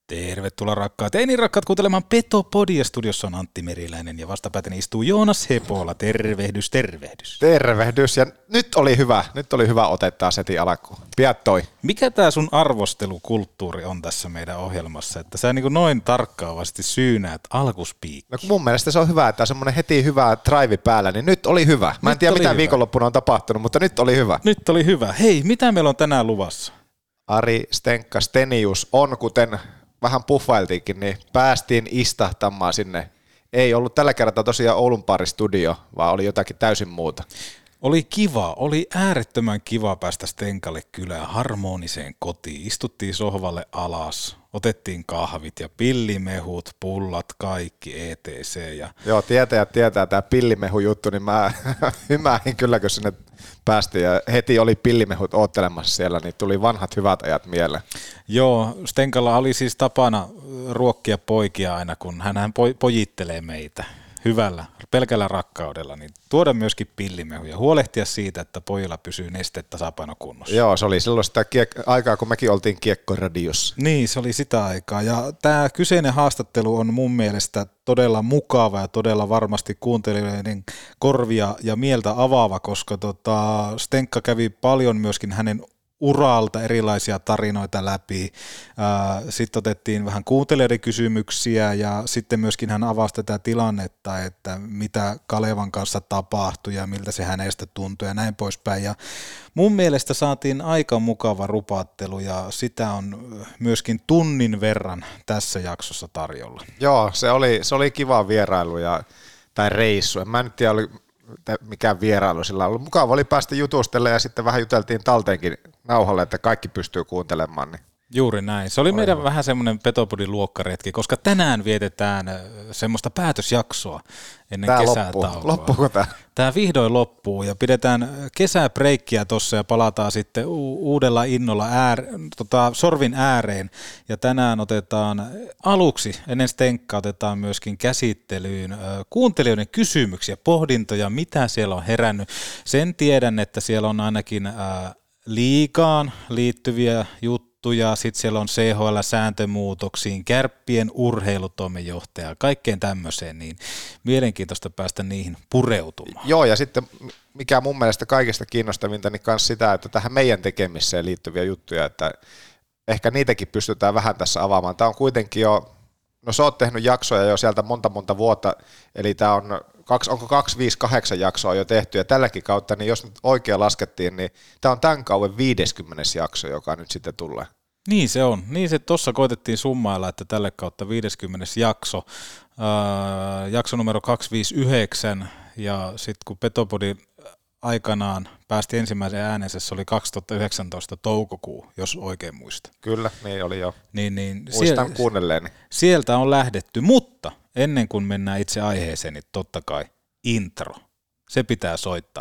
Tervetuloa rakkaat ja niin rakkaat kuuntelemaan Petopodia. Studiossa on Antti Meriläinen ja vastapäätäni istuu Joonas Hepola. Tervehdys, tervehdys. Tervehdys ja nyt oli hyvä otetta heti alkuun. Piät toi. Mikä tää sun arvostelukulttuuri on tässä meidän ohjelmassa, että sä niin noin tarkkaavasti syynäät alkuspiikki? No mun mielestä se on hyvä, että on semmoinen heti hyvä drive päällä, niin nyt oli hyvä. Mä en tiedä mitä hyvä. Viikonloppuna on tapahtunut, mutta nyt oli hyvä. Nyt oli hyvä. Hei, mitä meillä on tänään luvassa? Ari Stenkka Stenius on, kuten vähän puffailtiinkin, niin päästiin istahtamaan sinne. Ei ollut tällä kertaa tosiaan Oulun Studio, vaan oli jotakin täysin muuta. Oli äärettömän kiva päästä Stenkalle kylään harmoniseen kotiin. Istuttiin sohvalle alas, otettiin kahvit ja pillimehut, pullat, kaikki etc. Joo, tietää tämä pillimehu-juttu, niin mä hymähin kyllä, kun sinne päästiin ja heti oli pillimehut oottelemassa siellä, niin tuli vanhat hyvät ajat mieleen. Joo, Stenkalla oli siis tapana ruokkia poikia aina, kun hän pojittelee meitä hyvällä, pelkällä rakkaudella, niin tuoda myöskin pillimehuja, huolehtia siitä, että pojilla pysyy nestetasapaino kunnossa. Joo, se oli silloin sitä aikaa, kun mekin oltiin Kiekkoradiossa. Niin, se oli sitä aikaa, ja tämä kyseinen haastattelu on mun mielestä todella mukava ja todella varmasti kuuntelijoiden korvia ja mieltä avaava, koska Stenkka kävi paljon myöskin hänen uralta erilaisia tarinoita läpi. Sitten otettiin vähän kuuntelijoiden kysymyksiä ja sitten myöskin hän avasi tätä tilannetta, että mitä Kalevan kanssa tapahtui ja miltä se hänestä tuntui ja näin poispäin. Ja mun mielestä saatiin aika mukava rupaattelu ja sitä on myöskin tunnin verran tässä jaksossa tarjolla. Joo, se oli kiva vierailu tai reissu. Mä en nyt tiedä, mikään vierailu sillä ollut. Mukava oli päästä jutustelemaan ja sitten vähän juteltiin talteenkin nauhalle, että kaikki pystyy kuuntelemaan. Niin. Juuri näin. Se oli meidän vähän semmoinen Petopodin luokkaretki, koska tänään vietetään semmoista päätösjaksoa ennen kesätaukoa. Loppuuko tämä? Tämä vihdoin loppuu ja pidetään kesäbreikkiä tuossa ja palataan sitten uudella innolla sorvin ääreen. Ja tänään otetaan aluksi, ennen Stenkkaa otetaan myöskin käsittelyyn kuuntelijoiden kysymyksiä, pohdintoja, mitä siellä on herännyt. Sen tiedän, että siellä on ainakin liigaan liittyviä juttuja, sitten siellä on CHL-sääntömuutoksiin, Kärppien urheilutoimenjohtaja, kaikkeen tämmöiseen, niin mielenkiintoista päästä niihin pureutumaan. Joo, ja sitten mikä mun mielestä kaikista kiinnostavinta, niin myös sitä, että tähän meidän tekemiseen liittyviä juttuja, että ehkä niitäkin pystytään vähän tässä avaamaan. Tämä on kuitenkin jo, no sä oot tehnyt jaksoja jo sieltä monta vuotta, eli tämä on onko 258 jaksoa jo tehty, ja tälläkin kautta, niin jos nyt oikein laskettiin, niin tämä on tämän kauden 50. jakso, joka nyt sitten tulee. Niin se on. Niin se tuossa koitettiin summailla, että tälle kautta 50. jakso, jakso numero 259, ja sitten kun Petopodi aikanaan päästi ensimmäisen äänensä, se oli 2019 toukokuu, jos oikein muistan. Kyllä, niin oli jo. Niin, muistan kuunnelleeni. Sieltä on lähdetty, mutta ennen kuin mennään itse aiheeseen, niin totta kai intro. Se pitää soittaa.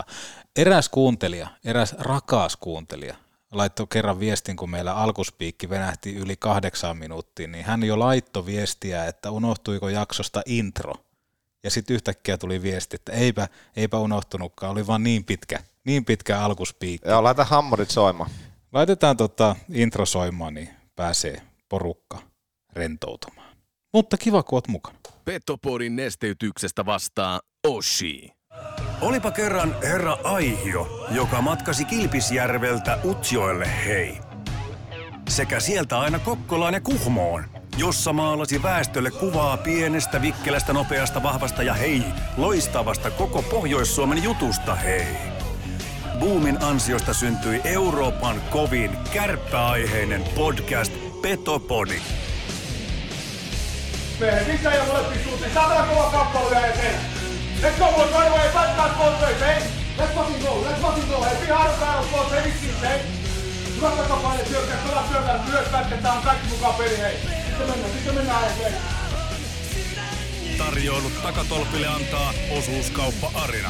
Eräs rakas kuuntelija laittoi kerran viestin, kun meillä alkuspiikki venähti yli 8 minuuttia, niin hän jo laittoi viestiä, että unohtuiko jaksosta intro. Ja sitten yhtäkkiä tuli viesti, että eipä unohtunutkaan, oli vaan niin pitkä alkuspiikki. Joo, laita hammorit soimaan. Laitetaan intro soimaan, niin pääsee porukka rentoutumaan. Mutta kiva, kun oot mukana. Petopodin nesteytyksestä vastaa Oshi. Olipa kerran herra Aihio, joka matkasi Kilpisjärveltä Utsjoelle hei. Sekä sieltä aina Kokkolaan ja Kuhmoon, jossa maalasi väestölle kuvaa pienestä, vikkelästä, nopeasta, vahvasta ja hei, loistavasta koko Pohjois-Suomen jutusta hei. Boomin ansiosta syntyi Euroopan kovin kärppäaiheinen podcast Petopodi. Missä ei ole molempiin suuntiin? Saadaan kova kappale vielä eteen. Let's go, boys, right away. Let's go, boys, hey. Let's fucking go. Hey, be hard on battle, boys, hey, vittiin, hey. Hyvät takapaine syökkää, kovaa syökkää, myös pätketään, kaikki mukaan peli, hei. Sitten mennään hei. Tarjoilut takatolpille antaa osuuskauppa Arina.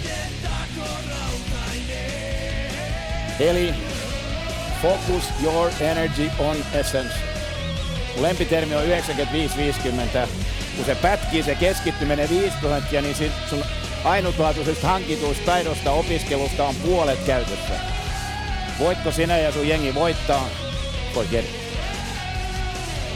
Eli focus your energy on essence. Mun lempitermi on 95-50. Kun se pätkii, se keskittyminen 5%, niin sun ainutlaatuisesta hankituista taidosta opiskelusta on puolet käytössä. Voitko sinä ja sun jengi voittaa? Forget it.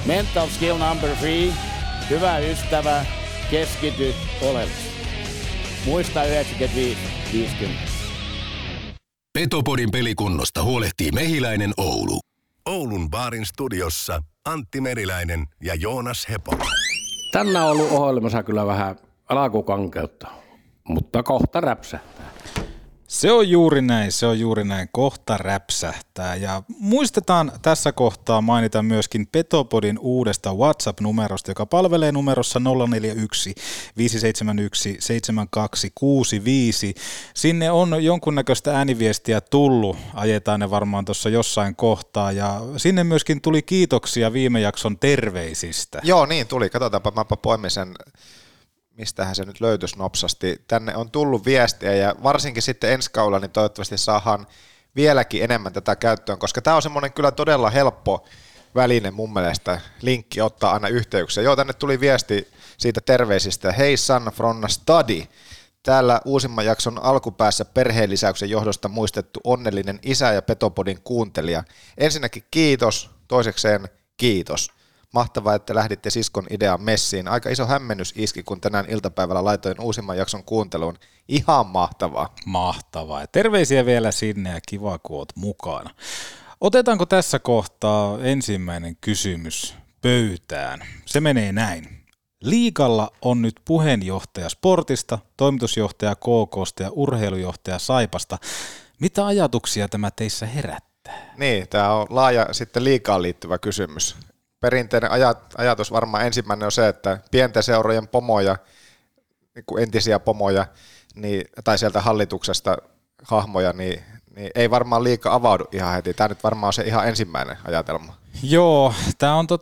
Mental skill number 3. Hyvä ystävä, keskity oleellisesti. Muista 95-50. Petopodin pelikunnosta huolehtii Mehiläinen Oulu. Oulun baarin studiossa Antti Meriläinen ja Joonas Hepo. Tänään on ollut ohjelmassa kyllä vähän alkukankeutta, mutta kohta räpsähtää. Se on juuri näin, kohta räpsähtää. Ja muistetaan tässä kohtaa mainita myöskin Petopodin uudesta WhatsApp-numerosta, joka palvelee numerossa 041 571 7265. Sinne on jonkunnäköistä ääniviestiä tullut, ajetaan ne varmaan tuossa jossain kohtaa, ja sinne myöskin tuli kiitoksia viime jakson terveisistä. Joo, niin tuli. Katsotaanpa, mäpä poimin sen. Mistähän se nyt löytyisi nopsasti. Tänne on tullut viestiä ja varsinkin sitten ensi kaudella niin toivottavasti saadaan vieläkin enemmän tätä käyttöön, koska tämä on semmoinen kyllä todella helppo väline mun mielestä, linkki ottaa aina yhteyksiä. Joo, tänne tuli viesti siitä terveisistä. Hei son from a study. Täällä uusimman jakson alkupäässä perheenlisäyksen johdosta muistettu onnellinen isä ja Petopodin kuuntelija. Ensinnäkin kiitos, toisekseen kiitos. Mahtavaa, että lähditte siskon idean messiin. Aika iso hämmennys iski, kun tänään iltapäivällä laitoin uusimman jakson kuunteluun. Ihan mahtavaa. Mahtavaa. Ja terveisiä vielä sinne ja kiva, kun oot mukana. Otetaanko tässä kohtaa ensimmäinen kysymys pöytään? Se menee näin. Liigalla on nyt puheenjohtaja Sportista, toimitusjohtaja KKsta ja urheilujohtaja Saipasta. Mitä ajatuksia tämä teissä herättää? Niin, tämä on laaja sitten liigaan liittyvä kysymys. Perinteinen ajatus varmaan ensimmäinen on se, että pienten seurojen pomoja, niin kuin entisiä pomoja, niin, tai sieltä hallituksesta hahmoja, niin ei varmaan liikaa avaudu ihan heti. Tämä nyt varmaan on se ihan ensimmäinen ajatelma. Joo, tämä on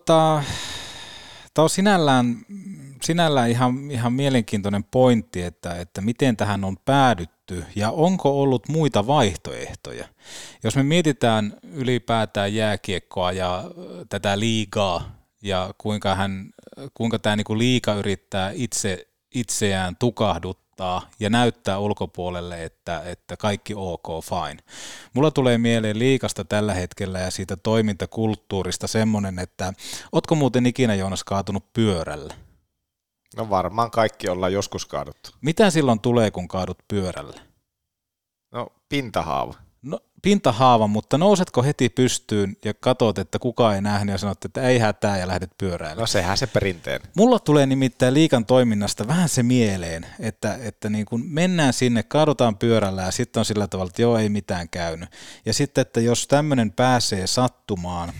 sinällään ihan mielenkiintoinen pointti, että miten tähän on päädytty ja onko ollut muita vaihtoehtoja. Jos me mietitään ylipäätään jääkiekkoa ja tätä liigaa ja kuinka tämä niinku liiga yrittää itseään tukahduttaa ja näyttää ulkopuolelle, että kaikki ok, fine. Mulla tulee mieleen liigasta tällä hetkellä ja siitä toimintakulttuurista semmoinen, että ootko muuten ikinä, Joonas, kaatunut pyörällä? No varmaan kaikki ollaan joskus kaaduttu. Mitä silloin tulee, kun kaadut pyörällä? No pintahaava. No pintahaava, mutta nousetko heti pystyyn ja katot, että kukaan ei nähnyt ja sanot, että ei hätää ja lähdet pyöräilemään? No sehän se perinteinen. Mulla tulee nimittäin liigan toiminnasta vähän se mieleen, että niin kun mennään sinne, kaadutaan pyörällä ja sitten on sillä tavalla, että joo, ei mitään käynyt. Ja sitten, että jos tämmöinen pääsee sattumaan,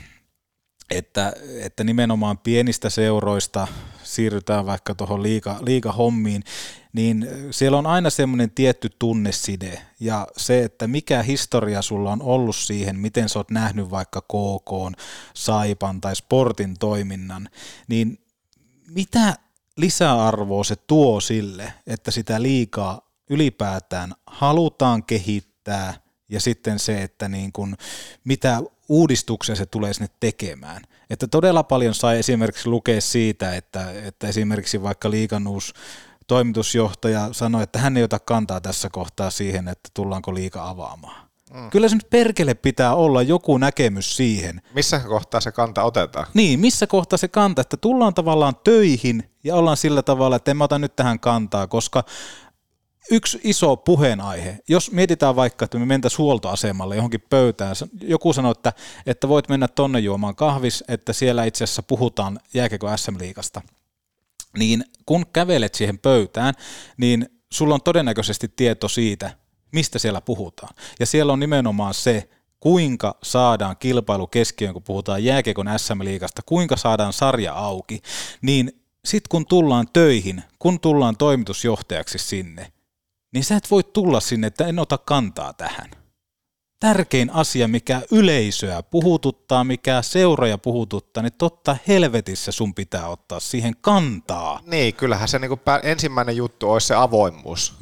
että nimenomaan pienistä seuroista siirrytään vaikka tuohon liigahommiin, niin siellä on aina semmoinen tietty tunneside ja se, että mikä historia sulla on ollut siihen, miten sä oot nähnyt vaikka KK:n, Saipan tai Sportin toiminnan, niin mitä lisäarvoa se tuo sille, että sitä liigaa ylipäätään halutaan kehittää ja sitten se, että niin kun, mitä uudistuksia se tulee sinne tekemään. Että todella paljon sai esimerkiksi lukea siitä, että esimerkiksi vaikka liigan uusi toimitusjohtaja sanoi, että hän ei ota kantaa tässä kohtaa siihen, että tullaanko liiga avaamaan. Kyllä se nyt perkele pitää olla joku näkemys siihen. Missä kohtaa se kanta otetaan? Niin, missä kohtaa se kanta, että tullaan tavallaan töihin ja ollaan sillä tavalla, että en mä ota nyt tähän kantaa, koska yksi iso puheenaihe, jos mietitään vaikka, että me mentäisiin huoltoasemalle johonkin pöytään, joku sanoo, että voit mennä tonne juomaan kahvis, että siellä itse asiassa puhutaan jääkiekon SM-liigasta, niin kun kävelet siihen pöytään, niin sulla on todennäköisesti tieto siitä, mistä siellä puhutaan. Ja siellä on nimenomaan se, kuinka saadaan kilpailu keskiöön, kun puhutaan jääkiekon SM-liigasta, kuinka saadaan sarja auki, niin sitten kun tullaan töihin, kun tullaan toimitusjohtajaksi sinne, niin sä et voi tulla sinne, että en ota kantaa tähän. Tärkein asia, mikä yleisöä puhututtaa, mikä seuroja puhututtaa, niin totta helvetissä sun pitää ottaa siihen kantaa. Niin, kyllähän se niinku ensimmäinen juttu olisi se avoimuus.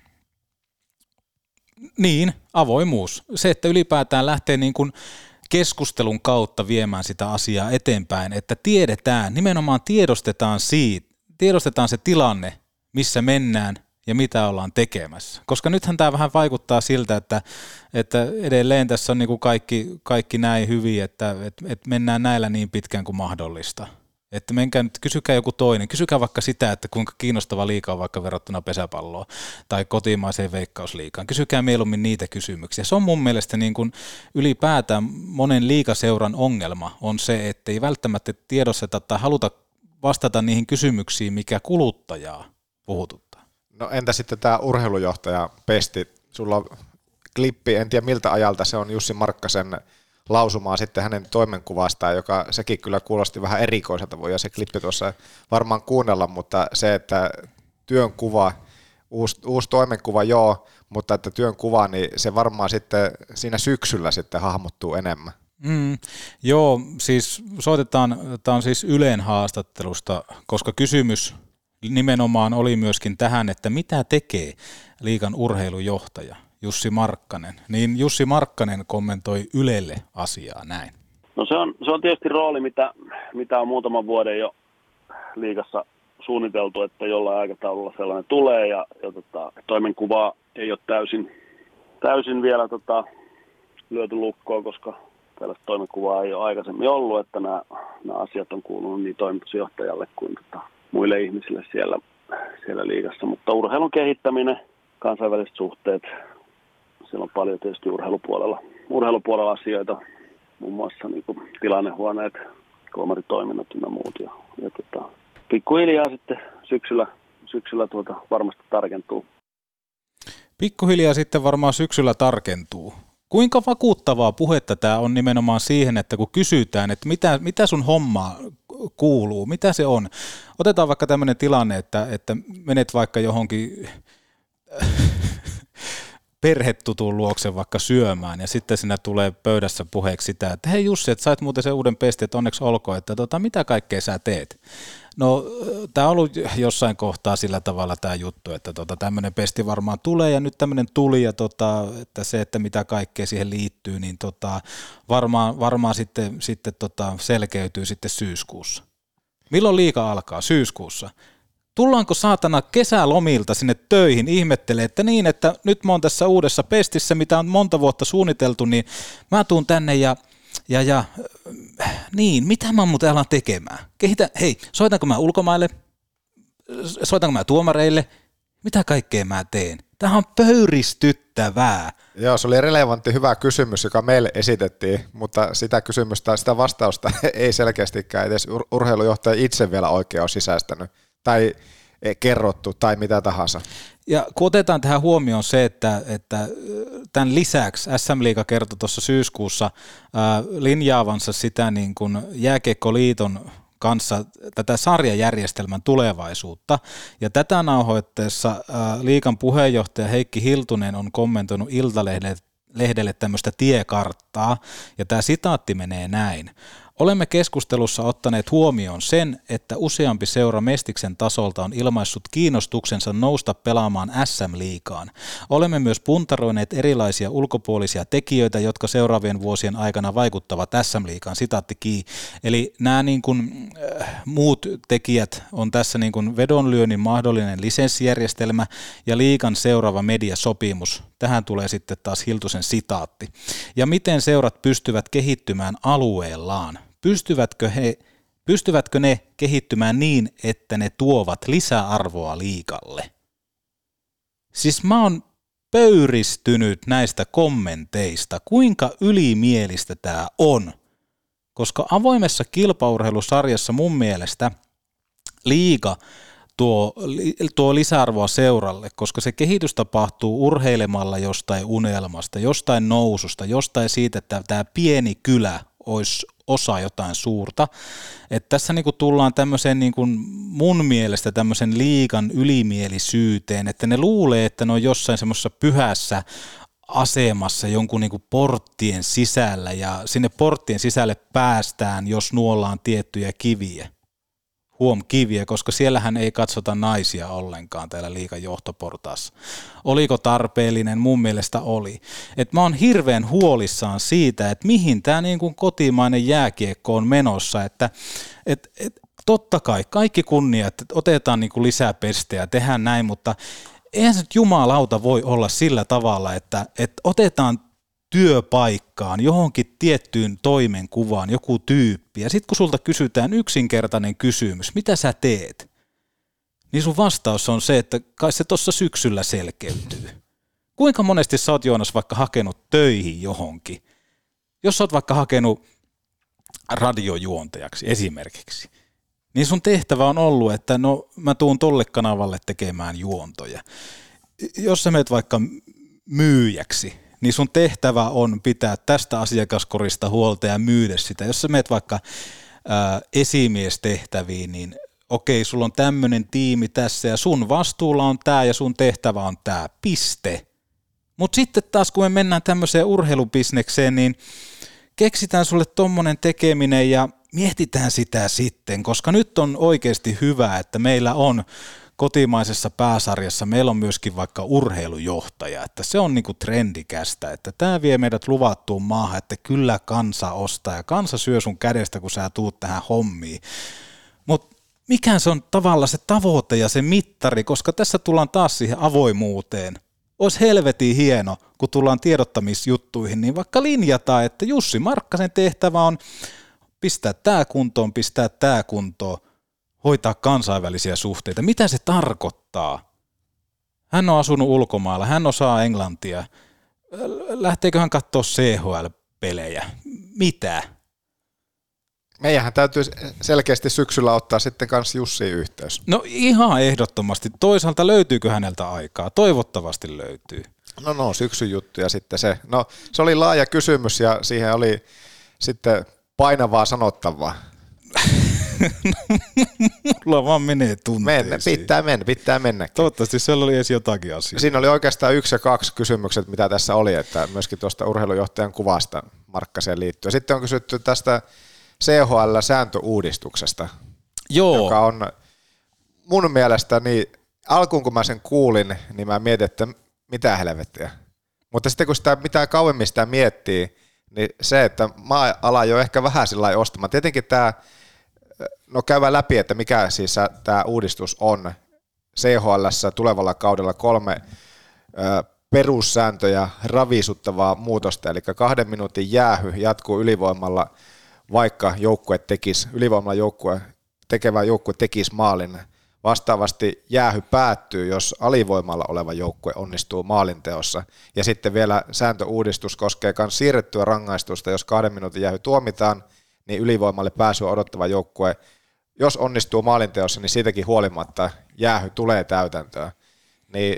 Niin, avoimuus. Se, että ylipäätään lähtee niin kuin keskustelun kautta viemään sitä asiaa eteenpäin, että tiedetään, nimenomaan tiedostetaan se tilanne, missä mennään, ja mitä ollaan tekemässä. Koska nythän tämä vähän vaikuttaa siltä, että edelleen tässä on niin kuin kaikki näin hyvin, että mennään näillä niin pitkään kuin mahdollista. Että menkää nyt, kysykää joku toinen. Kysykää vaikka sitä, että kuinka kiinnostava liiga on vaikka verrattuna pesäpalloon tai kotimaiseen veikkausliigaan. Kysykää mieluummin niitä kysymyksiä. Se on mun mielestä niin kuin ylipäätään monen liigaseuran ongelma on se, että ei välttämättä tiedosteta tai haluta vastata niihin kysymyksiin, mikä kuluttajaa puhututtaa. No entä sitten tämä urheilujohtaja Pesti? Sulla on klippi, en tiedä miltä ajalta se on Jussi Markkasen lausumaa sitten hänen toimenkuvastaan, joka sekin kyllä kuulosti vähän erikoiselta, voi se klippi tuossa varmaan kuunnella, mutta se, että työnkuva, uusi toimenkuva joo, mutta että työnkuva, niin se varmaan sitten siinä syksyllä sitten hahmottuu enemmän. Joo, siis soitetaan, tämä on siis Ylen haastattelusta, koska kysymys nimenomaan oli myöskin tähän, että mitä tekee liigan urheilujohtaja Jussi Markkanen. Niin Jussi Markkanen kommentoi Ylelle asiaa näin. No se on tietysti rooli, mitä on muutaman vuoden jo liigassa suunniteltu, että jollain aikataululla sellainen tulee ja toimenkuvaa ei ole täysin vielä lyöty lukkoon, koska tällaista toimenkuvaa ei ole aikaisemmin ollut, että nämä asiat on kuulunut niin toimitusjohtajalle kuin muille ihmisille siellä liigassa. Mutta urheilun kehittäminen, kansainväliset suhteet, siellä on paljon tietysti urheilupuolella asioita, muun muassa niin kuin tilannehuoneet, kolmaritoiminnot ja muut. Ja pikkuhiljaa sitten syksyllä varmasti tarkentuu. Pikkuhiljaa sitten varmaan syksyllä tarkentuu. Kuinka vakuuttavaa puhetta tämä on nimenomaan siihen, että kun kysytään, että mitä sun hommaa kuuluu, mitä se on. Otetaan vaikka tämmöinen tilanne, että menet vaikka johonkin perhetutun luokse vaikka syömään ja sitten siinä tulee pöydässä puheeksi sitä, että hei Jussi, että sait muuten sen uuden pestin, että onneksi olkoon, että mitä kaikkea sä teet. No tämä on ollut jossain kohtaa sillä tavalla tämä juttu, että tämmöinen pesti varmaan tulee ja nyt tämmöinen tuli ja että se, että mitä kaikkea siihen liittyy, niin varmaan sitten selkeytyy sitten syyskuussa. Milloin liiga alkaa? Syyskuussa. Tullaanko saatana kesälomilta sinne töihin ihmettelee, että niin, että nyt mä oon tässä uudessa pestissä, mitä on monta vuotta suunniteltu, niin mä tuun tänne ja niin, mitä mä muuten alan tekemään? Soitanko mä ulkomaille? Soitanko mä tuomareille? Mitä kaikkea mä teen? Tämä on pöyristyttävää. Joo, se oli relevantti hyvä kysymys, joka meille esitettiin, mutta sitä vastausta ei selkeästikään edes urheilujohtaja itse vielä oikein ole sisäistänyt tai kerrottu tai mitä tahansa. Ja kun otetaan tähän huomioon se, että tämän lisäksi SM-liiga kertoi tuossa syyskuussa linjaavansa sitä niin kuin Jääkiekkoliiton kanssa tätä sarjajärjestelmän tulevaisuutta. Ja tätä nauhoitteessa liigan puheenjohtaja Heikki Hiltunen on kommentoinut Iltalehdelle tämmöistä tiekarttaa, ja tämä sitaatti menee näin. Olemme keskustelussa ottaneet huomioon sen, että useampi seura Mestiksen tasolta on ilmaissut kiinnostuksensa nousta pelaamaan SM-liigaan. Olemme myös puntaroineet erilaisia ulkopuolisia tekijöitä, jotka seuraavien vuosien aikana vaikuttavat SM-liigaan. Sitaatti Ki. Eli nämä niin kuin, muut tekijät on tässä niin kuin vedonlyönnin mahdollinen lisenssijärjestelmä ja liigan seuraava mediasopimus. Tähän tulee sitten taas Hiltusen sitaatti. Ja miten seurat pystyvät kehittymään alueellaan? Pystyvätkö ne kehittymään niin, että ne tuovat lisäarvoa liigalle? Siis mä oon pöyristynyt näistä kommenteista, kuinka ylimielistä tää on. Koska avoimessa kilpaurheilusarjassa mun mielestä liiga tuo lisäarvoa seuralle, koska se kehitys tapahtuu urheilemalla jostain unelmasta, jostain noususta, jostain siitä, että tämä pieni kylä olisi osa jotain suurta. Että tässä niinku tullaan tämmöiseen niinku mun mielestä tämmöisen liigan ylimielisyyteen, että ne luulee, että ne on jossain semmoisessa pyhässä asemassa jonkun niinku porttien sisällä ja sinne porttien sisälle päästään, jos nuollaan tiettyjä kiviä. Kiviä, koska siellähän ei katsota naisia ollenkaan täällä liigan johtoportaassa. Oliko tarpeellinen? Mun mielestä oli. Et mä oon hirveän huolissaan siitä, että mihin tämä niin kuin kotimainen jääkiekko on menossa, että totta kai kaikki kunnia, että otetaan niin kuin lisää pestejä, tehdään näin, mutta eihän se nyt jumalauta voi olla sillä tavalla, että otetaan työpaikkaan johonkin tiettyyn toimenkuvaan joku tyyppi, ja sitten kun sulta kysytään yksinkertainen kysymys, mitä sä teet, niin sun vastaus on se, että kai se tuossa syksyllä selkeytyy. Kuinka monesti sä oot, Joonas, vaikka hakenut töihin johonkin? Jos sä oot vaikka hakenut radiojuontajaksi esimerkiksi, niin sun tehtävä on ollut, että no mä tuun tolle kanavalle tekemään juontoja. Jos sä meet vaikka myyjäksi, niin sun tehtävä on pitää tästä asiakaskorista huolta ja myydä sitä. Jos sä meet vaikka esimiestehtäviin, niin okei, sulla on tämmöinen tiimi tässä ja sun vastuulla on tää ja sun tehtävä on tää, piste. Mutta sitten taas kun me mennään tämmöiseen urheilubisnekseen, niin keksitään sulle tommonen tekeminen ja mietitään sitä sitten, koska nyt on oikeasti hyvä, että meillä on kotimaisessa pääsarjassa, meillä on myöskin vaikka urheilujohtaja, että se on niinku trendikästä, että tämä vie meidät luvattuun maahan, että kyllä kansa ostaa ja kansa syö sun kädestä, kun sä tuut tähän hommiin. Mutta mikä se on tavallaan se tavoite ja se mittari, koska tässä tullaan taas siihen avoimuuteen. Olisi helvetin hieno, kun tullaan tiedottamisjuttuihin, niin vaikka linjataan, että Jussi Markkasen tehtävä on pistää tämä kuntoon, hoitaa kansainvälisiä suhteita. Mitä se tarkoittaa? Hän on asunut ulkomailla, hän osaa englantia. Lähteekö hän katsoa CHL-pelejä? Mitä? Meidänhän täytyy selkeästi syksyllä ottaa sitten kanssa Jussiin yhteys. No ihan ehdottomasti. Toisaalta löytyykö häneltä aikaa? Toivottavasti löytyy. No syksyn juttu ja sitten se. No se oli laaja kysymys ja siihen oli sitten painavaa sanottavaa. Mulla vaan menee tunteisiin. Pitää mennä. Toivottavasti siellä oli edes jotakin asiaa. Siinä oli oikeastaan 1 ja 2 kysymykset, mitä tässä oli, että myöskin tuosta urheilujohtajan kuvasta Markkaseen liittyen. Sitten on kysytty tästä CHL-sääntöuudistuksesta, joka on mun mielestä, niin alkuun kun mä sen kuulin, niin mä mietin, että mitä helvettiä. Mutta sitten kun sitä mitä kauemmin sitä miettii, niin se, että mä alan jo ehkä vähän sillä lailla ostamaan. Tietenkin tämä, no käydään läpi, että mikä siis tämä uudistus on CHL:ssä tulevalla kaudella 3 perussääntöjä ravisuttavaa muutosta, eli 2 minuutin jäähy jatkuu ylivoimalla, vaikka tekevä joukkue tekisi maalin. Vastaavasti jäähy päättyy, jos alivoimalla oleva joukkue onnistuu maalinteossa. Ja sitten vielä sääntöuudistus koskee myös siirrettyä rangaistusta, jos 2 minuutin jäähy tuomitaan, niin ylivoimalle pääsyä odottava joukkue, jos onnistuu maalinteossa, niin siitäkin huolimatta jäähy tulee täytäntöön. Niin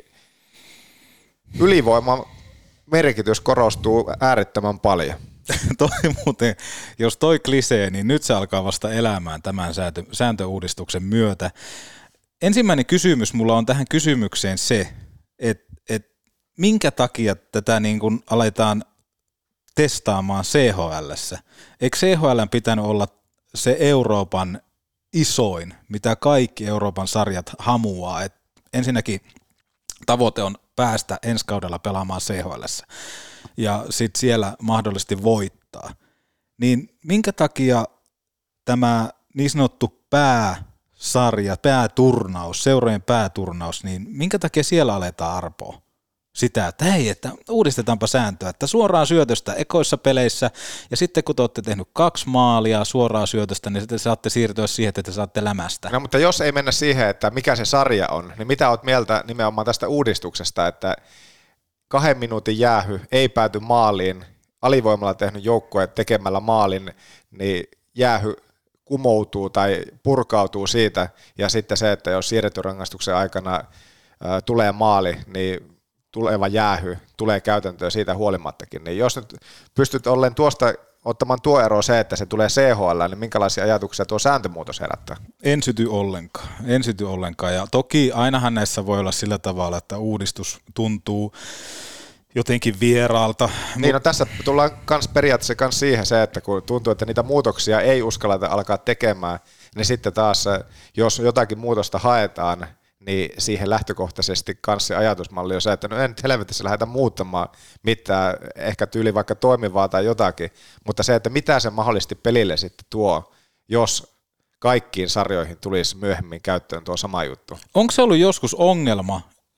ylivoiman merkitys korostuu äärettömän paljon. Toi muuten, jos toi klisee, niin nyt se alkaa vasta elämään tämän sääntöuudistuksen myötä. Ensimmäinen kysymys mulla on tähän kysymykseen se, että minkä takia tätä niin kun aletaan testaamaan CHL:ssä. Eikö CHL:n pitänyt olla se Euroopan isoin, mitä kaikki Euroopan sarjat hamuaa? Et ensinnäkin tavoite on päästä ensi kaudella pelaamaan CHL:ssä ja sitten siellä mahdollisesti voittaa. Niin minkä takia tämä niin sanottu pääsarja, pääturnaus, seurojen pääturnaus, niin minkä takia siellä aletaan arpoa sitä, että hei, että uudistetaanpa sääntöä, että suoraan syötöstä ekoissa peleissä, ja sitten kun te olette tehnyt 2 maalia suoraan syötöstä, niin sitten saatte siirtyä siihen, että te saatte lämästä. No mutta jos ei mennä siihen, että mikä se sarja on, niin mitä olet mieltä nimenomaan tästä uudistuksesta, että 2 minuutin jäähy ei pääty maaliin, alivoimalla tehnyt joukkue tekemällä maalin, niin jäähy kumoutuu tai purkautuu siitä, ja sitten se, että jos siirretyn rangaistuksen aikana tulee maali, niin tuleva jäähy tulee käytäntöön siitä huolimattakin. Niin jos nyt pystyt ollen tuosta ottamaan tuo ero se, että se tulee CHL, niin minkälaisia ajatuksia tuo sääntömuutos herättää? En syty ollenkaan. Ja toki ainahan näissä voi olla sillä tavalla, että uudistus tuntuu jotenkin vieraalta. Niin, no tässä tullaan periaatteessa kans siihen se, että kun tuntuu, että niitä muutoksia ei uskalleta alkaa tekemään, niin sitten taas, jos jotakin muutosta haetaan, niin siihen lähtökohtaisesti kanssa se ajatusmalli on se, että no en nyt helvetissä lähdetä muuttamaan mitään, ehkä tyyli vaikka toimivaa tai jotakin, mutta se, että mitä se mahdollisesti pelille sitten tuo, jos kaikkiin sarjoihin tulisi myöhemmin käyttöön tuo sama juttu. Onko se ollut joskus ongelma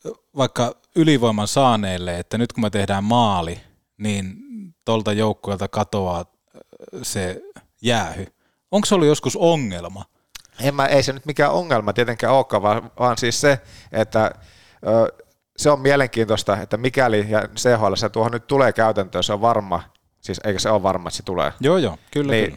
vaikka ylivoiman saaneille, että nyt kun me tehdään maali, niin tuolta joukkueelta katoaa se jäähy. Onko se ollut joskus ongelma? Ei se nyt mikään ongelma tietenkään olekaan, vaan siis se, että se on mielenkiintoista, että mikäli ja CHL se tuohon nyt tulee käytäntöön, se on varma, siis eikä se ole varma, että se tulee. Joo, kyllä. Niin,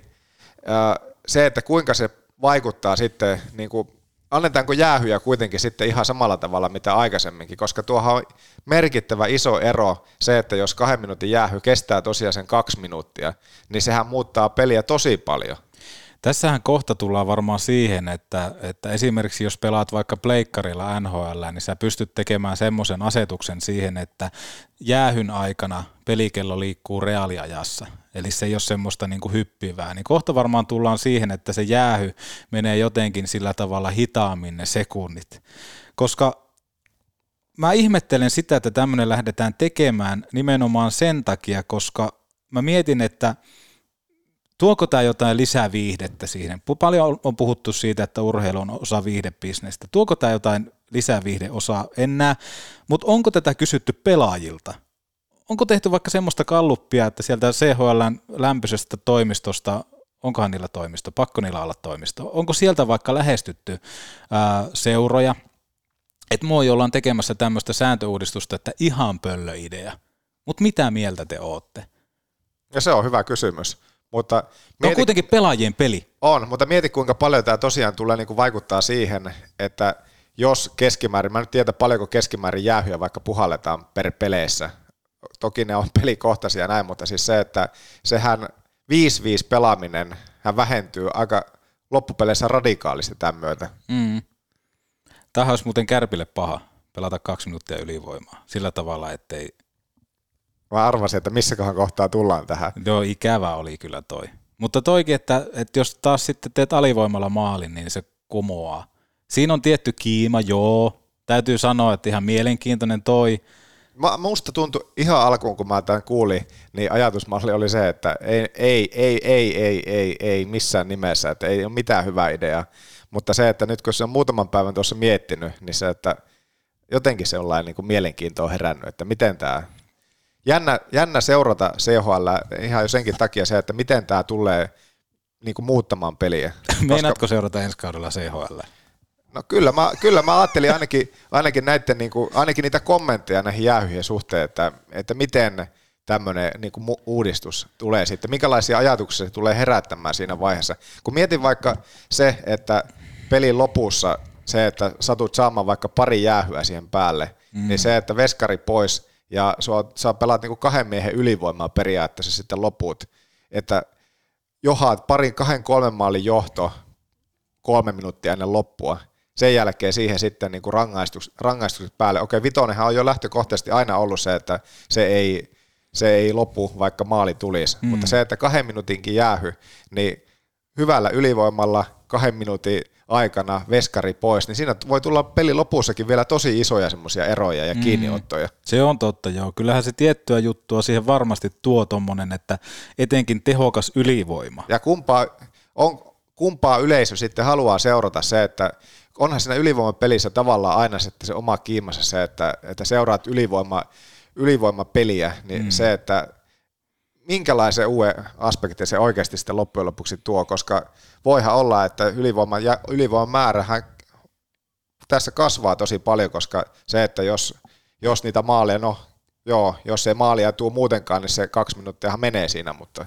se, että kuinka se vaikuttaa sitten, niin kuin, annetaanko jäähyjä kuitenkin sitten ihan samalla tavalla mitä aikaisemminkin, koska tuohan on merkittävä iso ero se, että jos 2 minuutin jäähy kestää tosiaan sen 2 minuuttia, niin sehän muuttaa peliä tosi paljon. Tässähän kohta tullaan varmaan siihen, että esimerkiksi jos pelaat vaikka pleikkarilla NHL, niin sä pystyt tekemään semmoisen asetuksen siihen, että jäähyn aikana pelikello liikkuu reaaliajassa, eli se ei ole semmoista niin kuin hyppivää, niin kohta varmaan tullaan siihen, että se jäähy menee jotenkin sillä tavalla hitaammin ne sekunnit, koska mä ihmettelen sitä, että tämmöinen lähdetään tekemään nimenomaan sen takia, koska mä mietin, että tuoko tämä jotain lisää viihdettä siihen? Paljon on puhuttu siitä, että urheilu on osa viihdebisnestä. Tuoko tämä jotain lisää viihdeosaa? En näe, mutta onko tätä kysytty pelaajilta? Onko tehty vaikka semmoista galluppia, että sieltä CHL:n lämpöisestä toimistosta, onkohan niillä toimisto, pakko niillä olla toimisto, onko sieltä vaikka lähestytty seuroja, että moi ollaan tekemässä tämmöistä sääntöuudistusta, että ihan pöllöidea, mutta mitä mieltä te ootte? Ja se on hyvä kysymys. Mutta on kuitenkin pelaajien peli. On, mutta mieti kuinka paljon tämä tosiaan tulee niin kuin vaikuttaa siihen, että jos keskimäärin, mä en nyt tiedä paljonko keskimäärin jäähyjä vaikka puhalletaan per peleissä, toki ne on pelikohtaisia ja näin, mutta siis se, että sehän 5-5 pelaaminen hän vähentyy aika loppupeleissä radikaalisti tämän myötä. Tämähän olisi muuten Kärpille paha, pelata 2 minuuttia ylivoimaa, sillä tavalla, ettei... Mä arvasin, että missäköhän kohtaa tullaan tähän. Joo, ikävä oli kyllä toi. Mutta toikin, että jos taas sitten teet alivoimalla maalin, niin se kumoaa. Siinä on tietty kiima, joo. Täytyy sanoa, että ihan mielenkiintoinen toi. Musta tuntui ihan alkuun, kun mä tämän kuulin, niin ajatusmalli oli se, että ei missään nimessä, että ei ole mitään hyvää ideaa. Mutta se, että nyt kun se on muutaman päivän tuossa miettinyt, niin se, että jotenkin se on niin kuin mielenkiintoa herännyt, että miten tämä... Jännä seurata CHL ihan jo senkin takia se, että miten tämä tulee niin kuin muuttamaan peliä. Meinaatko seurata ensi kaudella CHL? No kyllä mä ajattelin ainakin näiden, niin kuin, ainakin niitä kommentteja näihin jäähyihin suhteen, että miten tämmöinen niin kuin uudistus tulee sitten, minkälaisia ajatuksia se tulee herättämään siinä vaiheessa. Kun mietin vaikka se, että pelin lopussa se, että satut saamaan vaikka pari jäähyä siihen päälle, niin se, että veskari pois, ja sä pelaat niinku 2 miehen ylivoimaa periaatteessa sitten loput, että johaat 2-3 maalin johto 3 minuuttia ennen loppua, sen jälkeen siihen sitten niinku rangaistukset päälle. Okei, vitonenhan on jo lähtökohtaisesti aina ollut se, että se ei lopu, vaikka maali tulisi, mutta se, että 2 minuutinkin jäähy, niin hyvällä ylivoimalla 2 minuutin aikana veskari pois, niin siinä voi tulla pelin lopussakin vielä tosi isoja semmoisia eroja ja kiinniottoja. Se on totta, joo. Kyllähän se tiettyä juttua siihen varmasti tuo tommonen, että etenkin tehokas ylivoima. Ja kumpaa yleisö sitten haluaa seurata se, että onhan siinä ylivoimapelissä tavallaan aina se oma kiimassa se, että seuraat ylivoimapeliä, niin se, että minkälaisen uuden aspektin se oikeasti sitten loppujen lopuksi tuo, koska voihan olla, että ylivoiman määrähän tässä kasvaa tosi paljon, koska se, että jos niitä maaleja, no joo, jos ei maalia tuu muutenkaan, niin se 2 minuuttiahan menee siinä, mutta...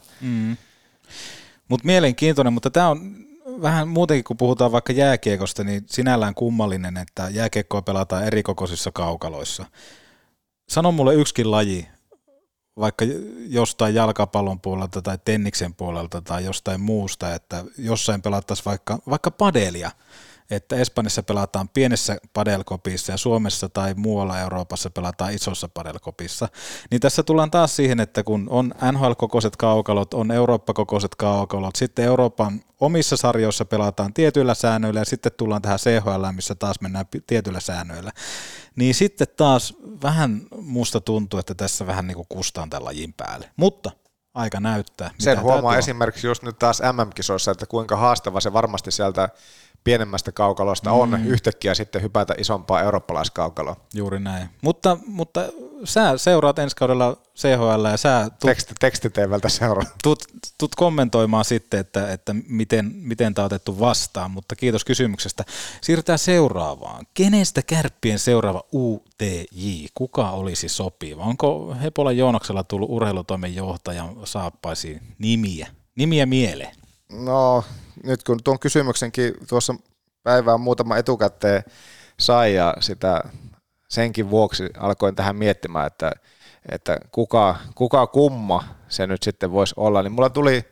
Mutta mielenkiintoinen, mutta tämä on vähän muutenkin, kun puhutaan vaikka jääkiekosta, niin sinällään kummallinen, että jääkiekkoa pelataan erikokoisissa kaukaloissa. Sano mulle yksikin laji, vaikka jostain jalkapallon puolelta tai tenniksen puolelta tai jostain muusta, että jossain pelattaisiin vaikka padelia, että Espanjassa pelataan pienessä padelkopissa ja Suomessa tai muualla Euroopassa pelataan isossa padelkopissa, niin tässä tullaan taas siihen, että kun on NHL-kokoiset kaukalot, on Eurooppa-kokoiset kaukalot, sitten Euroopan omissa sarjoissa pelataan tietyillä säännöillä ja sitten tullaan tähän CHL, missä taas mennään tietyillä säännöillä, niin sitten taas vähän musta tuntuu, että tässä vähän niin kuin kustaan tämän lajin päälle, mutta aika näyttää. Sen huomaa esimerkiksi just nyt taas MM-kisoissa, että kuinka haastava se varmasti sieltä pienemmästä kaukalosta on yhtäkkiä sitten hypätä isompaa eurooppalaiskaukaloa. Juuri näin. Mutta sä seuraat ensi kaudella CHL ja sä tekstiteivältä seuraa. Tuut kommentoimaan sitten, että miten tämä on otettu vastaan, mutta kiitos kysymyksestä. Siirrytään seuraavaan. Kenestä Kärppien seuraava UTJ? Kuka olisi sopiva? Onko Hepola Joonaksella tullut urheilutoimenjohtajan saappaisiin nimiä mieleen? No nyt kun tuon kysymyksenkin tuossa päivää muutama etukäteen sai ja sitä senkin vuoksi alkoin tähän miettimään, että kuka kumma se nyt sitten voisi olla, niin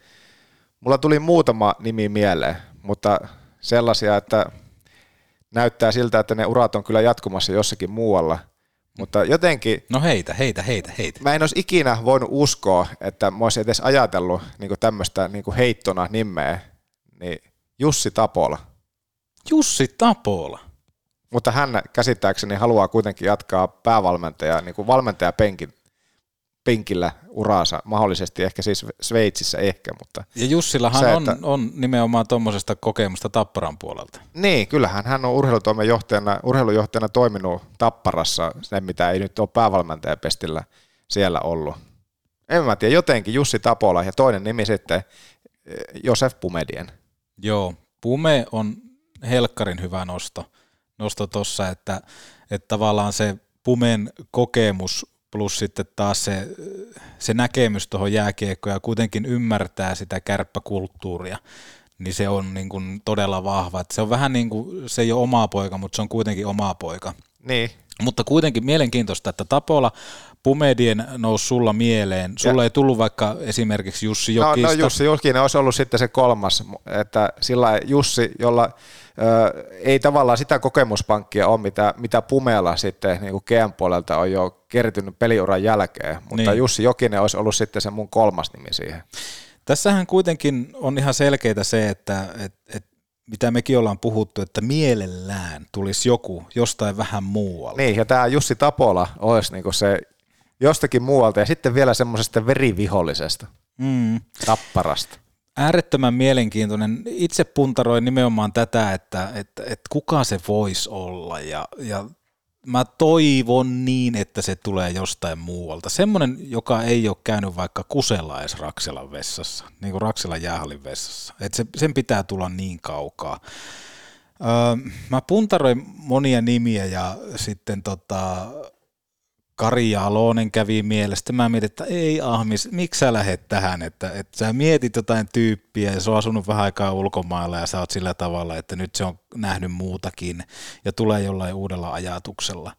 mulla tuli muutama nimi mieleen, mutta sellaisia, että näyttää siltä, että ne urat on kyllä jatkumassa jossakin muualla, mutta jotenkin... No heitä. Mä en olisi ikinä voinut uskoa, että mä olisin edes ajatellut niin tämmöistä niin heittona nimeä, niin Jussi Tapola. Jussi Tapola? Mutta hän käsittääkseni haluaa kuitenkin jatkaa päävalmentaja, niin kuin valmentajapenkillä uraansa, mahdollisesti ehkä siis Sveitsissä ehkä. Mutta ja Jussillahan on nimenomaan tuommoisesta kokemusta Tapparan puolelta. Niin, kyllähän hän on urheilujohtajana toiminut Tapparassa, sen mitä ei nyt ole päävalmentajapestillä siellä ollut. En mä tiedä, jotenkin Jussi Tapola ja toinen nimi sitten Josef Pumedien. Joo, Pume on helkkarin hyvä nosto tuossa, että tavallaan se Pumen kokemus plus sitten taas se näkemys tuohon jääkiekkoon ja kuitenkin ymmärtää sitä kärppäkulttuuria, niin se on niin kuin todella vahva. Että se on vähän niin kuin, se ei ole oma poika, mutta se on kuitenkin oma poika. Niin. Mutta kuitenkin mielenkiintoista, että Tapola, Pumedien nousi sulla mieleen. Sulla ei tullut vaikka esimerkiksi Jussi Jokista. No Jussi Jokinen olisi ollut sitten se kolmas, että sillä Jussi, jolla ei tavallaan sitä kokemuspankkia ole, mitä Pumeella sitten niin kuin GM-puolelta on jo kertynyt peliuran jälkeen, mutta niin. Jussi Jokinen olisi ollut sitten se mun kolmas nimi siihen. Tässähän kuitenkin on ihan selkeää se, että mitä mekin ollaan puhuttu, että mielellään tulisi joku jostain vähän muualta. Niin, ja tämä Jussi Tapola olisi niinku se jostakin muualta, ja sitten vielä semmoisesta verivihollisesta, Tapparasta. Äärettömän mielenkiintoinen. Itse puntaroin nimenomaan tätä, että kuka se voisi olla, ja mä toivon niin, että se tulee jostain muualta. Semmoinen, joka ei ole käynyt vaikka kusella edes Rakselan vessassa, niin kuin Rakselan jäähallin vessassa. Että sen pitää tulla niin kaukaa. Mä puntaroin monia nimiä ja sitten Kari Jalonen kävi mielestä. Mä mietin, että ei Ahmis, miksi sä lähet tähän, että sä mietit jotain tyyppiä ja se on asunut vähän aikaa ulkomailla ja sä oot sillä tavalla, että nyt se on nähnyt muutakin ja tulee jollain uudella ajatuksella.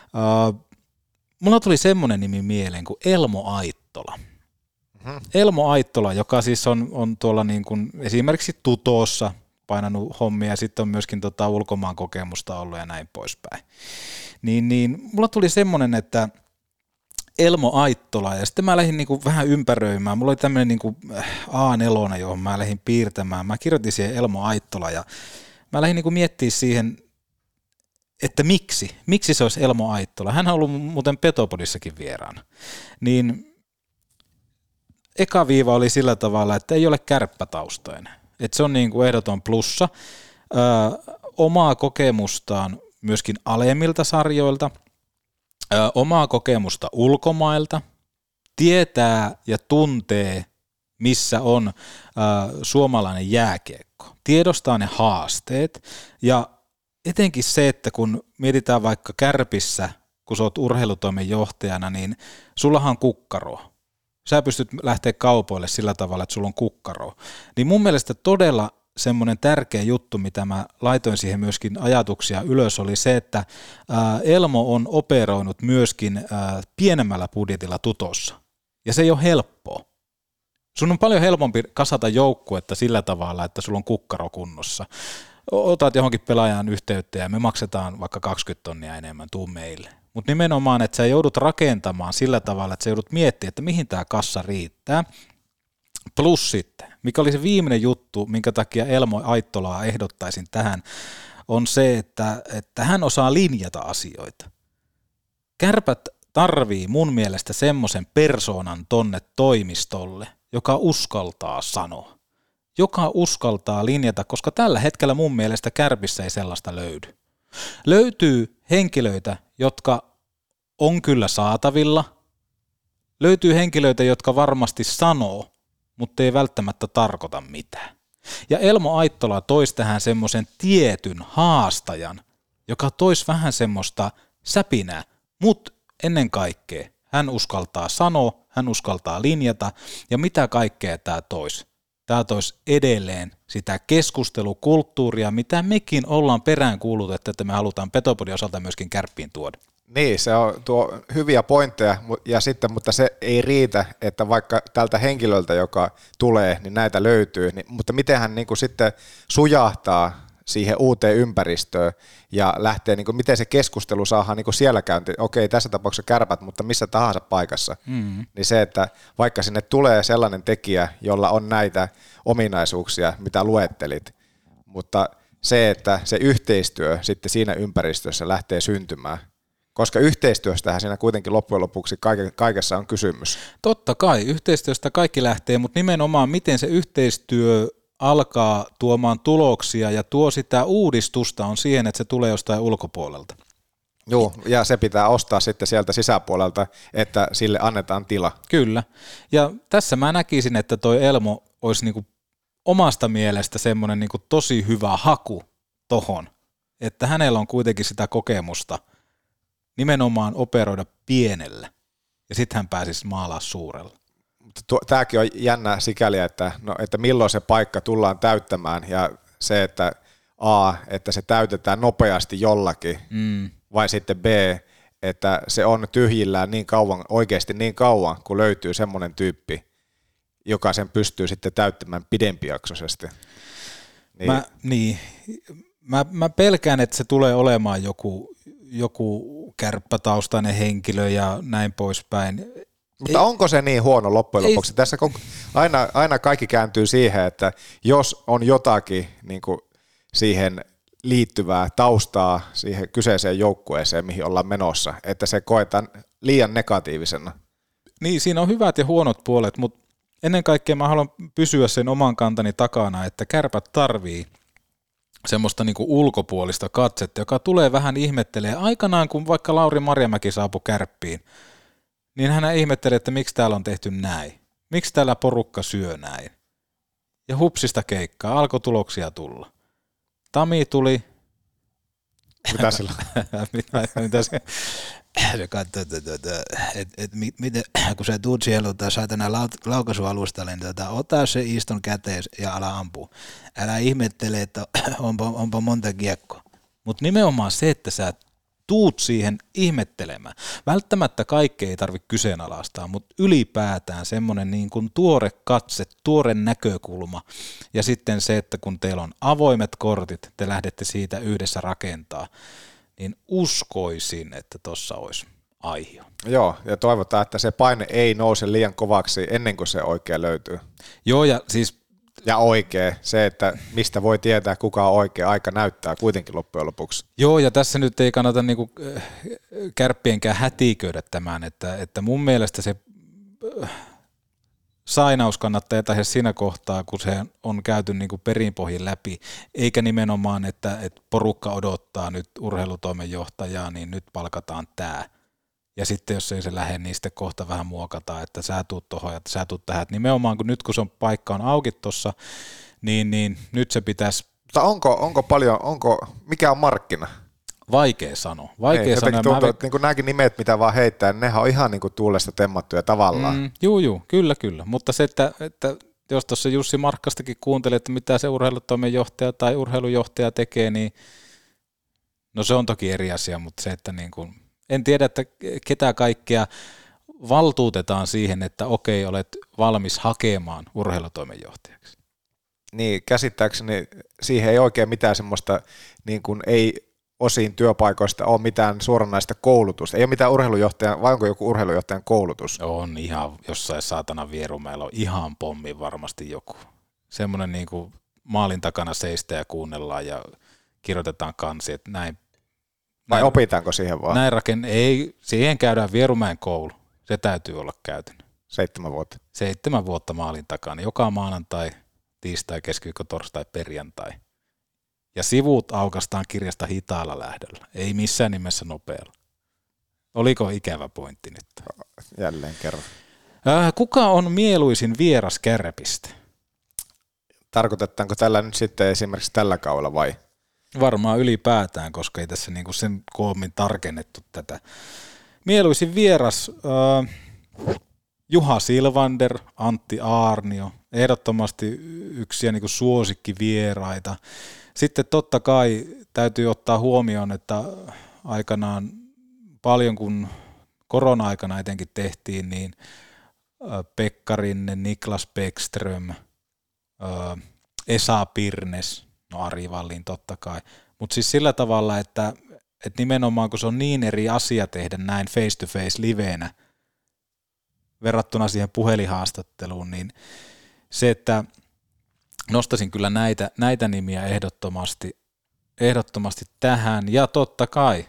Mulla tuli semmoinen nimi mieleen kuin Elmo Aittola. Elmo Aittola, joka siis on tuolla niin kuin esimerkiksi Tutossa painanut hommia ja sitten on myöskin ulkomaan kokemusta ollut ja näin poispäin. Niin mulla tuli semmoinen, että Elmo Aittola, ja sitten mä lähdin niinku vähän ympäröimään. Mulla oli tämmöinen niinku A4, johon mä lähdin piirtämään. Mä kirjoitin siihen Elmo Aittola, ja mä lähdin niinku miettimään siihen, että miksi se olisi Elmo Aittola. Hän on ollut muuten Petopodissakin vieraana. Niin eka viiva oli sillä tavalla, että ei ole kärppätaustainen. Että se on niinku ehdoton plussa. Omaa kokemustaan myöskin alemmilta sarjoilta, omaa kokemusta ulkomailta, tietää ja tuntee, missä on suomalainen jääkiekko, tiedostaa ne haasteet ja etenkin se, että kun mietitään vaikka Kärpissä, kun sä oot urheilutoimenjohtajana, niin sullahan on kukkaroa. Sä pystyt lähteä kaupoille sillä tavalla, että sulla on kukkaroa. Niin mun mielestä todella semmoinen tärkeä juttu, mitä mä laitoin siihen myöskin ajatuksia ylös, oli se, että Elmo on operoinut myöskin pienemmällä budjetilla Tutossa. Ja se ei ole helppoa. Sun on paljon helpompi kasata joukkuetta sillä tavalla, että sulla on kukkaro kunnossa. Otat johonkin pelaajan yhteyttä ja me maksetaan vaikka 20 tonnia enemmän, tuu meille. Mutta nimenomaan, että sä joudut rakentamaan sillä tavalla, että sä joudut miettimään, että mihin tämä kassa riittää. Plus sitten, mikä oli se viimeinen juttu, minkä takia Elmo Aittolaa ehdottaisin tähän, on se, että hän osaa linjata asioita. Kärpät tarvii mun mielestä semmoisen persoonan tonne toimistolle, joka uskaltaa sanoa, joka uskaltaa linjata, koska tällä hetkellä mun mielestä Kärpissä ei sellaista löydy. Löytyy henkilöitä, jotka on kyllä saatavilla, löytyy henkilöitä, jotka varmasti sanoo, mutta ei välttämättä tarkoita mitään. Ja Elmo Aittola toisi tähän semmoisen tietyn haastajan, joka toisi vähän semmoista säpinää, mutta ennen kaikkea hän uskaltaa sanoa, hän uskaltaa linjata, ja mitä kaikkea tämä toisi? Tämä toisi edelleen sitä keskustelukulttuuria, mitä mekin ollaan peräänkuulutettu, että me halutaan Petopodin osalta myöskin Kärppiin tuoda. Niin, se on tuo hyviä pointteja, ja sitten, mutta se ei riitä, että vaikka tältä henkilöltä, joka tulee, niin näitä löytyy, niin, mutta miten hän niin kuin sitten sujahtaa siihen uuteen ympäristöön ja lähtee, niin kuin, miten se keskustelu saadaan niin kuin siellä käyntiin, okei, tässä tapauksessa Kärpät, mutta missä tahansa paikassa, niin se, että vaikka sinne tulee sellainen tekijä, jolla on näitä ominaisuuksia, mitä luettelit, mutta se, että se yhteistyö sitten siinä ympäristössä lähtee syntymään, koska yhteistyöstähän siinä kuitenkin loppujen lopuksi kaikessa on kysymys. Totta kai, yhteistyöstä kaikki lähtee, mutta nimenomaan miten se yhteistyö alkaa tuomaan tuloksia ja tuo sitä uudistusta on siihen, että se tulee jostain ulkopuolelta. Joo, ja se pitää ostaa sitten sieltä sisäpuolelta, että sille annetaan tila. Kyllä, ja tässä mä näkisin, että toi Elmo olisi niinku omasta mielestä semmoinen niinku tosi hyvä haku tohon, että hänellä on kuitenkin sitä kokemusta nimenomaan operoida pienellä, ja sitten hän pääsisi maalaa suurella. Tämäkin on jännä sikäli, että milloin se paikka tullaan täyttämään, ja se, että että se täytetään nopeasti jollakin, vai sitten B, että se on tyhjillään niin kauan, oikeasti niin kauan, kun löytyy semmoinen tyyppi, joka sen pystyy sitten täyttämään pidempijaksoisesti. Mä pelkään, että se tulee olemaan joku kärppätaustainen henkilö ja näin poispäin. Mutta onko se niin huono loppujen lopuksi? Tässä aina kaikki kääntyy siihen, että jos on jotakin niin kuin siihen liittyvää taustaa siihen kyseiseen joukkueeseen, mihin ollaan menossa, että se koetaan liian negatiivisena. Niin, siinä on hyvät ja huonot puolet, mutta ennen kaikkea mä haluan pysyä sen oman kantani takana, että Kärpät tarvii semmoista niinku ulkopuolista katsetta, joka tulee vähän ihmettelee. Aikanaan, kun vaikka Lauri Marjamäki saapui Kärppiin, niin hän ihmettelee, että miksi täällä on tehty näin. Miksi täällä porukka syö näin. Ja hupsista keikkaa, alkoi tuloksia tulla. Tami tuli. Mitä sillä? Mitä se katsoi, miten, kun sä tuut siellä saatana laukaisualustalle, niin ota se iston käteen ja ala ampua. Älä ihmettele, että onpa monta kiekkoa. Mutta nimenomaan se, että sä tuut siihen ihmettelemään. Välttämättä kaikkea ei tarvitse kyseenalaistaa, mutta ylipäätään semmoinen niin kuin tuore katse, tuore näkökulma ja sitten se, että kun teillä on avoimet kortit, te lähdette siitä yhdessä rakentaa, niin uskoisin, että tossa olisi aihio. Joo, ja toivotaan, että se paine ei nouse liian kovaksi ennen kuin se oikea löytyy. Joo, ja siis ja oikea, se, että mistä voi tietää, kuka on oikea, aika näyttää kuitenkin loppujen lopuksi. Joo, ja tässä nyt ei kannata niinku Kärppienkään hätiköidä tämän, että mun mielestä se sainaus kannattaa tehdä siinä kohtaa, kun se on käyty niinku perinpohjin läpi, eikä nimenomaan, että porukka odottaa nyt urheilutoimenjohtajaa, niin nyt palkataan tää. Ja sitten jos ei se lähde, niin sitten kohta vähän muokataan, että sä tuut tohon ja sä tuut tähän. Et nimenomaan kun nyt kun se on paikka on auki tossa, niin nyt se pitäisi. Mutta mikä on markkina? Vaikea sanoa. Tuntuu, että niin nämäkin nimet, mitä vaan heittää, niin nehän on ihan niin kuin tuulesta temmattuja tavallaan. Joo, kyllä. Mutta se, että jos tuossa Jussi Markkastakin kuuntelee, että mitä se urheilutoimenjohtaja tai urheilujohtaja tekee, niin no se on toki eri asia, mutta se, että niin kuin en tiedä, että ketä kaikkea valtuutetaan siihen, että okei, olet valmis hakemaan urheilutoimenjohtajaksi. Niin, käsittääkseni siihen ei oikein mitään semmoista, niin kuin ei osin työpaikoista ole mitään suoranaista koulutusta. Ei ole mitään urheilujohtajan, vai onko joku urheilujohtajan koulutus? On ihan jossain saatana Vierumäellä on ihan pommi varmasti joku. Semmoinen niin kuin maalin takana seistä ja kuunnellaan ja kirjoitetaan kansi, että näin. Vai opitaanko siihen vaan? Ei, siihen käydään Vierumäen koulu. Se täytyy olla käytännön. 7 vuotta. 7 vuotta maalin takana. Joka maanantai tiistai, keskiviikko, torstai, perjantai. Ja sivut aukastaan kirjasta hitaalla lähdöllä, ei missään nimessä nopealla. Oliko ikävä pointti nyt? Jälleen kerran. Kuka on mieluisin vieras Kärpistä? Tarkoitetaanko tällä nyt sitten esimerkiksi tällä kaudella vai? Varmaan ylipäätään, koska ei tässä niinku sen koommin tarkennettu tätä. Mieluisin vieras Juha Silvander, Antti Aarnio, ehdottomasti yksiä niinku suosikkivieraita. Sitten totta kai täytyy ottaa huomioon, että aikanaan paljon kun korona-aikana etenkin tehtiin, niin Pekkarinen, Niklas Bäckström, Esa Pirnes, no Ari Vallin totta kai, mutta siis sillä tavalla, että nimenomaan kun se on niin eri asia tehdä näin face to face liveenä verrattuna siihen puhelinhaastatteluun, niin se, että nostaisin kyllä näitä nimiä ehdottomasti tähän, ja totta kai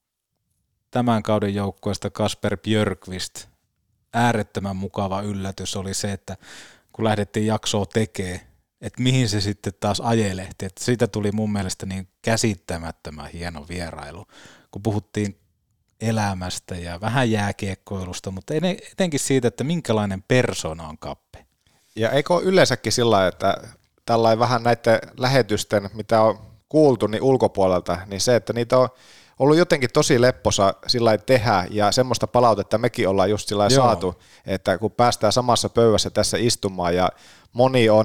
tämän kauden joukkueesta Kasper Björkqvist, äärettömän mukava yllätys oli se, että kun lähdettiin jaksoa tekemään, että mihin se sitten taas ajelehti, että siitä tuli mun mielestä niin käsittämättömän hieno vierailu, kun puhuttiin elämästä ja vähän jääkiekkoilusta, mutta etenkin siitä, että minkälainen persona on Kappe. Ja eikö ole yleensäkin sillä lailla, että tällainen vähän näiden lähetysten, mitä on kuultu niin ulkopuolelta, niin se, että niitä on ollut jotenkin tosi lepposa sillä lailla tehdä, ja semmoista palautetta mekin ollaan just sillä lailla saatu, että kun päästään samassa pöydässä tässä istumaan, ja moni on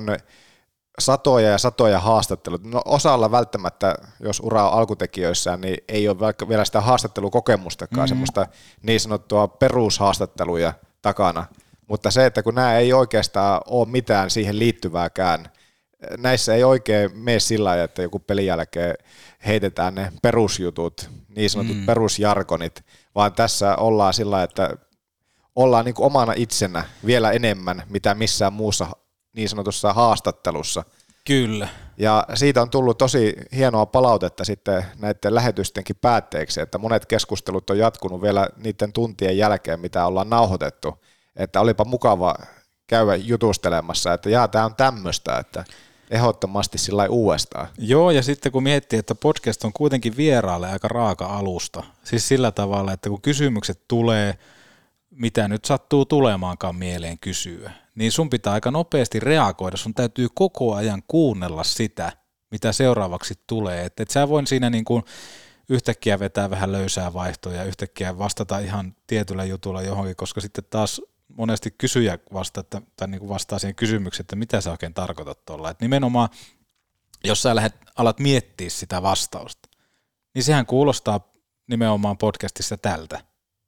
satoja ja satoja haastattelut. No osalla välttämättä, jos ura on alkutekijöissään, niin ei ole vielä sitä haastattelukokemustakaan, semmoista niin sanottua perushaastatteluja takana. Mutta se, että kun nämä ei oikeastaan ole mitään siihen liittyvääkään, näissä ei oikein mene sillä lailla, että joku pelin jälkeen heitetään ne perusjutut, niin sanotut perusjargonit, vaan tässä ollaan sillä lailla, että ollaan niin kuin omana itsenä vielä enemmän, mitä missään muussa niin sanotussa haastattelussa. Kyllä. Ja siitä on tullut tosi hienoa palautetta sitten näiden lähetystenkin päätteeksi, että monet keskustelut on jatkunut vielä niiden tuntien jälkeen, mitä ollaan nauhoitettu, että olipa mukava käydä jutustelemassa, että tämä on tämmöistä, että ehdottomasti sillä lailla uudestaan. Joo, ja sitten kun miettii, että podcast on kuitenkin vieraalle aika raaka alusta, siis sillä tavalla, että kun kysymykset tulee, mitä nyt sattuu tulemaankaan mieleen kysyä, niin sun pitää aika nopeasti reagoida, sun täytyy koko ajan kuunnella sitä, mitä seuraavaksi tulee, että et sä voin siinä niin kuin yhtäkkiä vetää vähän löysää vaihtoa ja yhtäkkiä vastata ihan tietyllä jutulla johonkin, koska sitten taas monesti kysyjä vastaa siihen kysymykseen, että mitä sä oikein tarkoitat tuolla, että nimenomaan jos sä alat miettiä sitä vastausta, niin sehän kuulostaa nimenomaan podcastissa tältä.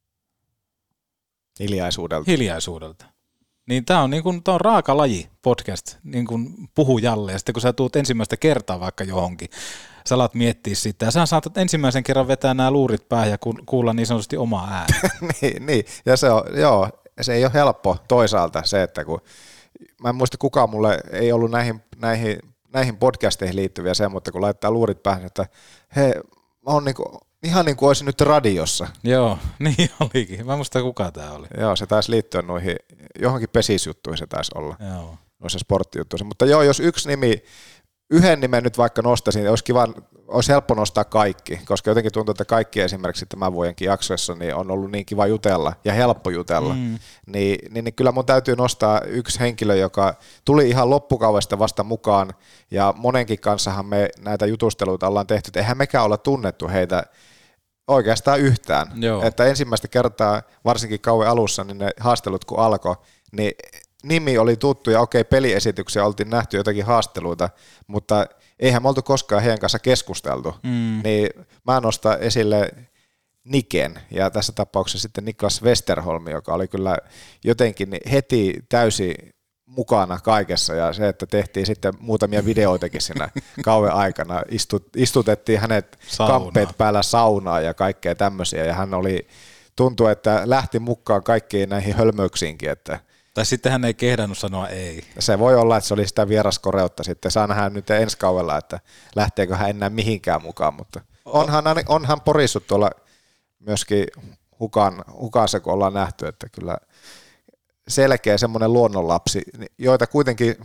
Hiljaisuudelta. Niin tää on raaka laji podcast, niin kuin puhujalle, ja sitten kun sä tuut ensimmäistä kertaa vaikka johonkin, sä alat miettiä sitä, ja sä saatat ensimmäisen kerran vetää nämä luurit päähän ja kuulla niin sanotusti omaa ääni. niin, ja se ei ole helppo toisaalta se, että kun mä en muista kukaan mulle ei ollut näihin podcasteihin liittyviä se, mutta kun laittaa luurit päähän, että hei, mä oon ihan niin kuin olisin nyt radiossa. Joo, niin olikin. Mä en muista kuka tää oli. Joo, se taisi liittyä noihin, johonkin pesisjuttuihin se taisi olla. Joo. Noissa sporttijuttuihin. Mutta joo, jos yhden nimen nyt vaikka nostaisin, olisi helppo nostaa kaikki, koska jotenkin tuntuu, että kaikki esimerkiksi tämän vuodenkin jaksoissa niin on ollut niin kiva jutella ja helppo jutella, niin kyllä mun täytyy nostaa yksi henkilö, joka tuli ihan loppukaudesta vasta mukaan, ja monenkin kanssahan me näitä jutusteluita ollaan tehty, että eihän mekään olla tunnettu heitä oikeastaan yhtään. Joo. Että ensimmäistä kertaa, varsinkin kauden alussa, niin ne haastelut kun alkoi, niin nimi oli tuttu ja okei, peliesityksiä oltiin nähty jotakin haasteluita, mutta eihän me oltu koskaan heidän kanssa keskusteltu. Niin mä nostan esille Niken ja tässä tapauksessa sitten Niklas Westerholm, joka oli kyllä jotenkin heti täysin mukana kaikessa, ja se, että tehtiin sitten muutamia videoitakin siinä kauden aikana, istutettiin hänet kamppeet päällä saunaa ja kaikkea tämmöisiä, ja hän tuntui, että lähti mukaan kaikkiin näihin hölmöyksiinkin, että tai sitten hän ei kehdannut sanoa ei. Se voi olla, että se oli sitä vieraskoreutta sitten. Saa nähdä nyt ensi kaudella, että lähteekö hän enää mihinkään mukaan, mutta onhan porissut tuolla myöskin hukassa, kun ollaan nähty, että kyllä selkeä semmoinen luonnonlapsi, joita kuitenkin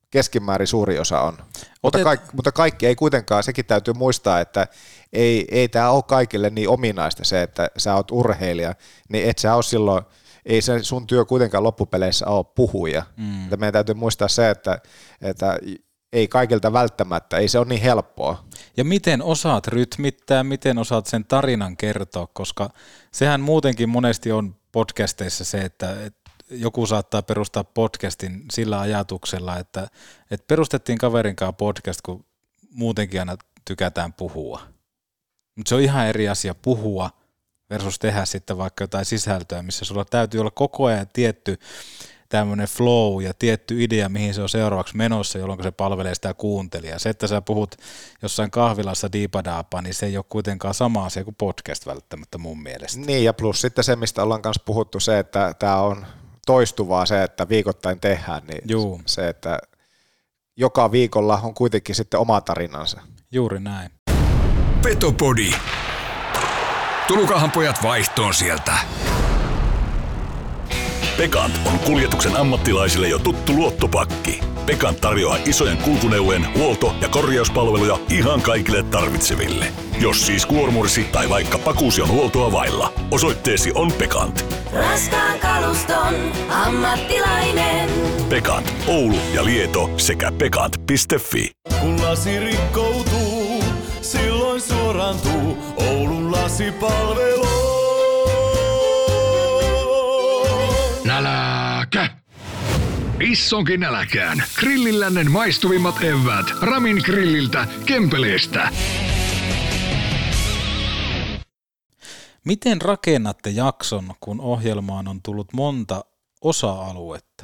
keskimäärin suuri osa on. Mutta kaikki ei kuitenkaan, sekin täytyy muistaa, että ei tämä ole kaikille niin ominaista se, että sä oot urheilija, niin et sä ole silloin, ei se sun työ kuitenkaan loppupeleissä ole puhuja. Meidän täytyy muistaa se, että ei kaikilta välttämättä, ei se ole niin helppoa. Ja miten osaat rytmittää, miten osaat sen tarinan kertoa, koska sehän muutenkin monesti on podcasteissa se, että joku saattaa perustaa podcastin sillä ajatuksella, että perustettiin kaverinkaan podcast, kun muutenkin aina tykätään puhua. Mutta se on ihan eri asia puhua versus tehdä sitten vaikka jotain sisältöä, missä sulla täytyy olla koko ajan tietty tämmöinen flow ja tietty idea, mihin se on seuraavaksi menossa, jolloin se palvelee sitä kuuntelijaa. Se, että sä puhut jossain kahvilassa diipadaapa, niin se ei ole kuitenkaan sama asia kuin podcast välttämättä mun mielestä. Niin, ja plus sitten se, mistä ollaan kanssa puhuttu, se, että tämä on toistuvaa se, että viikoittain tehdään, niin se, että joka viikolla on kuitenkin sitten oma tarinansa. Juuri näin. Petopodi. Tulukahan pojat vaihtoon sieltä. Pekant on kuljetuksen ammattilaisille jo tuttu luottopakki. Pekant tarjoaa isojen kulkuneuvojen huolto- ja korjauspalveluja ihan kaikille tarvitseville. Jos siis kuormursi tai vaikka pakuusi on huoltoa vailla, osoitteesi on Pekant. Raskaan kaluston ammattilainen. Pekant, Oulu ja Lieto sekä pekant.fi. Kun lasi rikkoutuu, silloin suorantuu Oulun lasipalvelu. Nälkä! Issonkin nälkään. Grillillännen maistuvimmat eväät. Ramin grilliltä Kempeleestä. Miten rakennatte jakson, kun ohjelmaan on tullut monta osa-aluetta?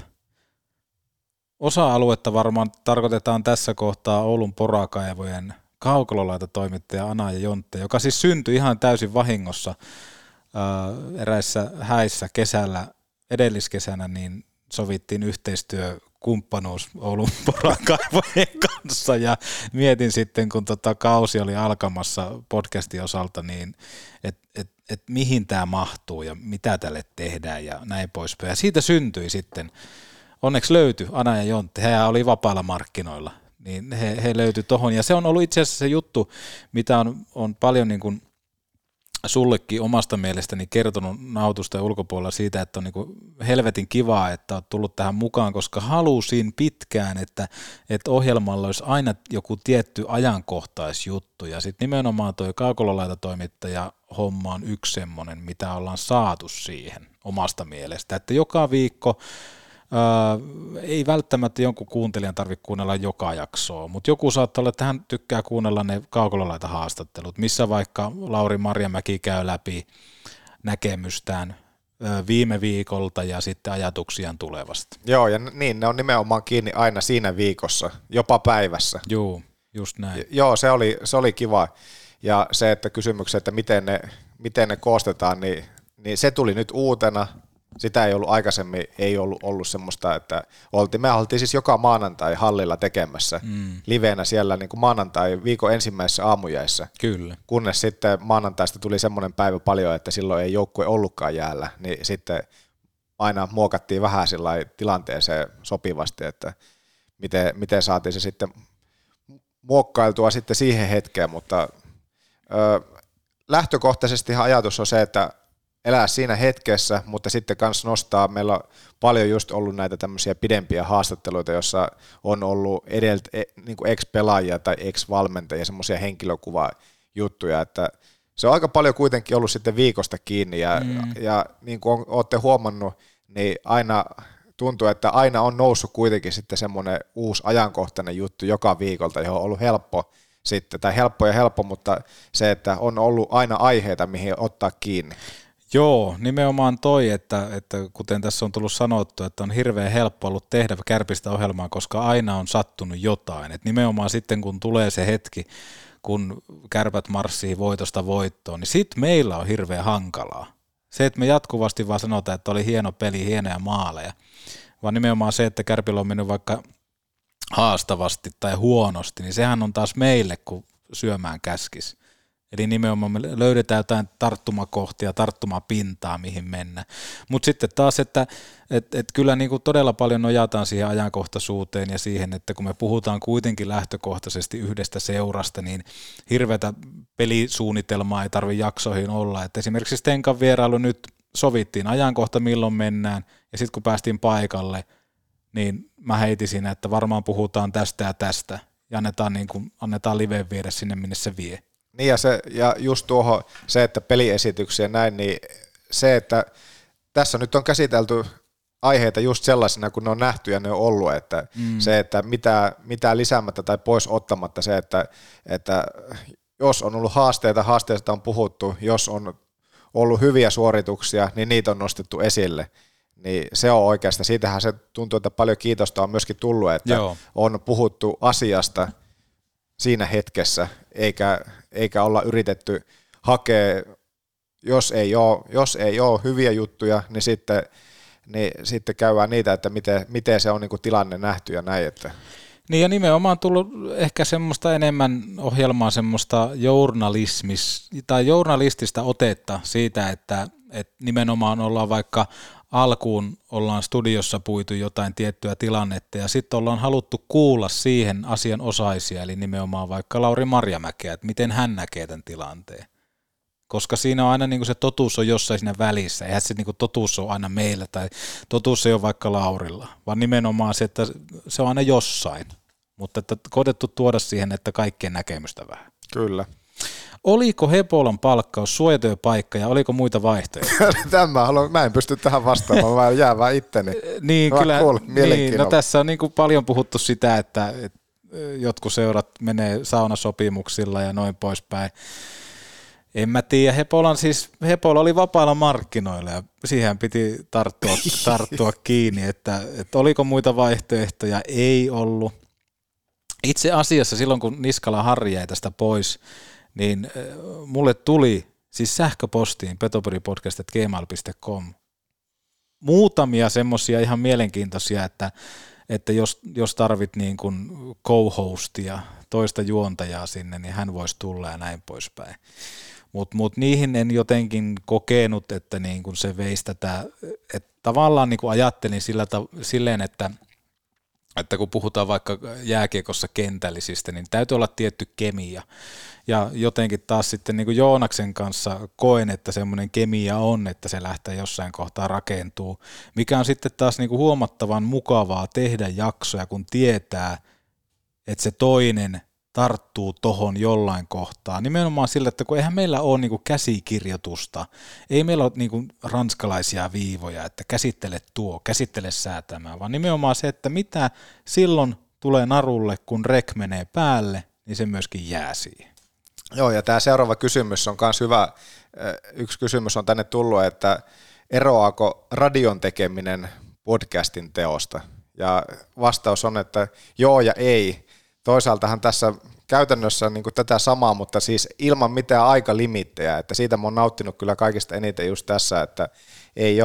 Osa-aluetta varmaan tarkoitetaan tässä kohtaa Oulun porakaivojen kaukololaitatoimittaja Ana ja Jontte, joka siis syntyi ihan täysin vahingossa eräissä häissä kesällä. Edelliskesänä niin sovittiin yhteistyökumppanuus Oulun porakaivojen kanssa ja mietin sitten, kun kausi oli alkamassa podcastin osalta, niin että mihin tämä mahtuu ja mitä tälle tehdään ja näin poispäin. Ja siitä syntyi sitten, onneksi löytyi Ana ja Jontte, he oli vapailla markkinoilla, niin he löytyi tohon ja se on ollut itse asiassa se juttu, mitä on paljon niin kuin sullekin omasta mielestäni kertonut nautusta ja ulkopuolella siitä, että on niin helvetin kivaa, että olet tullut tähän mukaan, koska halusin pitkään, että ohjelmalla olisi aina joku tietty ajankohtaisjuttu ja sitten nimenomaan tuo kaukololaitatoimittaja homma on yksi semmoinen, mitä ollaan saatu siihen omasta mielestä, että joka viikko ei välttämättä jonkun kuuntelijan tarvitse kuunnella joka jaksoa, mutta joku saattaa olla, että hän tykkää kuunnella ne kaukololaita-haastattelut, missä vaikka Lauri Marjamäki käy läpi näkemystään viime viikolta ja sitten ajatuksiaan tulevasta. Joo, ja niin, ne on nimenomaan kiinni aina siinä viikossa, jopa päivässä. Joo, just näin. Joo, se oli kiva. Ja se, että kysymykset, että miten ne koostetaan, niin se tuli nyt uutena. Sitä ei ollut aikaisemmin, ei ollut semmoista, että me oltiin siis joka maanantai hallilla tekemässä liveenä siellä niin kuin maanantai viikon ensimmäisessä aamujäissä. Kyllä. Kunnes sitten maanantaista tuli semmoinen päivä paljon, että silloin ei joukkue ollutkaan jäällä, niin sitten aina muokattiin vähän sillä tilanteeseen sopivasti, että miten saatiin se sitten muokkailtua sitten siihen hetkeen, mutta lähtökohtaisesti ajatus on se, että elää siinä hetkessä, mutta sitten kanssa nostaa, meillä on paljon just ollut näitä tämmöisiä pidempiä haastatteluita, jossa on ollut niin kuin ex-pelaajia tai ex-valmentajia, semmoisia henkilökuvajuttuja, että se on aika paljon kuitenkin ollut sitten viikosta kiinni ja niin kuin olette huomannut, niin aina tuntuu, että aina on noussut kuitenkin sitten semmoinen uusi ajankohtainen juttu joka viikolta, johon on ollut helppo, mutta se, että on ollut aina aiheita, mihin ottaa kiinni. Joo, nimenomaan toi, että kuten tässä on tullut sanottu, että on hirveän helppo ollut tehdä Kärpistä ohjelmaa, koska aina on sattunut jotain. Et nimenomaan sitten, kun tulee se hetki, kun Kärpät marssii voitosta voittoon, niin sitten meillä on hirveän hankalaa. Se, että me jatkuvasti vaan sanotaan, että oli hieno peli, hienoja maaleja, vaan nimenomaan se, että Kärpillä on mennyt vaikka haastavasti tai huonosti, niin sehän on taas meille, kun syömään käskis. Eli nimenomaan me löydetään jotain tarttumakohtia, tarttumapintaa, mihin mennä. Mutta sitten taas, että kyllä niin kuin todella paljon nojataan siihen ajankohtaisuuteen ja siihen, että kun me puhutaan kuitenkin lähtökohtaisesti yhdestä seurasta, niin hirveätä pelisuunnitelmaa ei tarvitse jaksoihin olla. Et esimerkiksi Stenkan vierailu nyt sovittiin ajankohta, milloin mennään, ja sitten kun päästiin paikalle, niin mä heitin siinä, että varmaan puhutaan tästä ja tästä, ja annetaan liveen viedä sinne, minne se vie. Niin ja just tuohon se, että peliesityksiä näin, niin se, että tässä nyt on käsitelty aiheita just sellaisena, kun ne on nähty ja ne on ollut, että se, että mitä lisäämättä tai pois ottamatta se, että jos on ollut haasteista on puhuttu, jos on ollut hyviä suorituksia, niin niitä on nostettu esille. Niin se on oikeastaan, siitähän se tuntuu, että paljon kiitosta on myöskin tullut, että on puhuttu asiasta siinä hetkessä, eikä olla yritetty hakea, jos ei ole hyviä juttuja, niin sitten käydään niitä, että miten se on niin kuin tilanne nähty ja näin. Että. Niin ja nimenomaan tullut ehkä semmoista enemmän ohjelmaa semmoista journalistista otetta siitä, että nimenomaan ollaan vaikka alkuun ollaan studiossa puitu jotain tiettyä tilannetta ja sitten ollaan haluttu kuulla siihen asianosaisia, eli nimenomaan vaikka Lauri Marjamäkeä, että miten hän näkee tämän tilanteen. Koska siinä on aina niin kuin se totuus on jossain siinä välissä, eihän se niin kuin totuus on aina meillä tai totuus ei ole vaikka Laurilla, vaan nimenomaan se, että se on aina jossain, mutta että koetettu tuoda siihen, että kaikkien näkemystä vähän. Kyllä. Oliko Hepolan palkkaus suojatyöpaikka ja oliko muita vaihtoehtoja? Mä en pysty tähän vastaamaan, mä jään vaan itteni. Niin, kyllä, niin, no tässä on niin kuin paljon puhuttu sitä, että jotkut seurat menee saunasopimuksilla ja noin poispäin. En mä tiedä, Hepola oli vapailla markkinoilla ja siihen piti tarttua kiinni, että oliko muita vaihtoehtoja, ei ollut. Itse asiassa silloin, kun Niskala Harri jäi tästä pois, niin mulle tuli siis sähköpostiin petopodipodcast@gmail.com muutamia semmoisia ihan mielenkiintoisia, että jos tarvit niin kuin co-hostia, toista juontajaa sinne, niin hän voisi tulla ja näin poispäin. Mut niihin en jotenkin kokenut, että niin kuin se veisi tätä, että tavallaan niin kuin ajattelin silleen, että kun puhutaan vaikka jääkiekossa kentällisistä, niin täytyy olla tietty kemia. Ja jotenkin taas sitten niin kuin Joonaksen kanssa koen, että semmoinen kemia on, että se lähtee jossain kohtaa rakentuu, mikä on sitten taas niin kuin huomattavan mukavaa tehdä jaksoja, kun tietää, että se toinen tarttuu tohon jollain kohtaa. Nimenomaan sillä, että kun eihän meillä ole niin kuin käsikirjoitusta, ei meillä ole niin kuin ranskalaisia viivoja, että käsittele säätämään, vaan nimenomaan se, että mitä silloin tulee narulle, kun rek menee päälle, niin se myöskin jää siihen. Joo, ja tämä seuraava kysymys on myös hyvä. Yksi kysymys on tänne tullut, että eroaako radion tekeminen podcastin teosta? Ja vastaus on, että joo ja ei. Toisaaltahan tässä käytännössä niin kuin tätä samaa, mutta siis ilman mitään aikalimittejä, että siitä mä oon nauttinut kyllä kaikista eniten just tässä, että ei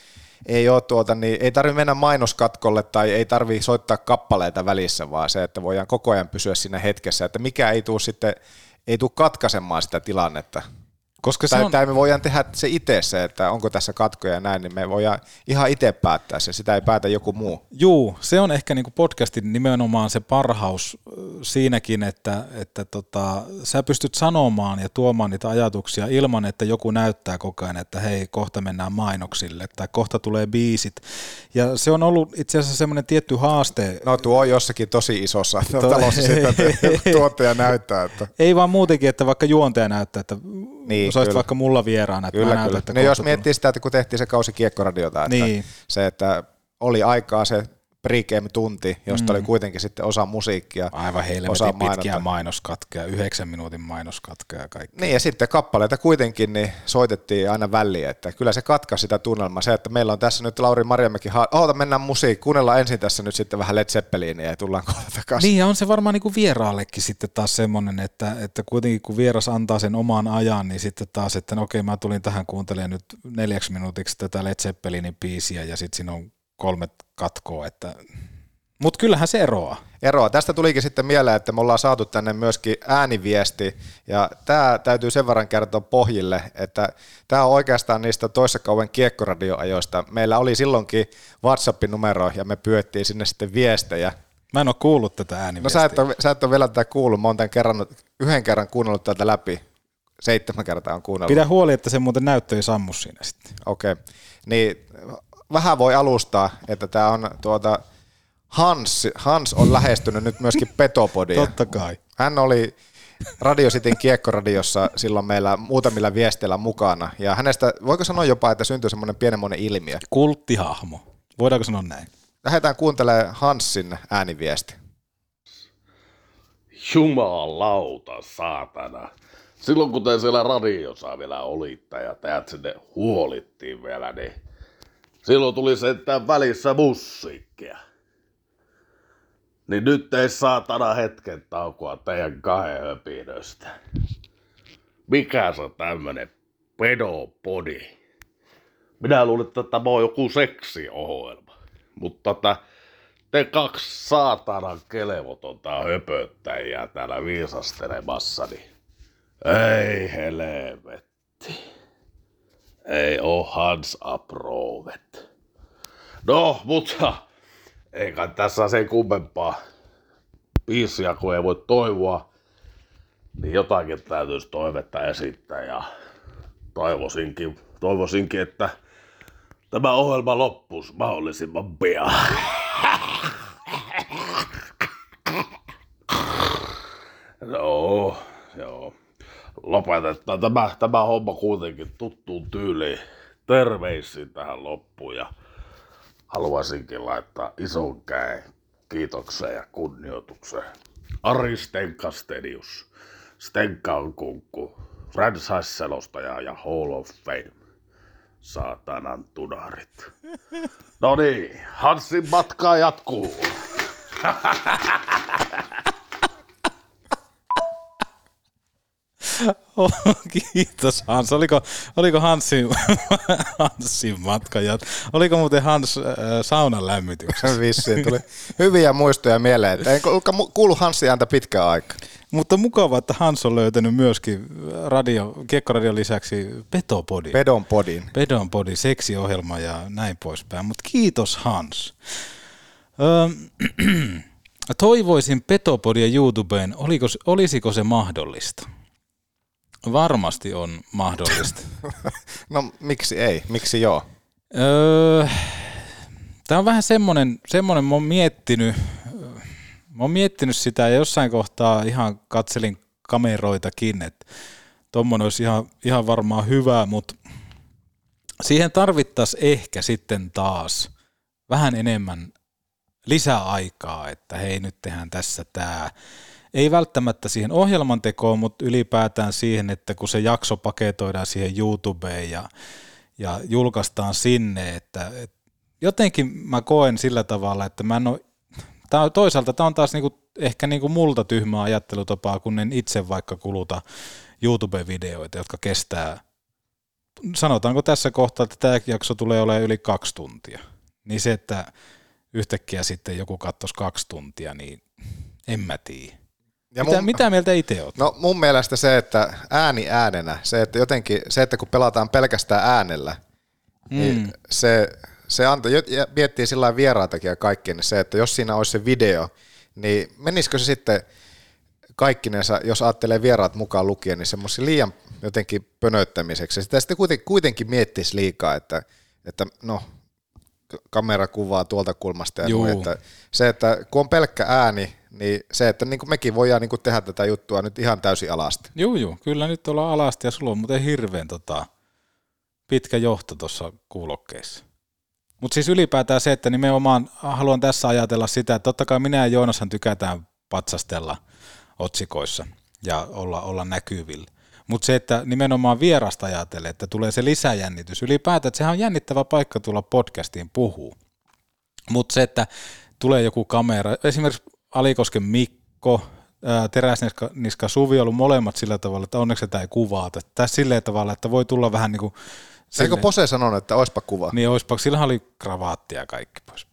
tarvitse mennä mainoskatkolle tai ei tarvitse soittaa kappaleita välissä, vaan se, että voidaan koko ajan pysyä siinä hetkessä, että mikä ei tule katkaisemaan sitä tilannetta. Koska tai me voidaan tehdä se itse se, että onko tässä katkoja ja näin, niin me voidaan ihan itse päättää se, sitä ei päätä joku muu. Juu, se on ehkä niinku podcastin nimenomaan se parhaus siinäkin, että sä pystyt sanomaan ja tuomaan niitä ajatuksia ilman, että joku näyttää koko ajan, että hei, kohta mennään mainoksille tai kohta tulee biisit. Ja se on ollut itse asiassa semmoinen tietty haaste. No tuo on jossakin tosi isossa talossa sitten, että tuottaja näyttää. Että. Ei vaan muutenkin, että vaikka juontaja näyttää, että niin, sä olisit vaikka mulla vieraana. Että kyllä. No jos miettii sitä, että kun tehtiin se kausi Kiekkoradiota, että niin. Se, että oli aikaa se pre-game-tunti, josta oli kuitenkin sitten osa musiikkia. Aivan helvetin pitkiä mainoskatkeja, 9 minuutin mainoskatkeja ja kaikki. Niin ja sitten kappaleita kuitenkin niin soitettiin aina väliin, että kyllä se katkaisi sitä tunnelmaa. Se, että meillä on tässä nyt Lauri Marjamäki, mennään musiikkiin, kuunnellaan ensin tässä nyt sitten vähän Led Zeppelinia ja tullaan kohta takaisin. Niin ja on se varmaan niin kuin vieraallekin sitten taas semmoinen, että kuitenkin kun vieras antaa sen oman ajan, niin sitten taas, että no okei, mä tulin tähän kuuntelemaan nyt 4 minuutiksi tätä Led Zeppelinin biisiä ja sitten siinä on 3 katkoa, että Mutta kyllähän se eroaa. Tästä tulikin sitten mieleen, että me ollaan saatu tänne myöskin ääniviesti, ja tämä täytyy sen verran kertoa pohjille, että tämä on oikeastaan niistä toissakauden kiekkoradioajoista. Meillä oli silloinkin WhatsApp-numero, ja me pyöttiin sinne sitten viestejä. Mä en ole kuullut tätä ääniviestiä. No sä et ole vielä tätä kuullut, mä oon tämän yhden kerran kuunnellut täältä läpi. 7 kertaa on kuunnellut. Pidä huoli, että se muuten näyttö ei sammu siinä sitten. Okei. Niin vähän voi alustaa, että tämä on Hans on lähestynyt nyt myöskin Petopodia. Totta kai. Hän oli Radio Cityn kiekkoradiossa silloin meillä muutamilla viesteillä mukana, ja hänestä, voiko sanoa jopa, että syntyi semmoinen pienenmoinen ilmiö? Kulttihahmo. Voidaanko sanoa näin? Lähdetään kuuntelemaan Hansin ääniviesti. Jumalauta, saatana. Silloin kun te siellä radiossa vielä olitte ja teät sinne huolittiin vielä, niin silloin tuli sentään välissä musiikkia. Niin nyt ei saatana hetken taukoa teidän 2 höpinöstä. Mikä se on tämmönen pedopodi? Minä luulin, että tämä on joku seksiohjelma. Mutta te 2 saatanan kelevotonta höpöttäjiä täällä viisastelemassa, niin ei helvetti. Ei oo Hans approvet. No, mutta eikä tässä sen kummempaa biisiä, kun ei voi toivoa, niin jotakin täytyisi toivetta esittää, ja toivoisinkin, että tämä ohjelma loppuisi mahdollisimman pian. No, joo. Lopetetaan tämä homma kuitenkin tuttuun tyyliin. Terveisiin tähän loppuun, ja haluaisinkin laittaa ison käen kiitokseen ja kunnioitukseen Ari Stenka Stenius. Stenka on kunkku, franchise-selostaja ja Hall of Fame. Saatanan tunarit. No niin, Hansin matkaa jatkuu. Kiitos Hans. Oliko Hansin matka? Oliko muuten Hans saunan lämmityksessä? Vissiin tuli hyviä muistoja mieleen. En kuulu Hansin ääntä pitkään aikaa. Mutta mukavaa, että Hans on löytänyt myöskin kiekkoradion lisäksi Pedonpodin seksiohjelma ja näin poispäin. Mutta kiitos Hans. Toivoisin Petopodia YouTubeen. Olisiko se mahdollista? Varmasti on mahdollista. No miksi ei? Miksi joo? Tämä on vähän semmoinen mä oon miettinyt sitä ja jossain kohtaa ihan katselin kameroitakin, että tommonen olisi ihan varmaan hyvä, mutta siihen tarvittaisiin ehkä sitten taas vähän enemmän lisäaikaa, että hei nyt tehdään tässä tää. Ei välttämättä siihen ohjelman tekoon, mutta ylipäätään siihen, että kun se jakso paketoidaan siihen YouTubeen ja julkaistaan sinne, että jotenkin mä koen sillä tavalla, että mä en ole, toisaalta tämä on taas ehkä multa tyhmää ajattelutapaa, kun en itse vaikka kuluta YouTube-videoita, jotka kestää, sanotaanko tässä kohtaa, että tämä jakso tulee olemaan yli 2 tuntia, niin se, että yhtäkkiä sitten joku katsoisi 2 tuntia, niin en mä tiedä. Mitä mieltä itse olet? No mun mielestä se, että ääni äänenä, se, että jotenkin, se, että kun pelataan pelkästään äänellä, niin se antaa, miettii sillä lailla vieraatakin ja kaikkien, niin se, että jos siinä olisi se video, niin menisikö se sitten kaikkinensa, jos ajattelee vieraat mukaan lukien, niin semmoisen liian jotenkin pönöttämiseksi. Sitä sitten kuitenkin miettisi liikaa, että no, kamera kuvaa tuolta kulmasta ja noin, että se, että kun on pelkkä ääni, niin se, että niin kuin mekin voidaan niin kuin tehdä tätä juttua nyt ihan täysin alasti. Joo, kyllä nyt ollaan alasti ja sulla on muuten hirveän pitkä johto tuossa kuulokkeissa. Mutta siis ylipäätään se, että nimenomaan haluan tässä ajatella sitä, että totta kai minä ja Joonashan tykätään patsastella otsikoissa ja olla näkyvillä. Mutta se, että nimenomaan vierasta ajattelee, että tulee se lisäjännitys. Ylipäätään, että sehän on jännittävä paikka tulla podcastiin puhuu. Mutta se, että tulee joku kamera, esimerkiksi Alikosken Mikko, Teräsniska Suvi on ollut molemmat sillä tavalla, että onneksi sitä ei kuvata. Tässä silleen tavalla, että voi tulla vähän niin kuin... Eikö Pose sanonut, että oispa kuva? Niin oispa, sillähän oli kravaattia ja kaikki poispäin.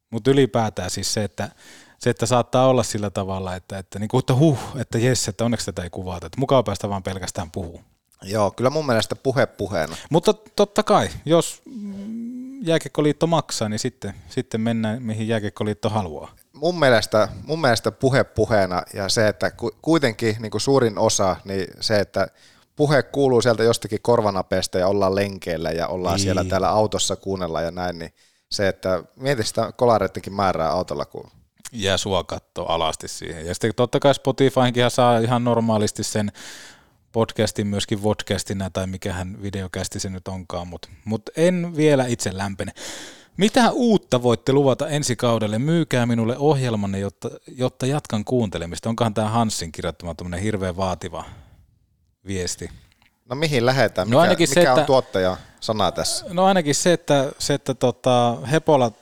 Mutta ylipäätään siis se, että saattaa olla sillä tavalla, että että jes, että onneksi tätä ei kuvata, että mukava päästä vaan pelkästään puhuu. Joo, kyllä mun mielestä puheena. Mutta totta kai, jos Jääkiekkoliitto maksaa, niin sitten mennään mihin Jääkiekkoliitto haluaa. Mun mielestä puheena ja se, että kuitenkin niin kuin suurin osa, niin se, että puhe kuuluu sieltä jostakin korvanapeesta ja ollaan lenkeillä ja ollaan siellä täällä autossa kuunnella ja näin, niin se, että mieti sitä kolareittenkin määrää autolla, kun ja sua kattoo alasti siihen. Ja sitten totta kai Spotifyhinkin saa ihan normaalisti sen podcastin myöskin vodcastina tai mikähän videokästi se nyt onkaan, mutta en vielä itse lämpene. Mitä uutta voitte luvata ensi kaudelle? Myykää minulle ohjelmanne, jotta jatkan kuuntelemista. Onkohan tämä Hanssin kirjoittama tämmöinen hirveän vaativa viesti? No mihin lähdetään? Mikä on tuottaja sana tässä? No ainakin se, että Hepola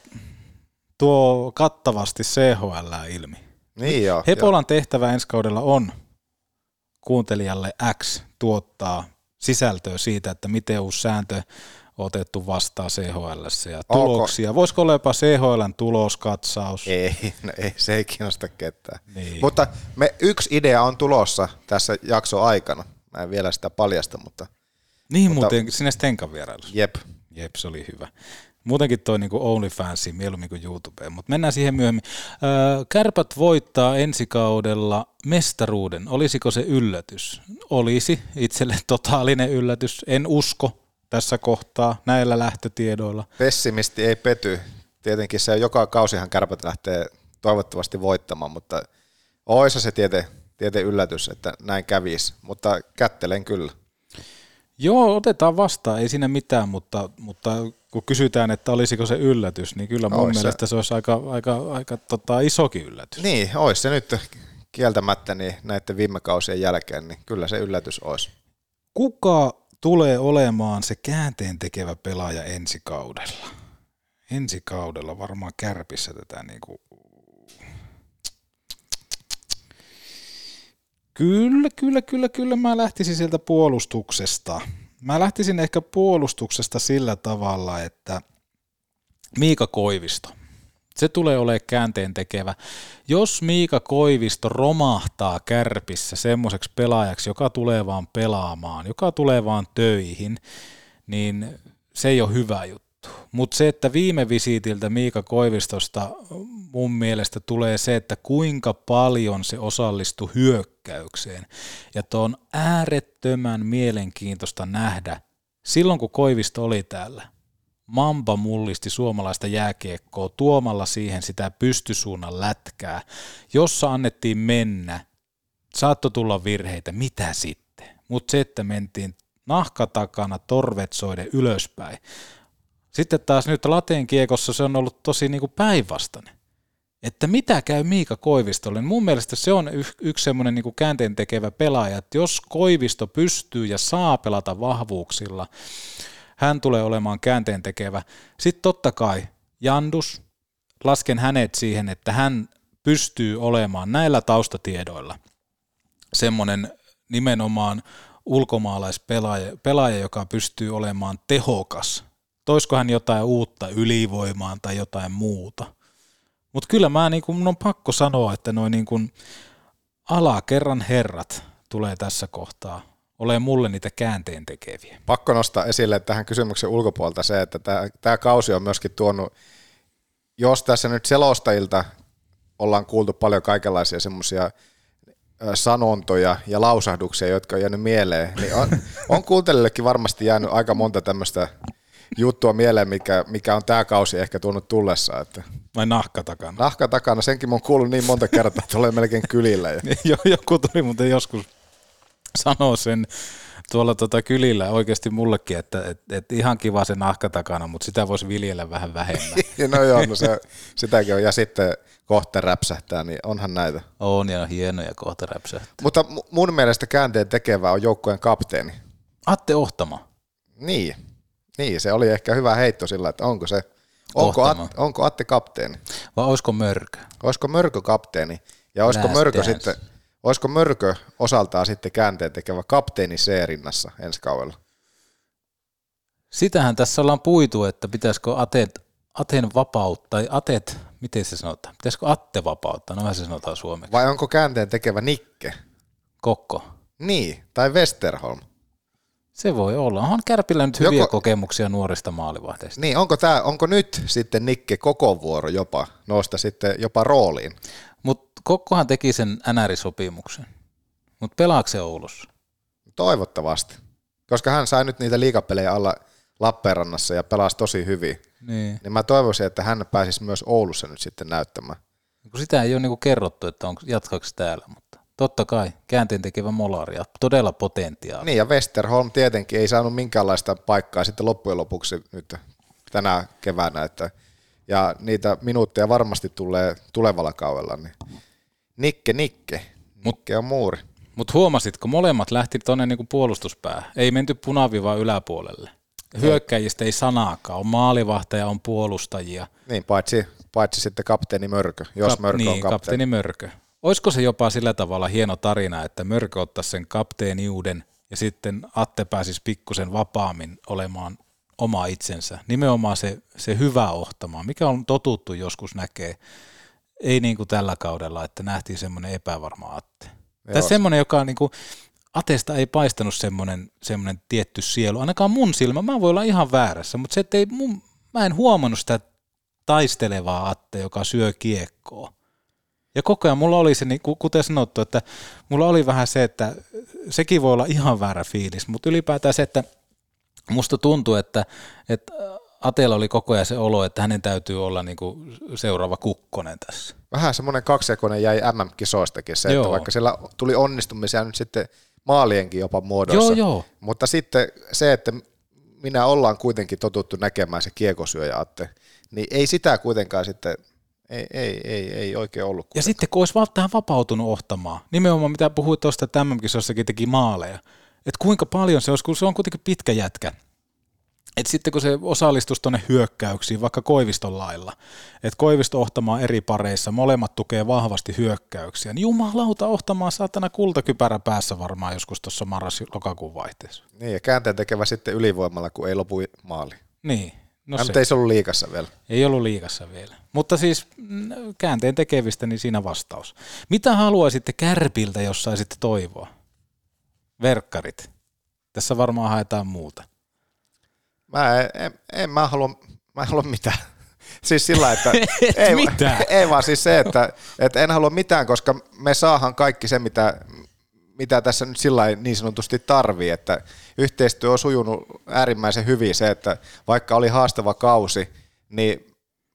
tuo kattavasti CHL ilmi. Niin joo, Hepolan tehtävä ensi kaudella on kuuntelijalle X tuottaa sisältöä siitä, että miten uusi sääntö on otettu vastaan CHL:ssä ja tuloksia. Voisiko olla jopa CHL:n tuloskatsaus? Ei, se ei kiinnosta ketään. Niin. Mutta yksi idea on tulossa tässä jakson aikana. Mä en vielä sitä paljasta, mutta muuten sinne Stenkan vierailussa. Jep, se oli hyvä. Muutenkin toi niinku OnlyFansiin mieluummin kuin YouTubeen, mutta mennään siihen myöhemmin. Kärpät voittaa ensi kaudella mestaruuden. Olisiko se yllätys? Olisi itselle totaalinen yllätys. En usko tässä kohtaa näillä lähtötiedoilla. Pessimisti ei pety. Tietenkin se joka kausihan Kärpät lähtee toivottavasti voittamaan, mutta olisi se tieten yllätys, että näin kävisi, mutta kättelen kyllä. Joo, otetaan vastaan, ei siinä mitään, mutta kun kysytään, että olisiko se yllätys, niin kyllä mun mielestä se olisi aika isokin yllätys. Niin, olisi se nyt kieltämättä niin näiden viime kausien jälkeen, niin kyllä se yllätys olisi. Kuka tulee olemaan se käänteen tekevä pelaaja ensi kaudella? Ensi kaudella varmaan Kärpissä tätä niinku. Kyllä, mä lähtisin sieltä puolustuksesta. Mä lähtisin ehkä puolustuksesta sillä tavalla, että Miika Koivisto, se tulee olemaan käänteen tekevä. Jos Miika Koivisto romahtaa Kärpissä semmoiseksi pelaajaksi, joka tulee vaan pelaamaan, joka tulee vaan töihin, niin se ei ole hyvä juttu. Mutta se, että viime visiitiltä Miika Koivistosta mun mielestä tulee se, että kuinka paljon se osallistui hyökkäykseen. Ja tuo on äärettömän mielenkiintoista nähdä. Silloin kun Koivisto oli täällä, Mamba mullisti suomalaista jääkiekkoa tuomalla siihen sitä pystysuunnan lätkää, jossa annettiin mennä. Saattoi tulla virheitä, mitä sitten? Mutta se, että mentiin nahka takana torvetsoiden ylöspäin. Sitten taas nyt Lateen kiekossa se on ollut tosi niin kuin päinvastainen. Että mitä käy Miika Koivistolle? Mun mielestä se on yksi semmoinen niin kuin käänteen tekevä pelaaja, että jos Koivisto pystyy ja saa pelata vahvuuksilla, hän tulee olemaan käänteen tekevä. Sitten totta kai Jandus, lasken hänet siihen, että hän pystyy olemaan näillä taustatiedoilla semmoinen nimenomaan ulkomaalaispelaaja, joka pystyy olemaan tehokas. Toisko hän jotain uutta ylivoimaan tai jotain muuta. Mutta kyllä mun on pakko sanoa, että noin niin kuin alakerran herrat tulee tässä kohtaa olemaan mulle niitä käänteen tekeviä. Pakko nostaa esille tähän kysymyksen ulkopuolelta se, että tämä kausi on myöskin tuonut, jos tässä nyt selostajilta ollaan kuultu paljon kaikenlaisia semmoisia sanontoja ja lausahduksia, jotka on jäänyt mieleen, niin on kuuntelijoillekin varmasti jäänyt aika monta tämmöistä juttua mieleen, mikä on tämä kausi ehkä tuonut tullessa. Että vai nahka takana? Nahka takana, senkin mä oon kuullut niin monta kertaa, että tulee melkein kylillä. Joku tuli muuten joskus sanoa sen tuolla kylillä oikeasti mullekin, että ihan kiva se nahka takana, mutta sitä voisi viljellä vähän vähemmän. No joo, sitäkin on. Ja sitten kohta räpsähtää, niin onhan näitä. On ja hienoja kohta räpsähtää. Mutta mun mielestä käänteen tekevä on joukkueen kapteeni. Atte Ohtama. Niin, se oli ehkä hyvä heitto sillä, että onko se. Onko Atte kapteeni? Vai olisiko Mörkö? Olisiko Mörkö kapteeni? Ja olisiko Mörkö osaltaan sitten käänteen tekevä kapteeni C-rinnassa ensi kaudella? Sitähän tässä ollaan puitu, että pitäisikö Aten vapautta, tai Atet, miten se sanotaan? Pitäisikö Atte vapauttaa? No se sanotaan suomeksi. Vai onko käänteen tekevä Nikke? Kokko. Niin, tai Westerholm. Se voi olla. Onhan Kärpillä nyt hyviä kokemuksia nuorista maalivahdeista. Niin, onko nyt sitten Nikke koko vuoro jopa nousta sitten jopa rooliin? Mutta Kokkohan teki sen NR-sopimuksen. Mutta pelaako se Oulussa? Toivottavasti. Koska hän sai nyt niitä liigapelejä alla Lappeenrannassa ja pelasi tosi hyvin. Niin mä toivoisin, että hän pääsisi myös Oulussa nyt sitten näyttämään. Sitä ei ole niinku kerrottu, että jatkaako täällä, mutta totta kai käänteen tekevä molari ja todella potentiaali. Niin ja Westerholm tietenkin ei saanut minkäänlaista paikkaa sitten loppujen lopuksi nyt tänä keväänä. Ja niitä minuutteja varmasti tulee tulevalla kaudella. Niin Nikke on muuri. Mutta huomasitko, molemmat lähti tuonne niinku puolustuspäähän. Ei menty punavivaan yläpuolelle. Hyökkäjistä ei sanaakaan. On maalivahtaja, on puolustajia. Niin, paitsi sitten kapteeni Mörkö, jos Mörkö on kapteeni. Kapteeni Mörkö. Olisiko se jopa sillä tavalla hieno tarina, että Mörkö ottaisi sen kapteeniuden ja sitten Atte pääsisi pikkusen vapaammin olemaan oma itsensä. Nimenomaan se hyvä ohtamaan, mikä on totuttu joskus näkee. Ei niin kuin tällä kaudella, että nähtiin semmoinen epävarma Atte. Tai semmoinen, joka on niin kuin, Atesta ei paistanut semmoinen tietty sielu, ainakaan mun silmä, mä voin olla ihan väärässä, mutta se, että mä en huomannut sitä taistelevaa Atte, joka syö kiekkoa. Ja koko ajan mulla oli se, niin kuten sanottu, että mulla oli vähän se, että sekin voi olla ihan väärä fiilis, mutta ylipäätään se, että musta tuntuu, että Atella oli koko ajan se olo, että hänen täytyy olla niin kuin seuraava Kukkonen tässä. Vähän semmoinen kaksijakoinen jäi MM-kisoistakin se, että vaikka siellä tuli onnistumisia nyt sitten maalienkin jopa muodossa, mutta sitten se, että minä ollaan kuitenkin totuttu näkemään se kiekosyöjä Atte, niin ei sitä kuitenkaan sitten, ei oikein ollut kuitenkaan. Ja sitten kun olisi tähän vapautunut ohtamaan, nimenomaan mitä puhuit tuosta, että MM-kisossakin teki maaleja, että kuinka paljon se olisi, kun se on kuitenkin pitkä jätkä. Että sitten kun se osallistuisi tuonne hyökkäyksiin, vaikka Koiviston lailla, että Koivisto ohtamaan eri pareissa, molemmat tukee vahvasti hyökkäyksiä, niin jumalauta ohtamaan saatana kultakypärä päässä varmaan joskus tuossa marras-lokakuun vaihteessa. Niin, ja käänteen tekevä sitten ylivoimalla, kun ei lopu maali. Niin. No se. Ei se ollut liigassa vielä. Ei ollut liigassa vielä. Mutta siis käänteen tekevistä, niin siinä vastaus. Mitä haluaisitte Kärpiltä, jos saisitte toivoa? Verkkarit. Tässä varmaan haetaan muuta. Mä halua mitään. Siis sillä, että ei vaan siis se, että en halua mitään, koska me saadaan kaikki se, mitä tässä nyt sillä niin sanotusti tarvii, että yhteistyö on sujunut äärimmäisen hyvin se, että vaikka oli haastava kausi, niin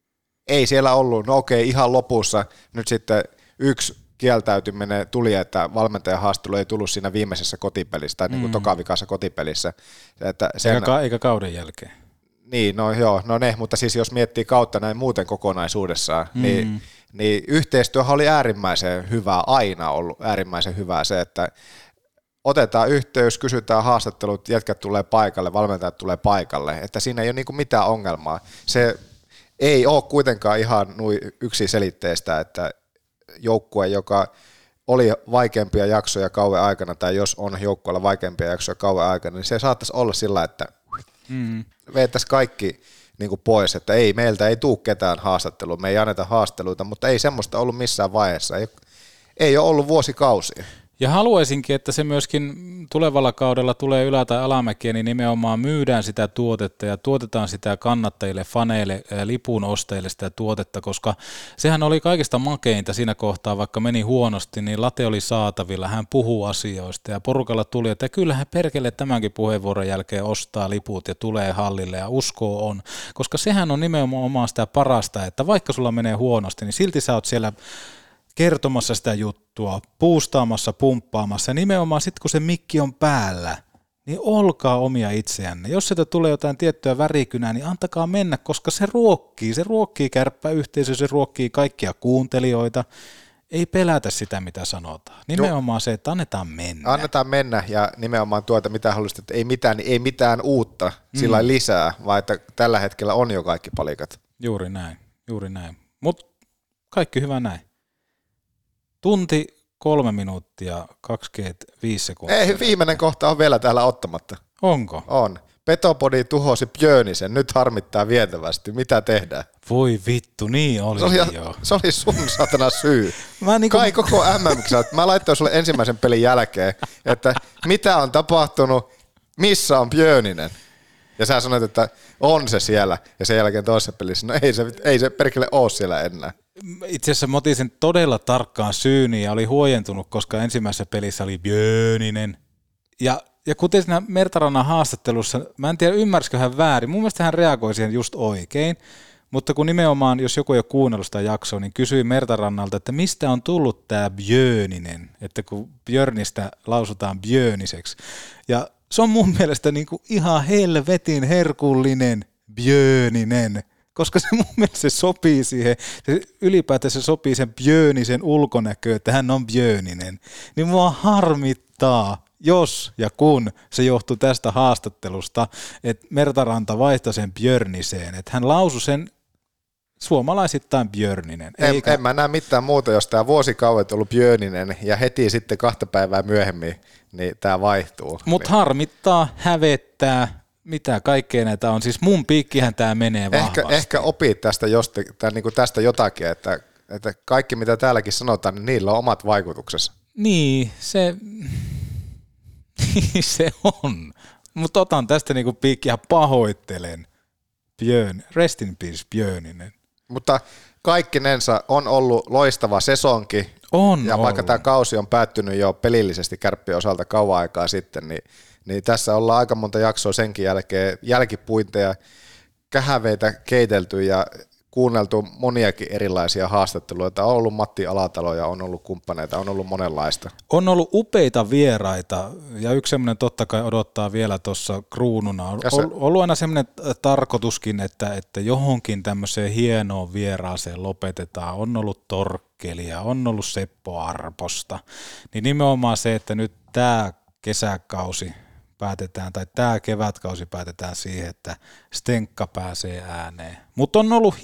ei siellä ollut, no okei, ihan lopussa nyt sitten yksi kieltäytyminen tuli, että valmentajan haastelu ei tullut siinä viimeisessä kotipelissä tai niin kuin tokavikassa kotipelissä. Että eikä kauden jälkeen. Niin, mutta siis jos miettii kautta näin muuten kokonaisuudessaan, niin yhteistyöhän oli äärimmäisen hyvää, aina ollut äärimmäisen hyvää se, että otetaan yhteys, kysytään haastattelut, jätkät tulee paikalle, valmentajat tulee paikalle, että siinä ei ole niin kuin mitään ongelmaa. Se ei ole kuitenkaan ihan yksiselitteistä, että joukkue, joka oli vaikeampia jaksoja kauan aikana, tai jos on joukkueella vaikeampia jaksoja kauan aikana, niin se saattaisi olla sillä, että veettäisiin kaikki niin kuin pois, että meiltä ei tule ketään haastattelua, me ei anneta haastatteluita, mutta ei semmoista ollut missään vaiheessa, ei ole ollut vuosikausia. Ja haluaisinkin, että se myöskin tulevalla kaudella tulee ylä- tai alamäkiä, niin nimenomaan myydään sitä tuotetta ja tuotetaan sitä kannattajille, faneille, lipun ostajille sitä tuotetta, koska sehän oli kaikista makeinta siinä kohtaa, vaikka meni huonosti, niin late oli saatavilla, hän puhuu asioista ja porukalla tuli, että kyllähän perkele tämänkin puheenvuoron jälkeen ostaa liput ja tulee hallille ja uskoo on, koska sehän on nimenomaan sitä parasta, että vaikka sulla menee huonosti, niin silti sä oot siellä kertomassa sitä juttua, puustaamassa, pumppaamassa ja nimenomaan sitten kun se mikki on päällä, niin olkaa omia itseänne. Jos sieltä tulee jotain tiettyä värikynää, niin antakaa mennä, koska se ruokkii kärppäyhteisö, se ruokkii kaikkia kuuntelijoita. Ei pelätä sitä, mitä sanotaan. Nimenomaan se, että annetaan mennä. Annetaan mennä ja nimenomaan mitä haluaisit, että ei mitään uutta sillä lisää, vaan että tällä hetkellä on jo kaikki palikat. Juuri näin. Mutta kaikki hyvä näin. Tunti 3 minuuttia 25 sekuntia. Ei, viimeinen kohta on vielä täällä ottamatta. Onko? On. Petopodi tuhosi Björnisen, nyt harmittaa vietävästi. Mitä tehdään? Voi vittu, niin oli jo. Se oli sun satana syy. Kai koko MM-kisat. Mä laittoin sulle ensimmäisen pelin jälkeen, että mitä on tapahtunut, missä on Björninen? Ja sä sanoit, että on se siellä, ja sen jälkeen toisessa pelissä, no ei se perkele ole siellä enää. Itse asiassa mä otin sen todella tarkkaan syyniin ja oli huojentunut, koska ensimmäisessä pelissä oli Björninen. Ja kuten siinä Mertarannan haastattelussa, mä en tiedä ymmärsikö hän väärin, mun mielestä hän reagoi siihen just oikein, mutta kun nimenomaan, jos joku ei ole kuunnellut sitä jaksoa, niin kysyi Mertarannalta, että mistä on tullut tämä Björninen, että kun Björnistä lausutaan Björniseksi. Ja se on mun mielestä niinku ihan helvetin herkullinen Björninen, koska se mun mielestä se sopii siihen, ylipäätään se sopii sen Björnisen ulkonäköön, että hän on Björninen. Niin mua harmittaa, jos ja kun se johtui tästä haastattelusta, että Mertaranta vaihtoi sen Björniseen, että hän lausui sen suomalaisittain Björninen. En mä näe mitään muuta, jos tämä vuosikaudet on ollut Björninen ja heti sitten 2 päivää myöhemmin, niin tämä vaihtuu. Mutta harmittaa, hävettää, mitä kaikkea näitä on. Siis mun piikkihän tämä menee vahvasti. Ehkä opit tästä, tästä jotakin, että kaikki mitä täälläkin sanotaan, niin niillä on omat vaikutuksensa. Niin, se on. Mutta otan tästä niinku piikkiä, pahoittelen. Rest in peace, Björninen. Mutta kaikkinensa on ollut loistava sesonki. Ja vaikka tämä kausi on päättynyt jo pelillisesti Kärppien osalta kauan aikaa sitten, niin tässä ollaan aika monta jaksoa senkin jälkeen, jälkipuinteja, kähäveitä keitelty ja kuunneltu moniakin erilaisia haastatteluita. On ollut Matti Alatalo ja on ollut kumppaneita, on ollut monenlaista. On ollut upeita vieraita ja yksi semmoinen totta kai odottaa vielä tuossa kruununa. On ollut aina semmoinen tarkoituskin, että johonkin tämmöiseen hienoon vieraaseen lopetetaan. On ollut Torkkelia, on ollut Seppo Arposta. Niin nimenomaan se, että nyt tämä kesäkausi päätetään, tai tämä kevätkausi päätetään siihen, että Stenkka pääsee ääneen. Mutta on ollut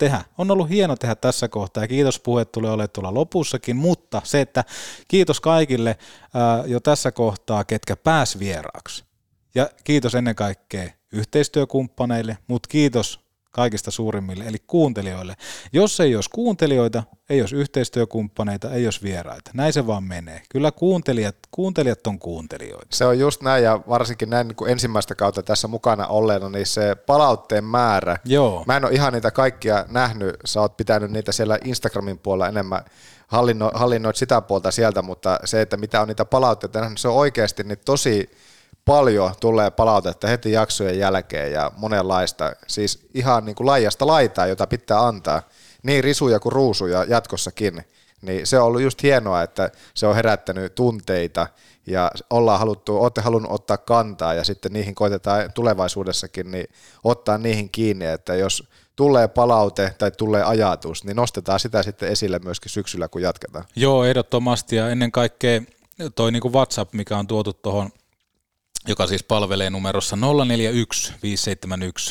hieno tehdä tässä kohtaa, ja kiitos puhe tulee olemaan tuolla lopussakin, mutta se, että kiitos kaikille jo tässä kohtaa, ketkä pääs vieraaksi. Ja kiitos ennen kaikkea yhteistyökumppaneille, mutta kiitos kaikista suurimmille, eli kuuntelijoille. Jos ei olisi kuuntelijoita, ei olisi yhteistyökumppaneita, ei olisi vieraita. Näin se vaan menee. Kyllä kuuntelijat on kuuntelijoita. Se on just näin, ja varsinkin näin niin kuin ensimmäistä kautta tässä mukana olleena, niin se palautteen määrä. Joo. Mä en ole ihan niitä kaikkia nähnyt, sä oot pitänyt niitä siellä Instagramin puolella enemmän, hallinnoit sitä puolta sieltä, mutta se, että mitä on niitä palautteita nähnyt, se on oikeasti niin tosi paljon tulee palautetta heti jaksojen jälkeen ja monenlaista, siis ihan niin kuin laajasta laitaa, jota pitää antaa, niin risuja kuin ruusuja jatkossakin, niin se on ollut just hienoa, että se on herättänyt tunteita ja olette halunnut ottaa kantaa ja sitten niihin koitetaan tulevaisuudessakin niin ottaa niihin kiinni, että jos tulee palaute tai tulee ajatus, niin nostetaan sitä sitten esille myöskin syksyllä, kun jatketaan. Joo, ehdottomasti ja ennen kaikkea toi niin kuin WhatsApp, mikä on tuotu tuohon, joka siis palvelee numerossa 041 571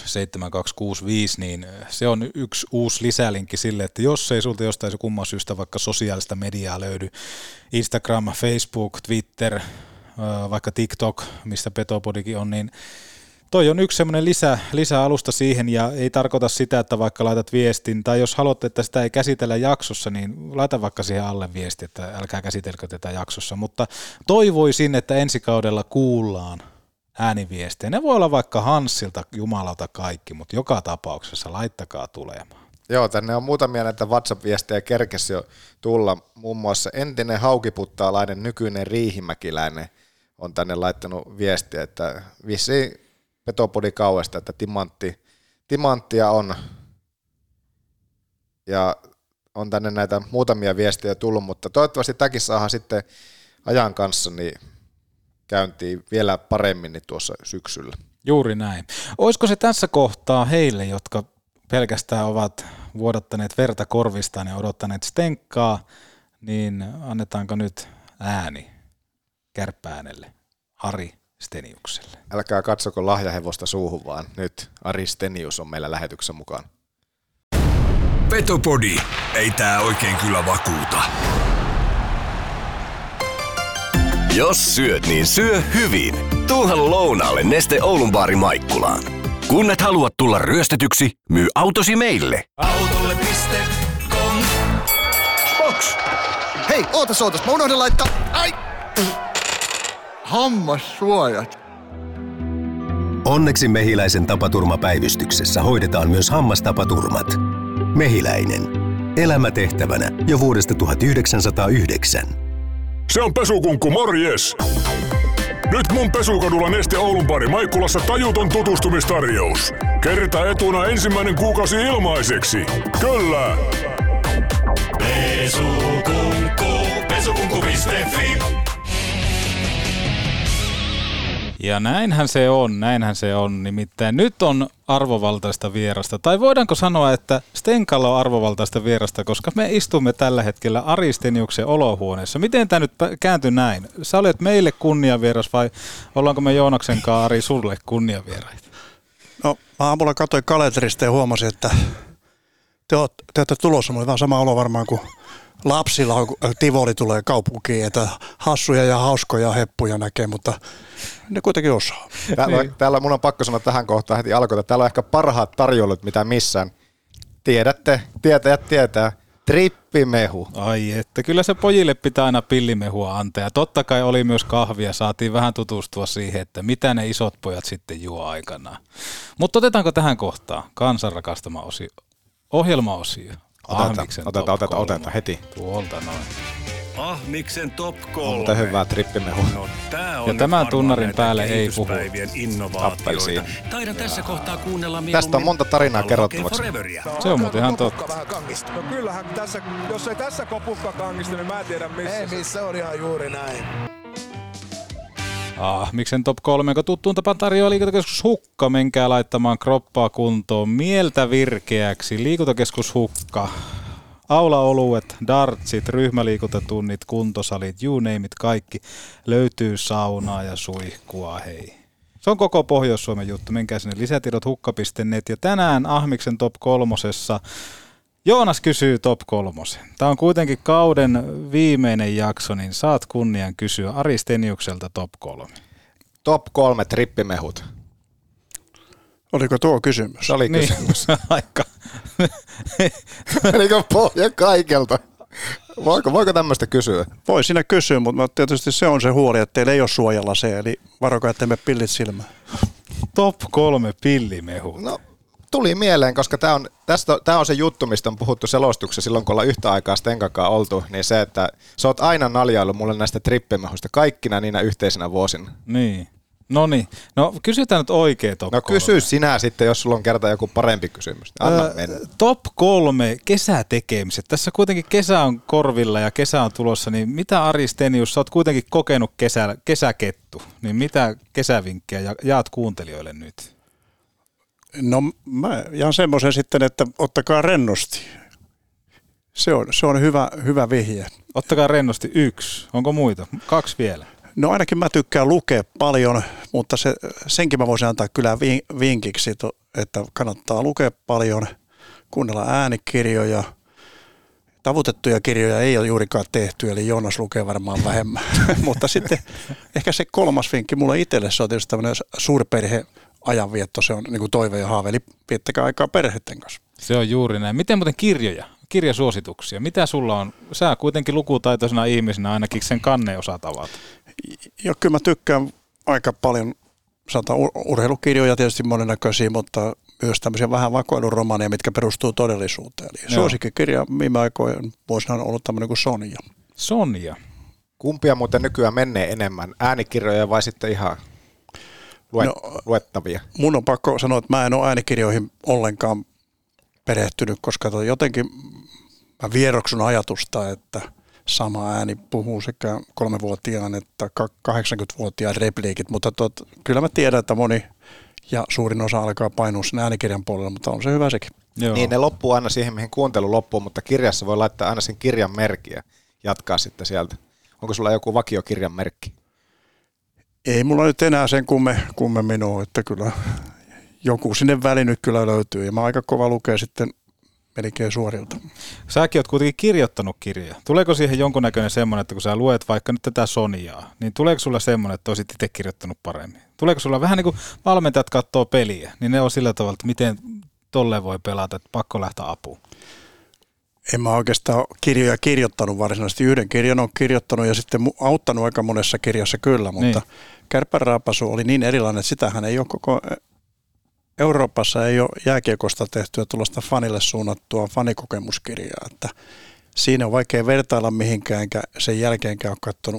7265, niin se on yksi uusi lisälinkki sille, että jos ei sulta jostain se kumman syystä vaikka sosiaalista mediaa löydy, Instagram, Facebook, Twitter, vaikka TikTok, mistä Petopodikin on, niin toi on yksi semmoinen lisäalusta siihen ja ei tarkoita sitä, että vaikka laitat viestin tai jos haluat, että sitä ei käsitellä jaksossa, niin laita vaikka siihen alle viesti, että älkää käsitelkö tätä jaksossa, mutta toivoisin, että ensi kaudella kuullaan ääniviestejä. Ne voi olla vaikka Hanssilta, Jumalalta kaikki, mutta joka tapauksessa laittakaa tulemaan. Joo, tänne on muutamia näitä WhatsApp-viestejä kerkesi jo tulla, muun muassa entinen haukiputtaalainen nykyinen riihimäkiläinen on tänne laittanut viestiä, että vissiin Petopodi kauesta, että timanttia on, ja on tänne näitä muutamia viestejä tullut, mutta toivottavasti tämäkin saadaan sitten ajan kanssa niin käyntiin vielä paremmin niin tuossa syksyllä. Juuri näin. Olisiko se tässä kohtaa heille, jotka pelkästään ovat vuodattaneet verta korvistaan ja odottaneet Stenkkaa, niin annetaanko nyt ääni kärppäänelle Ari Steniukselle? Älkää katsoko lahjahevosta suuhun, vaan nyt Ari Stenius on meillä lähetyksessä mukaan. Petopodi, ei tää oikein kyllä vakuuta. Jos syöt, niin syö hyvin. Tuuhan lounaalle Neste Oulun baari Maikkulaan. Kun et halua tulla ryöstetyksi, myy autosi meille. Autolle.com. Box! Hei, ootas, mä unohdin laittaa... Ai! Hammassuojat. Onneksi Mehiläisen tapaturmapäivystyksessä hoidetaan myös hammastapaturmat. Mehiläinen. Elämä tehtävänä jo vuodesta 1909. Se on Pesukunkku, morjes! Nyt mun Pesukadulla Neste Oulun baari Maikkulassa tajuton tutustumistarjous. Kerta etuna ensimmäinen kuukausi ilmaiseksi. Kyllä! Pesukunkku.fi. Ja näinhän se on. Nimittäin nyt on arvovaltaista vierasta. Tai voidaanko sanoa, että Stenkalla on arvovaltaista vierasta, koska me istumme tällä hetkellä Ari Steniuksen olohuoneessa. Miten tämä nyt kääntyi näin? Sä olet meille kunniavieras vai ollaanko me Joonaksen kanssa, Ari, sulle kunniavieraita? No, mä aamulla katsoin kalenterista ja huomasin, että te olette tulossa. Mulla oli vähän sama olo varmaan kuin lapsilla, kun Tivoli tulee kaupunkiin, että hassuja ja hauskoja heppuja näkee, mutta ne kuitenkin osaa. Täällä mun on pakko sanoa tähän kohtaan heti alkuun, että täällä on ehkä parhaat tarjoulut mitä missään. Tietäjät tietää. Trippimehu. Ai että, kyllä se pojille pitää aina pillimehua antaa. Ja totta kai oli myös kahvia, saatiin vähän tutustua siihen, että mitä ne isot pojat sitten juo aikanaan. Mutta otetaanko tähän kohtaan kansan rakastama ohjelmaosio? Otetaan heti. Tuolta noin. Ahmiksen top 3. On muuten hyvää trippimehu. No, tää on ja tämän tunnarin päälle ei puhu. Innovaatioita. Taidan tässä kohtaa kuunnella mieluummin. Tästä on monta tarinaa kerrottavaksi. Se on muuten ihan totta. No kyllähän tässä, jos ei tässä kopukka kangista, niin mä en tiedä missä. Ei missä, on ihan juuri näin. Ahmiksen top 3, kun tuttuun tapaan tarjoaa Liikuntakeskus Hukka. Menkää laittamaan kroppaa kuntoon, mieltä virkeäksi. Liikuntakeskus Hukka. Aulaoluet, dartsit, ryhmäliikuntatunnit, kuntosalit, you name it, kaikki. Löytyy saunaa ja suihkua, hei. Se on koko Pohjois-Suomen juttu. Menkää sinne lisätiedot hukka.net. Ja tänään Ahmiksen top 3. Joonas kysyy top 3. Tämä on kuitenkin kauden viimeinen jakso, niin saat kunnian kysyä Ari Steniukselta top 3. Top 3 trippimehut. Oliko tuo kysymys? Se oli kysymys. Aika. Menikö pohja kaikelta? Voiko tämmöistä kysyä? Voi siinä kysyä, mutta tietysti se on se huoli, että teillä ei ole suojalaseja, eli varokaa, ettei me pillit silmään. Top 3 pillimehu. No, tuli mieleen, koska tämä on se juttu, mistä on puhuttu selostuksessa silloin, kun ollaan yhtä aikaa Stenkakaan oltu, niin se, että sä oot aina naljaillut mulle näistä trippimehuista kaikkina niinä yhteisinä vuosina. Niin. No kysytään nyt oikea top 3. No kysy sinä sitten, jos sulla on kerta joku parempi kysymys. Anna mennä. Top 3 kesätekemiset. Tässä kuitenkin kesä on korvilla ja kesä on tulossa, niin mitä Ari Stenius, sä oot kuitenkin kokenut kesäkettu, niin mitä kesävinkkejä jaat kuuntelijoille nyt? No mä jaan semmoisen sitten, että ottakaa rennosti. Se on hyvä vihje. Ottakaa rennosti 1. Onko muita? 2 vielä. No ainakin mä tykkään lukea paljon, mutta senkin mä voisin antaa kyllä vinkiksi, että kannattaa lukea paljon, kuunnella äänikirjoja. Tavutettuja kirjoja ei ole juurikaan tehty, eli Joonas lukee varmaan vähemmän. Mutta sitten ehkä se 3. vinkki mulle itselle, se on tietysti tämmöinen suurperheajanvietto, se on niin kuin toive ja haave, eli viettäkää aikaa perheiden kanssa. Se on juuri näin. Miten muuten kirjasuosituksia? Mitä sulla on? Sä kuitenkin lukutaitoisena ihmisenä ainakin sen kanneen osaat avata. Ja kyllä mä tykkään aika paljon, sanotaan urheilukirjoja tietysti monennäköisiä, mutta myös tämmöisiä vähän vakoiluromaaneja, mitkä perustuu todellisuuteen. Eli suosikkikirja viime aikoina vuosina on ollut tämmöinen kuin Sonja. Sonja. Kumpia muuten nykyään menee enemmän? Äänikirjoja vai sitten ihan luettavia? Mun on pakko sanoa, että mä en ole äänikirjoihin ollenkaan perehtynyt, koska jotenkin mä vieroksun ajatusta, että sama ääni puhuu sekä 3-vuotiaan että 80-vuotiaan repliikit, mutta kyllä mä tiedän, että moni ja suurin osa alkaa painua sen äänikirjan puolella, mutta on se hyvä sekin. Joo. Niin ne loppuu aina siihen, mihin kuuntelu loppuu, mutta kirjassa voi laittaa aina sen kirjan merkkiä, jatkaa sitten sieltä. Onko sulla joku vakiokirjan merkki? Ei mulla nyt enää sen kummemmin ole, että kyllä joku sinne väliin nyt kyllä löytyy. Ja mä aika kova lukee sitten melkein suorilta. Säkin oot kuitenkin kirjoittanut kirjoja. Tuleeko siihen jonkunnäköinen semmoinen, että kun sä luet vaikka nyt tätä Soniaa, niin tuleeko sulla semmoinen, että olisit itse kirjoittanut paremmin? Tuleeko sulla vähän niin kuin valmentajat katsoo peliä, niin ne on sillä tavalla, että miten tolleen voi pelata, että pakko lähteä apuun? En mä oikeastaan kirjoja kirjoittanut varsinaisesti. Yhden kirjan on kirjoittanut ja sitten auttanut aika monessa kirjassa kyllä, mutta kärpänraapasu oli niin erilainen, että sitähän ei ole koko Euroopassa ei ole jääkiekosta tehtyä tuollaista fanille suunnattua fanikokemuskirjaa, että siinä on vaikea vertailla mihinkään, enkä sen jälkeenkään ole katsonut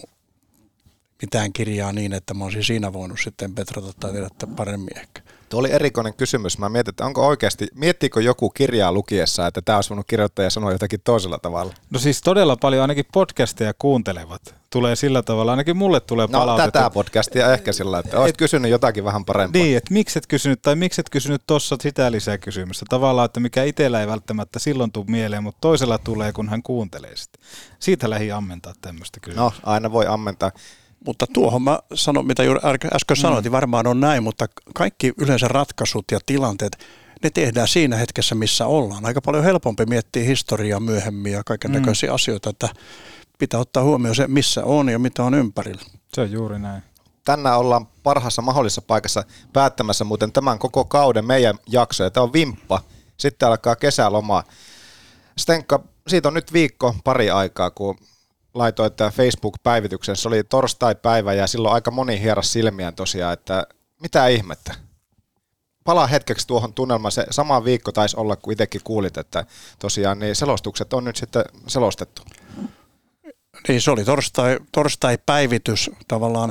mitään kirjaa niin, että mä olisin siinä voinut sitten petrata tai tehdä paremmin ehkä. Tuo oli erikoinen kysymys. Mä mietin, että onko oikeasti, miettiikö joku kirjaa lukiessa, että tämä olisi voinut kirjoittaa ja sanoa jotakin toisella tavalla? No siis todella paljon ainakin podcasteja kuuntelevat. Tulee sillä tavalla, ainakin mulle tulee palautetta. Tätä podcastia ehkä sillä, että olisit kysynyt jotakin vähän parempaa. Niin, että mikset kysynyt tuossa sitä lisää kysymystä. Tavallaan, että mikä itsellä ei välttämättä silloin tule mieleen, mutta toisella tulee, kun hän kuuntelee sitä. Siitä lähdin ammentaa tämmöistä kysymystä. No, aina voi ammentaa. Mutta tuohon mä sanon, mitä juuri äsken sanoin, niin varmaan on näin, mutta kaikki yleensä ratkaisut ja tilanteet, ne tehdään siinä hetkessä, missä ollaan. Aika paljon helpompi miettiä historiaa myöhemmin ja kaiken näköisiä asioita, että pitää ottaa huomioon se, missä on ja mitä on ympärillä. Se on juuri näin. Tänään ollaan parhaassa mahdollisessa paikassa päättämässä muuten tämän koko kauden meidän jaksoja. Tämä on vimppa. Sitten alkaa kesäloma. Stenka, siitä on nyt pari aikaa, kun laitoit Facebook-päivityksen. Se oli torstai-päivä ja silloin aika moni hieras silmiään tosiaan, että mitä ihmettä. Palaa hetkeksi tuohon tunnelmaan. Se sama viikko taisi olla, kun itsekin kuulit, että tosiaan niin selostukset on nyt sitten selostettu. Niin, se oli torstai-päivitys tavallaan.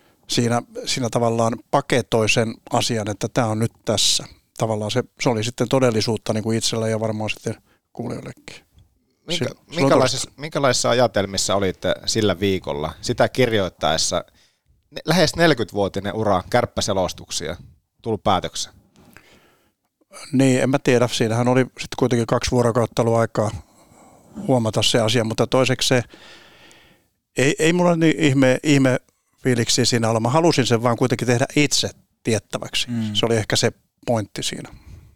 Siinä tavallaan paketoi sen asian, että tämä on nyt tässä. Tavallaan se oli sitten todellisuutta niin kuin itsellä ja varmaan sitten kuulijoillekin. Minkälaisissa ajatelmissa olitte sillä viikolla sitä kirjoittaessa? Lähes 40-vuotinen ura kärppäselostuksia tullut päätökseen. Niin, en mä tiedä. Siinähän oli sitten kuitenkin 2 vuorokautta ollut aikaa huomata se asia, mutta toiseksi se ei mulla niin ihme fiiliksi siinä olla. Mä halusin sen vaan kuitenkin tehdä itse tiettäväksi. Se oli ehkä se pointti siinä.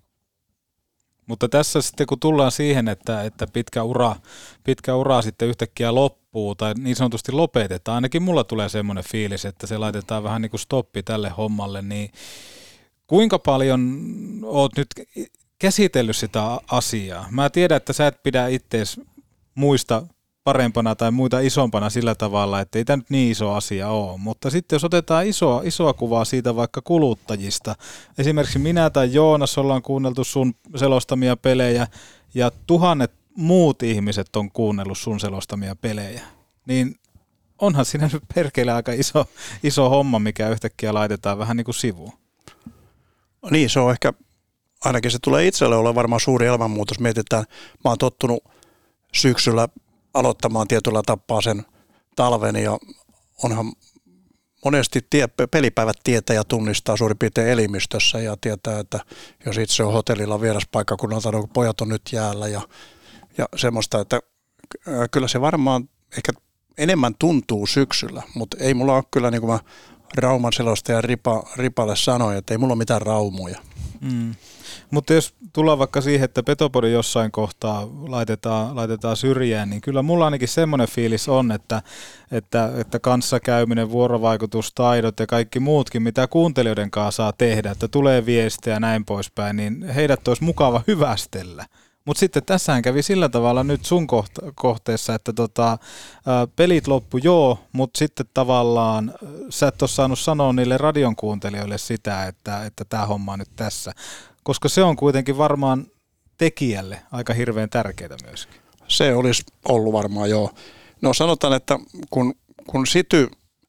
Mutta tässä sitten kun tullaan siihen, että pitkä ura sitten yhtäkkiä loppuu tai niin sanotusti lopetetaan, ainakin mulla tulee semmoinen fiilis, että se laitetaan vähän niin kuin stoppi tälle hommalle, niin kuinka paljon oot nyt käsitellyt sitä asiaa? Mä tiedän, että sä et pidä ittees muista parempana tai muita isompana sillä tavalla, että ei tämä nyt niin iso asia ole, mutta sitten jos otetaan isoa kuvaa siitä vaikka kuluttajista, esimerkiksi minä tai Joonas ollaan kuunneltu sun selostamia pelejä ja 1000 muut ihmiset on kuunnellut sun selostamia pelejä, niin onhan siinä nyt perkele aika iso homma, mikä yhtäkkiä laitetaan vähän niin kuin sivuun. Niin, se on ehkä, ainakin se tulee itselle olla varmaan suuri elämänmuutos. Mietitään, mä oon tottunut syksyllä aloittamaan tietyllä tapaa sen talven ja onhan monesti pelipäivät tietää ja tunnistaa suurin piirtein elimistössä ja tietää, että jos itse on hotellilla vieraspaikkakunnalta, niin pojat on nyt jäällä ja semmoista, että kyllä se varmaan ehkä enemmän tuntuu syksyllä, mutta ei mulla ole kyllä, niin kuin mä Rauman selostaja Ripalle sanoin, että ei mulla ole mitään raumoja. Mutta jos tullaan vaikka siihen, että Petopodi jossain kohtaa laitetaan syrjään, niin kyllä mulla ainakin semmoinen fiilis on, että kanssakäyminen, vuorovaikutus, taidot ja kaikki muutkin, mitä kuuntelijoiden kanssa saa tehdä, että tulee viestejä ja näin poispäin, niin heidät olisi mukava hyvästellä. Mutta sitten tässähän kävi sillä tavalla nyt sun kohteessa, että pelit loppu mutta sitten tavallaan sä et ole saanut sanoa niille radion kuuntelijoille sitä, että tämä homma on nyt tässä. Koska se on kuitenkin varmaan tekijälle aika hirveän tärkeää myöskin. Se olisi ollut varmaan No sanotaan, että kun Sity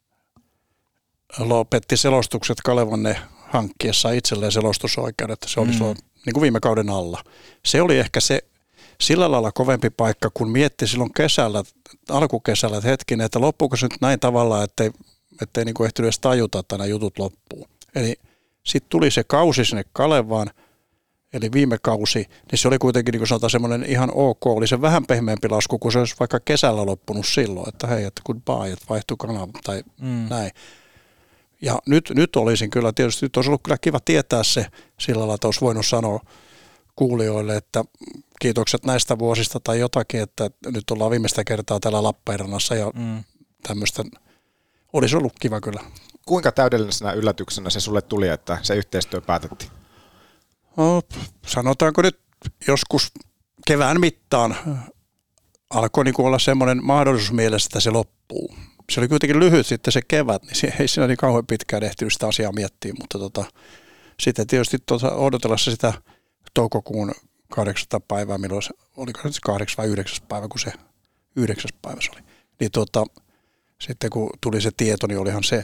lopetti selostukset Kalevanne hankkiessa itselleen selostusoikeudet, se olisi ollut niin kuin viime kauden alla. Se oli ehkä se sillä lailla kovempi paikka, kun mietti silloin alkukesällä, että hetkinen, että loppuuko se nyt näin tavalla, ettei niin kuin ehtinyt edes tajuta, että nämä jutut loppuu. Eli sitten tuli se kausi sinne Kalevaan, eli viime kausi, niin se oli kuitenkin niin kuin sanotaan semmoinen ihan ok, oli se vähän pehmeämpi lasku, kun se olisi vaikka kesällä loppunut silloin, että hei, että goodbye, että vaihtuu kanava tai näin. Ja nyt olisin kyllä, tietysti nyt olisi ollut kyllä kiva tietää se sillä lailla, että olisi voinut sanoa kuulijoille, että kiitokset näistä vuosista tai jotakin, että nyt ollaan viimeistä kertaa täällä Lappeenrannassa ja tämmöistä olisi ollut kiva kyllä. Kuinka täydellisenä yllätyksenä se sulle tuli, että se yhteistyö päätettiin? No, sanotaanko nyt joskus kevään mittaan alkoi niin kuin olla semmoinen mahdollisuus mielessä, että se loppuu. Se oli kuitenkin lyhyt sitten se kevät, niin ei siinä niin kauhean pitkään ehtinyt sitä asiaa miettiä, mutta sitten tietysti odotellessa sitä toukokuun 8. päivää, milloin se, oliko se 8 vai 9. päivä, kun se 9. päivä se oli. Niin sitten kun tuli se tieto, niin olihan se,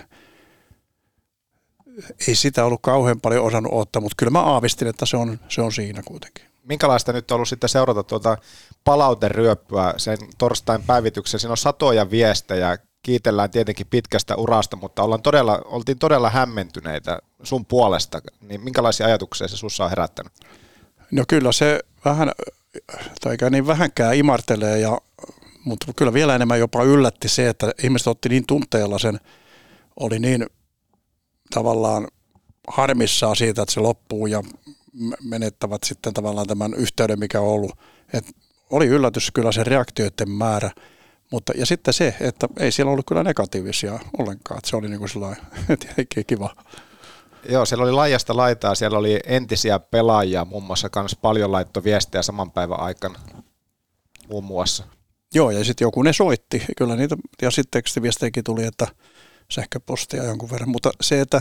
ei sitä ollut kauhean paljon osannut ottaa, mutta kyllä mä aavistin, että se on siinä kuitenkin. Minkälaista nyt on ollut sitten seurata tuota palauteryöppyä sen torstain päivityksen? Siinä on satoja viestejä, kiitellään tietenkin pitkästä urasta, mutta oltiin todella hämmentyneitä sun puolesta. Niin minkälaisia ajatuksia se sussa on herättänyt? No kyllä se vähän, tai eikä niin vähänkään imartelee, mutta kyllä vielä enemmän jopa yllätti se, että ihmiset otti niin tunteella sen, oli niin tavallaan harmissaan siitä, että se loppuu ja menettävät sitten tavallaan tämän yhteyden, mikä on ollut. Et oli yllätys kyllä se reaktioiden määrä, mutta ja sitten se, että ei siellä ollut kyllä negatiivisia ollenkaan, että se oli niin kuin sellainen tietenkin kiva. Joo, siellä oli laajasta laitaa, siellä oli entisiä pelaajia muun muassa kanssa paljon laittoi viestejä saman päivän aikana muun muassa. Joo, ja sitten joku ne soitti, kyllä niitä, ja sitten tekstiviestejäkin tuli, että sähköpostia jonkun verran, mutta se, että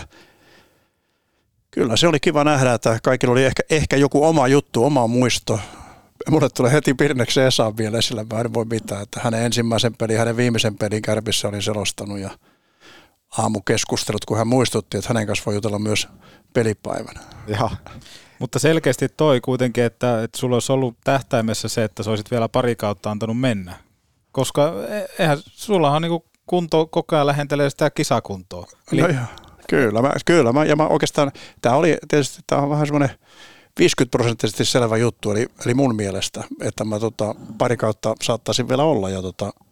kyllä se oli kiva nähdä, että kaikilla oli ehkä joku oma juttu, oma muisto. Mulle tulee heti Pirneksen Esa mieleen, sillä mä en voi mitään, että hänen ensimmäisen pelin, hänen viimeisen pelin Kärpissä olin selostanut ja aamukeskustelut, kun hän muistutti, että hänen kanssa voi jutella myös pelipäivänä. Joo. Mutta selkeästi toi kuitenkin, että sulla olisi ollut tähtäimessä se, että sä olisit vielä pari kautta antanut mennä. Koska eihän sullahan niinku kunto koko ajan lähentelee sitä kisakuntoa. Eli no joo, kyllä mä, ja mä oikeastaan, tää on vähän semmoinen 50% selvä juttu, eli mun mielestä, että mä pari kautta saattaisin vielä olla ja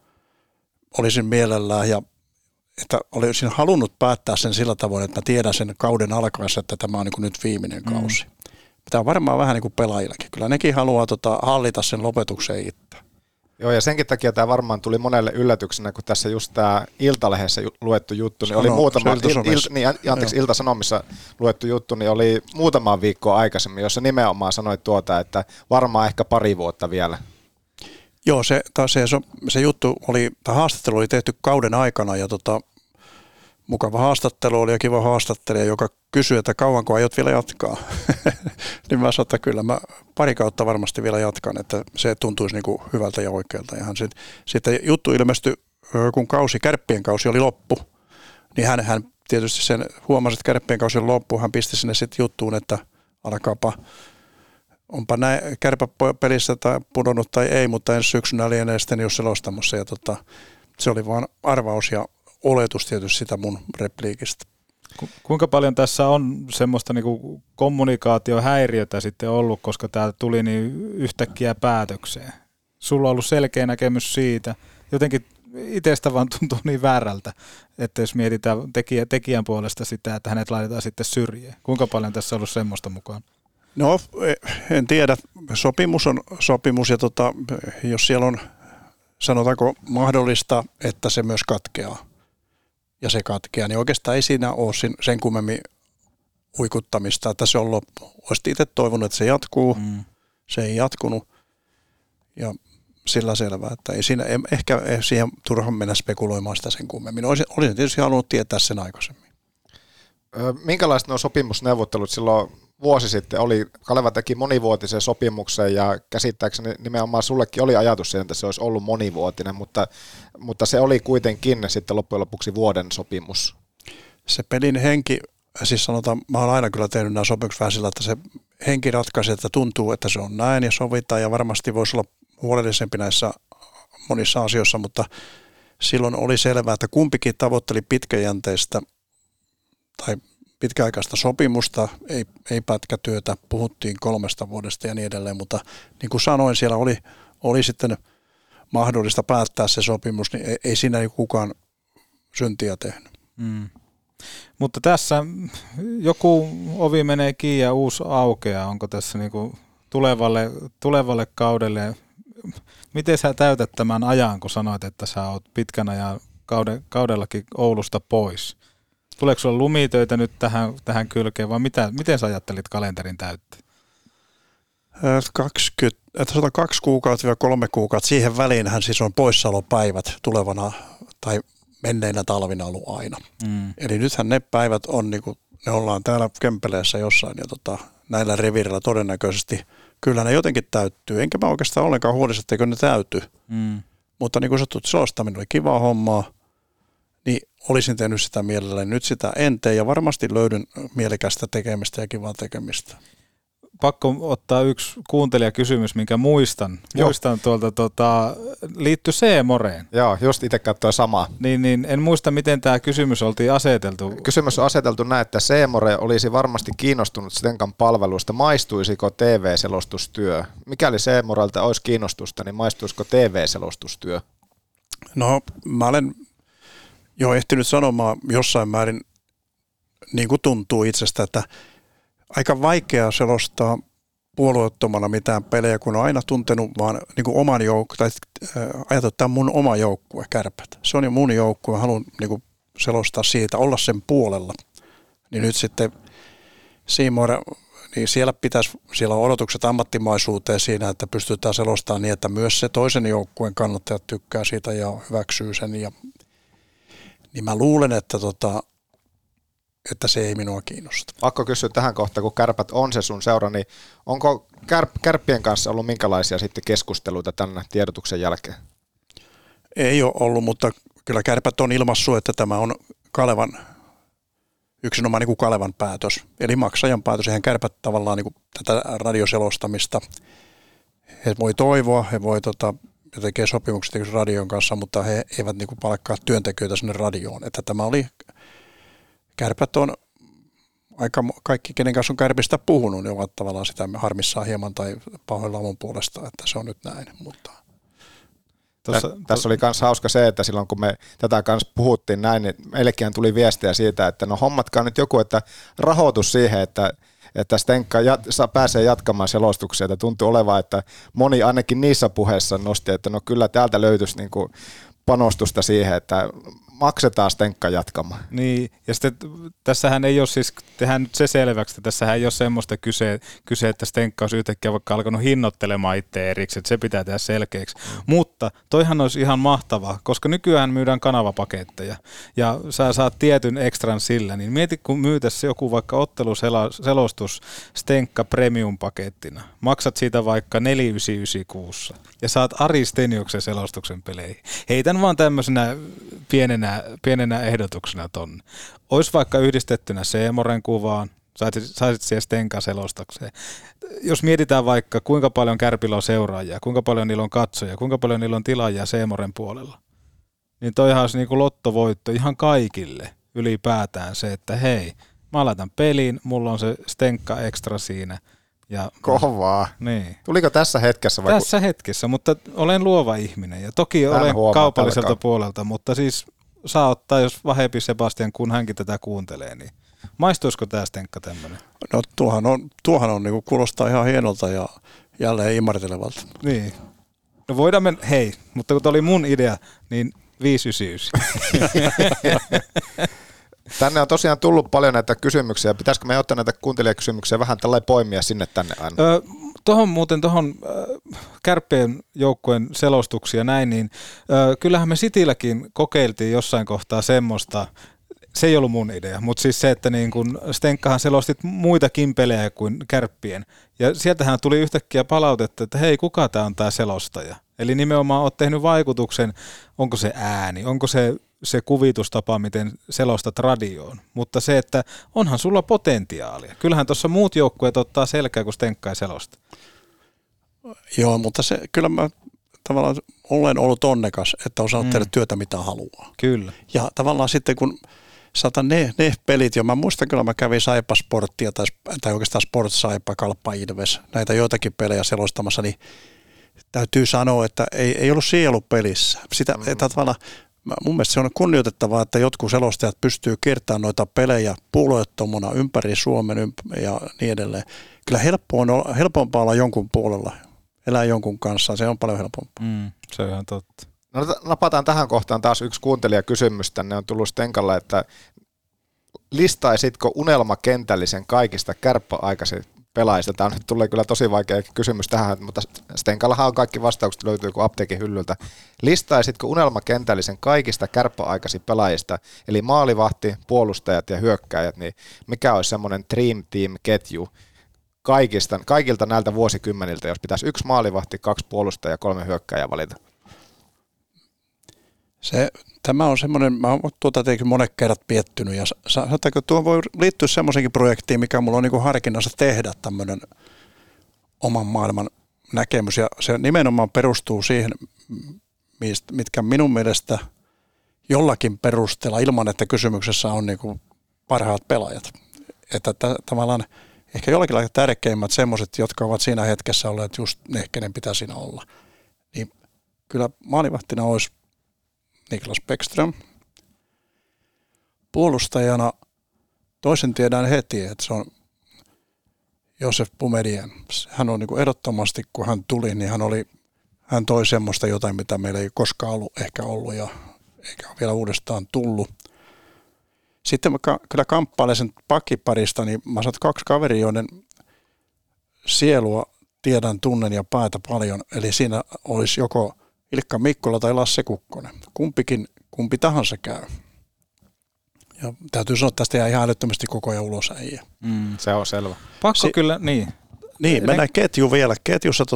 olisin mielellään ja että olisin halunnut päättää sen sillä tavoin, että mä tiedän sen kauden alkaessa, että tämä on niin kuin nyt viimeinen kausi. Tämä on varmaan vähän niin kuin pelaajillakin. Kyllä nekin haluaa hallita sen lopetuksen itse. Joo, ja senkin takia tämä varmaan tuli monelle yllätyksenä, kun tässä just tämä Iltalehdessä luettu juttu, niin oli muutama, Ilta-Sanomissa luettu juttu, niin oli muutama viikkoa aikaisemmin, jossa nimenomaan sanoi että varmaan ehkä pari vuotta vielä. Joo, se juttu oli, tämä haastattelu oli tehty kauden aikana ja mukava haastattelu oli ja kiva haastattelija, joka kysyi, että kauanko aiot vielä jatkaa. Niin mä sanoin, että kyllä mä pari kautta varmasti vielä jatkan, että se tuntuisi niin kuin hyvältä ja oikealta. Ja sitten juttu ilmestyi, kun Kärppien kausi oli loppu, niin hän tietysti sen huomasi, että Kärppien kausi oli loppu, hän pisti sinne sitten juttuun, että alkaapa, onpa näin kärpäpelissä tai pudonnut tai ei, mutta ensi syksynä lienee sitten jo selostamassa. Ja se oli vaan arvaus ja oletus tietysti sitä mun repliikistä. Kuinka paljon tässä on semmoista niinku kommunikaatiohäiriötä sitten ollut, koska tämä tuli niin yhtäkkiä päätökseen? Sulla on ollut selkeä näkemys siitä. Jotenkin itsestä vaan tuntuu niin väärältä, että jos mietitään tekijän puolesta sitä, että hänet laitetaan sitten syrjään. Kuinka paljon tässä on ollut semmoista mukaan? No en tiedä. Sopimus on sopimus ja jos siellä on sanotaanko mahdollista, että se myös katkeaa. Ja se katkeaa, niin oikeastaan ei siinä ole sen kummemmin uikuttamista, että se on loppu. Olisit itse toivonut, että se jatkuu, se ei jatkunut ja sillä selvää, että ei siinä, ehkä siihen turhaan mennä spekuloimaan sitä sen kummemmin. Olisin tietysti halunnut tietää sen aikaisemmin. Minkälaiset nuo sopimusneuvottelut silloin vuosi sitten oli? Kaleva teki monivuotisen sopimuksen ja käsittääkseni nimenomaan sullekin oli ajatus siihen, että se olisi ollut monivuotinen, mutta se oli kuitenkin sitten loppujen lopuksi vuoden sopimus. Se pelin henki, siis sanotaan, mä oon aina kyllä tehnyt nämä sopimukset vähän sillä, että se henki ratkaisi, että tuntuu, että se on näin ja sovitaan ja varmasti voisi olla huolellisempi näissä monissa asioissa, mutta silloin oli selvää, että kumpikin tavoitteli pitkäjänteistä tai pitkäaikaista sopimusta, ei pätkätyötä, puhuttiin 3 vuodesta ja niin edelleen, mutta niin kuin sanoin, siellä oli sitten mahdollista päättää se sopimus, niin ei siinä kukaan syntiä tehnyt. Mutta tässä joku ovi menee kiinni ja uusi aukeaa, onko tässä niinku tulevalle kaudelle. Miten sä täytät tämän ajan, kun sanoit, että sä oot pitkän ajan kaudellakin Oulusta pois? Tuleeko sulla lumitöitä nyt tähän kylkeen, vai miten sä ajattelit kalenterin täyttää? 2 kuukautta ja 3 kuukautta. Siihen väliinhän siis on poissaolopäivät tulevana tai menneinä talvina ollut aina. Eli nythän ne päivät on, niin kuin, ne ollaan täällä Kempeleessä jossain ja näillä reviirillä todennäköisesti kyllä ne jotenkin täyttyy. Enkä mä oikeastaan ollenkaan huolissa, etteikö ne täyty. Mutta niin kuin sä tulet, selostaminen oli kivaa hommaa, niin olisin tehnyt sitä mielelläni. Nyt sitä en tee ja varmasti löydyn mielekästä tekemistä ja kivaa tekemistä. Pakko ottaa yksi kuuntelijakysymys, minkä muistan tuolta, liittyy C-Moreen. Joo, just itse katsoin samaa. Niin, en muista, miten tämä kysymys oltiin aseteltu. Kysymys on aseteltu näin, että C-More olisi varmasti kiinnostunut Stenkan palveluista. Maistuisiko TV-selostustyö? Mikäli C-Morelta olisi kiinnostusta, niin maistuisiko TV-selostustyö? No, mä olen jo ehtinyt sanomaan jossain määrin, niin kuin tuntuu itsestä, että aika vaikea selostaa puolueettomana mitään pelejä, kun on aina tuntenut vaan niin kuin oman joukkueen, tai ajatellut, että tämä on mun oma joukkue, Kärpät. Se on jo mun joukkue, haluan niin kuin selostaa siitä, olla sen puolella. Niin nyt sitten C-More, niin siellä on odotukset ammattimaisuuteen siinä, että pystytään selostamaan niin, että myös se toisen joukkueen kannattajat tykkää siitä ja hyväksyy sen. Niin mä luulen, että se ei minua kiinnosta. Pakko kysyä tähän kohtaan, kun Kärpät on se sun seura, niin onko Kärppien kanssa ollut minkälaisia sitten keskusteluita tämän tiedotuksen jälkeen? Ei ole ollut, mutta kyllä Kärpät on ilmaissut, että tämä on yksinomaan niin kuin Kalevan päätös. Eli maksajan päätös. Eihän Kärpät tavallaan niin kuin tätä radioselostamista. He voi toivoa, he voi ja tekee sopimukset radion kanssa, mutta he eivät niin kuin palkkaa työntekijöitä sinne radioon. Että tämä oli Kärpät on aika kaikki, kenen kanssa on Kärpistä puhunut, niin ovat tavallaan sitä harmissaan hieman tai pahoillaan mun puolesta, että se on nyt näin. Mutta Tässä oli myös hauska se, että silloin kun me tätä kanssa puhuttiin näin, niin meillekin tuli viestiä siitä, että no hommatkaa nyt joku, että rahoitus siihen, että Stenka pääsee jatkamaan selostuksia. Että tuntuu olevan, että moni ainakin niissä puheissa nosti, että no kyllä täältä löytyisi niin kuin panostusta siihen, että maksetaan Stenkka jatkamaan. Niin, ja sitten tässähän ei ole siis, tehdään nyt se selväksi, että tässähän ei ole semmoista kyse, että Stenkka olisi yhtäkkiä vaikka alkanut hinnoittelemaan itse erikseen, että se pitää tehdä selkeäksi. Mutta toihan olisi ihan mahtavaa, koska nykyään myydään kanavapaketteja, ja sä saat tietyn ekstran sillä, niin mieti kun myytäisi joku vaikka otteluselostus Stenkka Premium-pakettina, maksat siitä vaikka 4,996 ja saat Ari Steniuksen selostuksen peleihin. Heitän vaan tämmöisenä pienenä ehdotuksena tonne. Ois vaikka yhdistettynä C-Moren kuvaan, saisit siihen Stenkan selostakseen. Jos mietitään vaikka kuinka paljon Kärpillä on seuraajia, kuinka paljon niillä on katsojia, kuinka paljon niillä on tilaajia C-Moren puolella, niin toihan olisi niin kuin lottovoitto ihan kaikille ylipäätään se, että hei, mä laitan peliin, mulla on se Stenka extra siinä. Ja, kovaa. Niin. Tuliko tässä hetkessä? Tässä hetkessä, mutta olen luova ihminen ja toki olen kaupalliselta puolelta, mutta siis saa ottaa, jos Vahepi Sebastian, kun hänkin tätä kuuntelee, niin maistuisiko tämä Stenkka tämmöinen? No tuohan on niin kuin kuulostaa ihan hienolta ja jälleen imartelevalta. Niin. No voidaan mennä, hei, mutta kun tämä oli mun idea, niin 599. Tänne on tosiaan tullut paljon näitä kysymyksiä. Pitäisikö me ottaa näitä kuuntelijakysymyksiä vähän tällainen poimia sinne tänne aina? Tuohon Kärppien joukkueen selostuksia näin, niin kyllähän me Citylläkin kokeiltiin jossain kohtaa semmoista, se ei ollut mun idea, mutta siis se, että niin kun Stenkkahan selostit muitakin pelejä kuin Kärppien, ja sieltähän tuli yhtäkkiä palautetta, että hei, kuka tämä on tämä selostaja? Eli nimenomaan olet tehnyt vaikutuksen, onko se ääni, onko se kuvitustapa, miten selostat radioon, mutta se, että onhan sulla potentiaalia. Kyllähän tuossa muut joukkueet ottaa selkää, kun Stenkka ei selosta. Joo, mutta kyllä mä tavallaan olen ollut onnekas, että osaan tehdä työtä mitä haluaa. Kyllä. Ja tavallaan sitten kun saatan ne pelit, jo mä muistan kyllä mä kävin Saipa Sporttia tai oikeastaan Sport Saipa, Kalpa Ilves, näitä joitakin pelejä selostamassa, niin täytyy sanoa, että ei ollut sielu pelissä. Sitä tavallaan mun mielestä se on kunnioitettavaa, että jotkut selostajat pystyy kiertämään noita pelejä puolueettomana ympäri Suomen ja niin edelleen. Kyllä helpompaa olla jonkun puolella, elää jonkun kanssa, se on paljon helpompaa. Se on ihan totta. No, napataan tähän kohtaan taas yksi kuuntelijakysymys. Tänne on tullut Stenkalla, että listaisitko unelmakentällisen kaikista kärppäaikaisista pelaajista? Tämä nyt tulee kyllä tosi vaikea kysymys tähän, mutta Stenkallahan on kaikki vastaukset löytyy kuin apteekin hyllyltä. Listaisitko unelmakentällisen kaikista kärppäaikaisista pelaajista, eli maalivahti, puolustajat ja hyökkääjät, niin mikä olisi semmoinen Dream Team-ketju kaikilta näiltä vuosikymmeniltä, jos pitäisi 1 maalivahti, 2 puolustajaa ja 3 hyökkääjää valita? Tämä on semmoinen, mä oon tietenkin monet kerrat piettynyt ja sanotaanko, tuo voi liittyä semmoisenkin projektiin, mikä mulla on niin kuin harkinnassa tehdä tämmöinen oman maailman näkemys ja se nimenomaan perustuu siihen, mitkä minun mielestä jollakin perusteella ilman, että kysymyksessä on niin kuin parhaat pelaajat. Että tavallaan ehkä jollakin lailla tärkeimmät semmoiset, jotka ovat siinä hetkessä olleet just ne, kenen pitää siinä olla. Niin kyllä maalivahtina olisi Niklas Bäckström. Puolustajana toisen tiedän heti, että se on Josef Boumedienne. Hän on niin kuin ehdottomasti, kun hän tuli, niin hän toi semmoista jotain, mitä meillä ei koskaan ehkä ollut ja eikä ole vielä uudestaan tullut. Sitten mä kyllä kamppailen sen pakkiparista, niin mä saat 2 kaveria, joiden sielua tiedän, tunnen ja päätä paljon. Eli siinä olisi joko Ilkka Mikkola tai Lasse Kukkonen. Kumpi tahansa käy. Ja täytyy sanoa, että tästä jää ihan älyttömästi koko ajan ulos äijä. Se on selvä. Pakko kyllä, niin. Niin, mennään ketjuun vielä. Ketjussa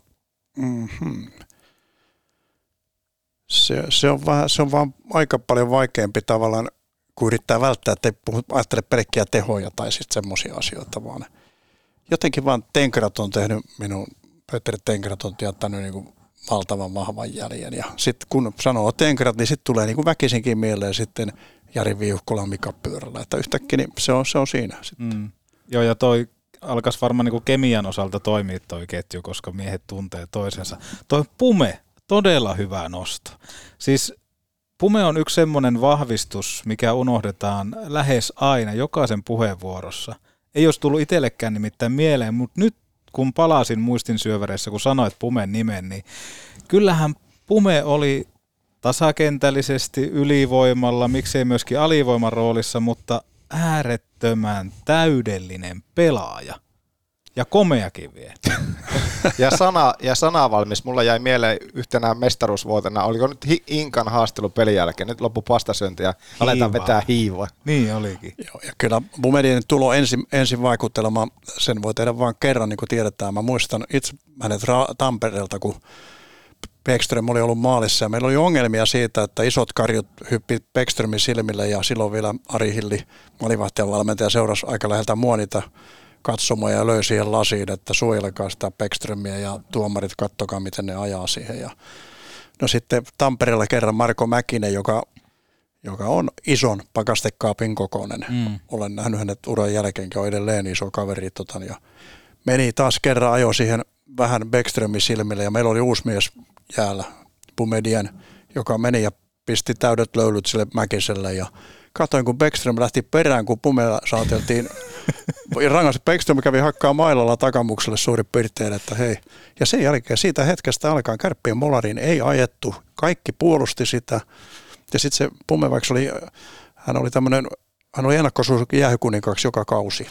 se on vaan aika paljon vaikeampi tavallaan, kun yrittää välttää, että ei ajattele pelkkiä tehoja tai sitten semmoisia asioita, vaan jotenkin vaan Tenkerat on tehnyt Petteri Tenkerat on jättänyt niin kuin valtavan vahvan jäljen. Ja sitten kun sanoo Tenkerat, niin sitten tulee niin kuin väkisinkin mieleen sitten Jari Viuhkola, Mika Pyörällä. Että yhtäkkiä niin se on siinä sitten. Joo, ja toi alkaisi varmaan niin kuin kemian osalta toimia toi ketju, koska miehet tuntee toisensa. Toi Pume, todella hyvä nosto. Siis Pume on yksi semmoinen vahvistus, mikä unohdetaan lähes aina, jokaisen puheenvuorossa. Ei olisi tullut itsellekään nimittäin mieleen, mutta nyt kun palasin muistinsyöväreissä, kun sanoit Pumen nimen, niin kyllähän Pume oli tasakentällisesti ylivoimalla, miksei myöskin alivoiman roolissa, mutta äärettömän täydellinen pelaaja. Ja komeakin vielä. Ja sana valmis. Mulla jäi mieleen yhtenä mestaruusvuotena. Oliko nyt Inkan haastelu pelin jälkeen? Nyt loppu pastasyönti ja aletaan vetää hiivoa. Niin olikin. Joo, ja kyllä Boumedienne tulo ensin vaikutelma, sen voi tehdä vain kerran, niin kuin tiedetään. Mä muistan itse hänet Tampereelta, kun Bäckström oli ollut maalissa ja meillä oli ongelmia siitä, että isot karjut hyppi Bäckströmin silmille ja silloin vielä Ari Hilli, maalivahtajan valmentaja, seurasi aika läheltä mua niitä katsomaan ja löi siihen lasiin, että suojelkaa sitä Bäckströmiä ja tuomarit kattokaa, miten ne ajaa siihen. Ja no sitten Tampereella kerran Marko Mäkinen, joka on ison pakastekaapin kokoinen. Olen nähnyt hänet uran jälkeenkin, on edelleen iso kaveri. Ja meni taas kerran ajo siihen vähän Bäckströmin silmille ja meillä oli uusi mies jäällä, Boumedienne, joka meni ja pisti täydet löylyt sille Mäkiselle ja katoin, kun Bäckström lähti perään, kun Pumella saateltiin. Rangasi Bäckström kävi hakkaa mailalla takamukselle suurin piirtein, että hei. Ja sen jälkeen siitä hetkestä alkaen Kärppien molariin ei ajettu. Kaikki puolusti sitä. Ja sitten se Pume, vaikka hän oli ennakkosuosikki jäähykuninkaksi joka kausi.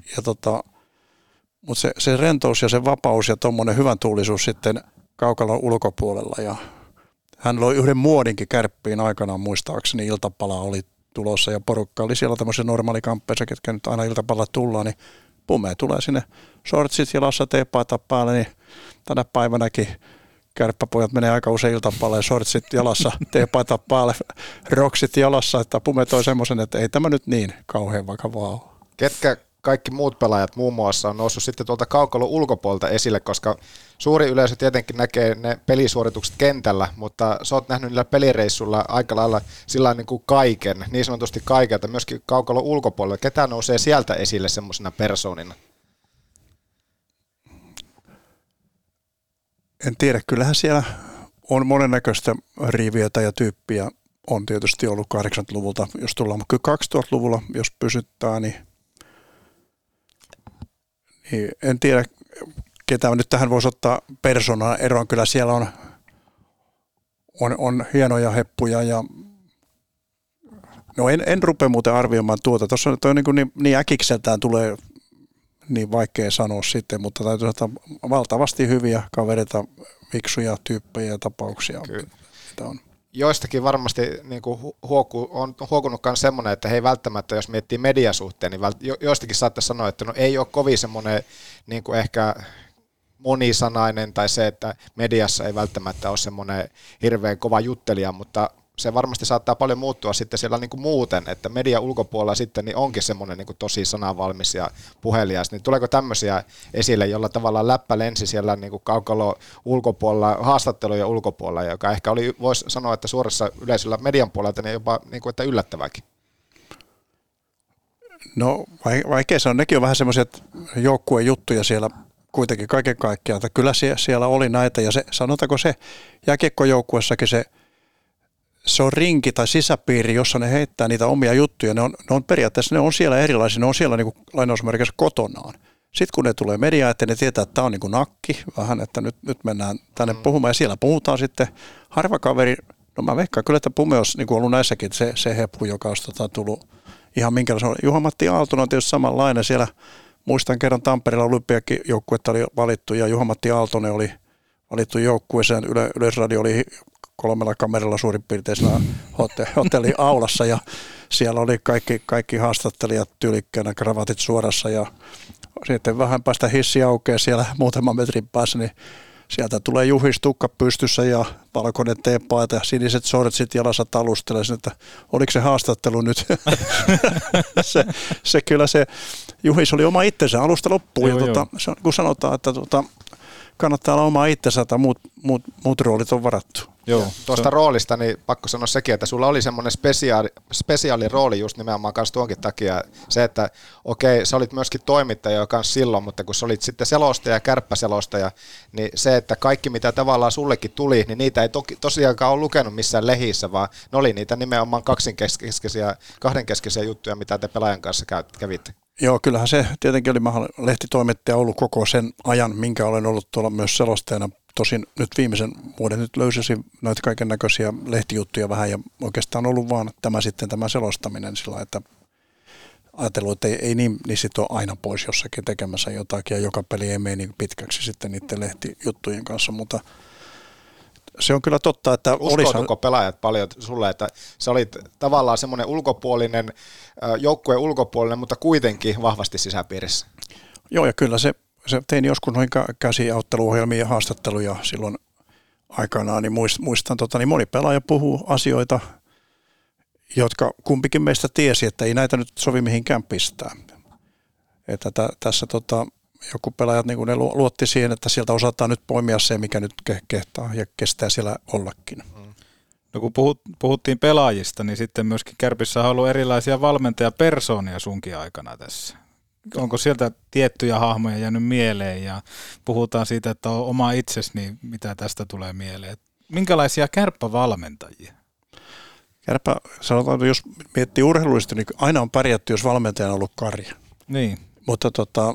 Mutta se rentous ja se vapaus ja tuommoinen hyvän tuulisuus sitten kaukalon ulkopuolella. Ja hän loi yhden muodinkin Kärppiin aikanaan muistaakseni, iltapala oli tulossa ja porukka oli siellä tämmöisiä normaalikamppeissa, ketkä nyt aina iltapalla tullaan, niin Pume tulee sinne shortsit jalassa, teepaita päälle, niin tänä päivänäkin kärppäpojat menee aika usein iltapalle ja shortsit jalassa, teepaita päälle, roksit jalassa, että Pume toi semmoisen, että ei tämä nyt niin kauhean vakavaa ole. Ketkä kaikki muut pelaajat muun muassa on noussut sitten tuolta kaukalon ulkopuolelta esille, koska suuri yleisö tietenkin näkee ne pelisuoritukset kentällä, mutta sä oot nähnyt niillä pelireissulla aika lailla sillä niin kuin kaiken, niin sanotusti kaikelta, myöskin kaukalon ulkopuolella. Ketä nousee sieltä esille semmoisena persoonina? En tiedä, kyllähän siellä on monennäköistä riiviötä ja tyyppiä. on tietysti ollut 80-luvulta, jos tullaan, mutta kyllä 2000-luvulla, jos pysyttää, niin en tiedä, ketä nyt tähän voisi ottaa persoonaa eroon. Kyllä siellä on hienoja heppuja ja no en rupea muuten arvioimaan tuota. Tuossa toi niin äkikseltään tulee niin vaikea sanoa sitten, mutta täytyy sanoa valtavasti hyviä kavereita, fiksuja tyyppejä ja tapauksia. On. Joistakin varmasti niin on huokunut myös semmoinen, että he ei välttämättä, jos miettii mediasuhteen, niin joistakin saattaisi sanoa, että no ei ole kovin semmoinen niin kuin ehkä monisanainen tai se, että mediassa ei välttämättä ole semmoinen hirveän kova juttelija, mutta se varmasti saattaa paljon muuttua sitten siellä niin kuin muuten, että median ulkopuolella sitten niin onkin semmoinen niin kuin tosi sananvalmis ja puhelias. Niin tuleeko tämmöisiä esille, jolla tavallaan läppä lensi siellä niin kuin kaukalo ulkopuolella, haastattelujen ulkopuolella, joka ehkä oli, voisi sanoa, että suorassa yleisöllä median puolelta niin jopa niin kuin, että yllättävääkin? No vaikea se on. Nekin on vähän semmoisia joukkueen juttuja siellä kuitenkin kaiken kaikkiaan. Että kyllä siellä oli näitä ja se, sanotaanko se jääkiekkojoukkuessakin se on rinki tai sisäpiiri, jossa ne heittää niitä omia juttuja. Ne on periaatteessa, ne on siellä erilaisia, ne on siellä niin kuin lainausmerkissä kotonaan. Sitten kun ne tulee mediaan, että ne tietää, että tämä on niin kuin nakki vähän, että nyt mennään tänne puhumaan ja siellä puhutaan sitten harva kaveri. No mä veikkaan kyllä, että Pume olisi niin kuin ollut näissäkin, että se heppu, joka olisi tullut ihan minkälaisen. Juha-Matti Aaltonen on tietysti samanlainen. Siellä muistan kerran Tampereella olympiajoukkuetta oli valittu ja Juha-Matti Aaltonen oli valittu joukkueeseen. Yleisradio oli 3 kameralla suurin piirtein hotelliaulassa ja siellä oli kaikki haastattelijat tyylikkäänä, kravatit suorassa ja sitten vähän päästä hissi aukeaa siellä muutaman metrin päässä, niin sieltä tulee Juhis tukka pystyssä ja valkoinen teepaita ja siniset sortsit jalassa talustelee, että oliko se haastattelu nyt? se kyllä se Juhis oli oma itsensä alusta loppuun ja kun sanotaan, että kannattaa olla oma itsensä, että muut roolit on varattu. Joo, tuosta roolista niin pakko sanoa sekin, että sulla oli semmoinen spesiaali rooli just nimenomaan kanssa tuonkin takia. Se, että okei, sä olit myöskin toimittaja kanssa silloin, mutta kun sä olit sitten selostaja ja kärppäselostaja, niin se, että kaikki mitä tavallaan sullekin tuli, niin niitä ei tosiaankaan ole lukenut missään lehissä, vaan ne oli niitä nimenomaan kahdenkeskeisiä juttuja, mitä te pelaajan kanssa kävitte. Joo, kyllähän se tietenkin oli lehtitoimittaja ollut koko sen ajan, minkä olen ollut tuolla myös selostajana. Tosin nyt viimeisen vuoden nyt löysäsin noita kaiken näköisiä lehtijuttuja vähän ja oikeastaan ollut vaan tämä selostaminen sillä, että ajatellut, että ei niin sit ole aina pois jossakin tekemässä jotakin ja joka peli ei mene niin pitkäksi sitten niiden lehtijuttujen kanssa, mutta se on kyllä totta, että uskoutuko pelaajat paljon sulle, että sä olit tavallaan semmoinen ulkopuolinen, joukkueen ulkopuolinen, mutta kuitenkin vahvasti sisäpiirissä? Joo, ja kyllä se tein joskus noin käsiautteluohjelmia ja haastatteluja silloin aikanaan, niin muistan, niin moni pelaaja puhuu asioita, jotka kumpikin meistä tiesi, että ei näitä nyt sovi mihinkään pistää. Että tässä joku pelaajat niin ne luotti siihen, että sieltä osataan nyt poimia se, mikä nyt kehtaa ja kestää siellä ollakin. No kun puhuttiin pelaajista, niin sitten myöskin Kärpissä on ollut erilaisia valmentajapersoonia sunkin aikana tässä. Onko sieltä tiettyjä hahmoja jäänyt mieleen ja puhutaan siitä, että on oma itsesi, niin mitä tästä tulee mieleen? Minkälaisia kärppävalmentajia? Kärppä, sanotaan, jos miettii urheilullisesti, niin aina on pärjätty, jos valmentaja on ollut Karja. Niin. Mutta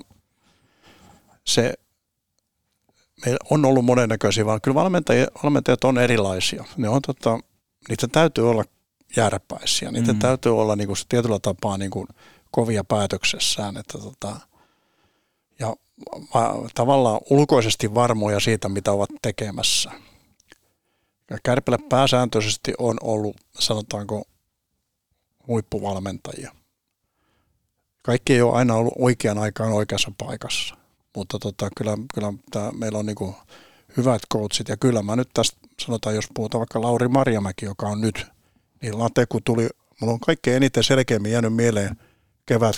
meillä on ollut monennäköisiä, vaan kyllä valmentajat on erilaisia. Ne on, niitä täytyy olla jääräpäisiä, niitä täytyy olla niin kuin tietyllä tapaa niin kuin kovia päätöksessään, että ja tavallaan ulkoisesti varmoja siitä, mitä ovat tekemässä. Ja Kärpillä pääsääntöisesti on ollut, sanotaanko, huippuvalmentajia. Kaikki ei ole aina ollut oikean aikaan oikeassa paikassa, mutta kyllä meillä on niinku hyvät coachit, ja kyllä mä nyt tästä sanotaan, jos puhutaan vaikka Lauri Marjamäki, joka on nyt, niin Late, kun tuli, mulla on kaikkein eniten selkeämmin jäänyt mieleen kevät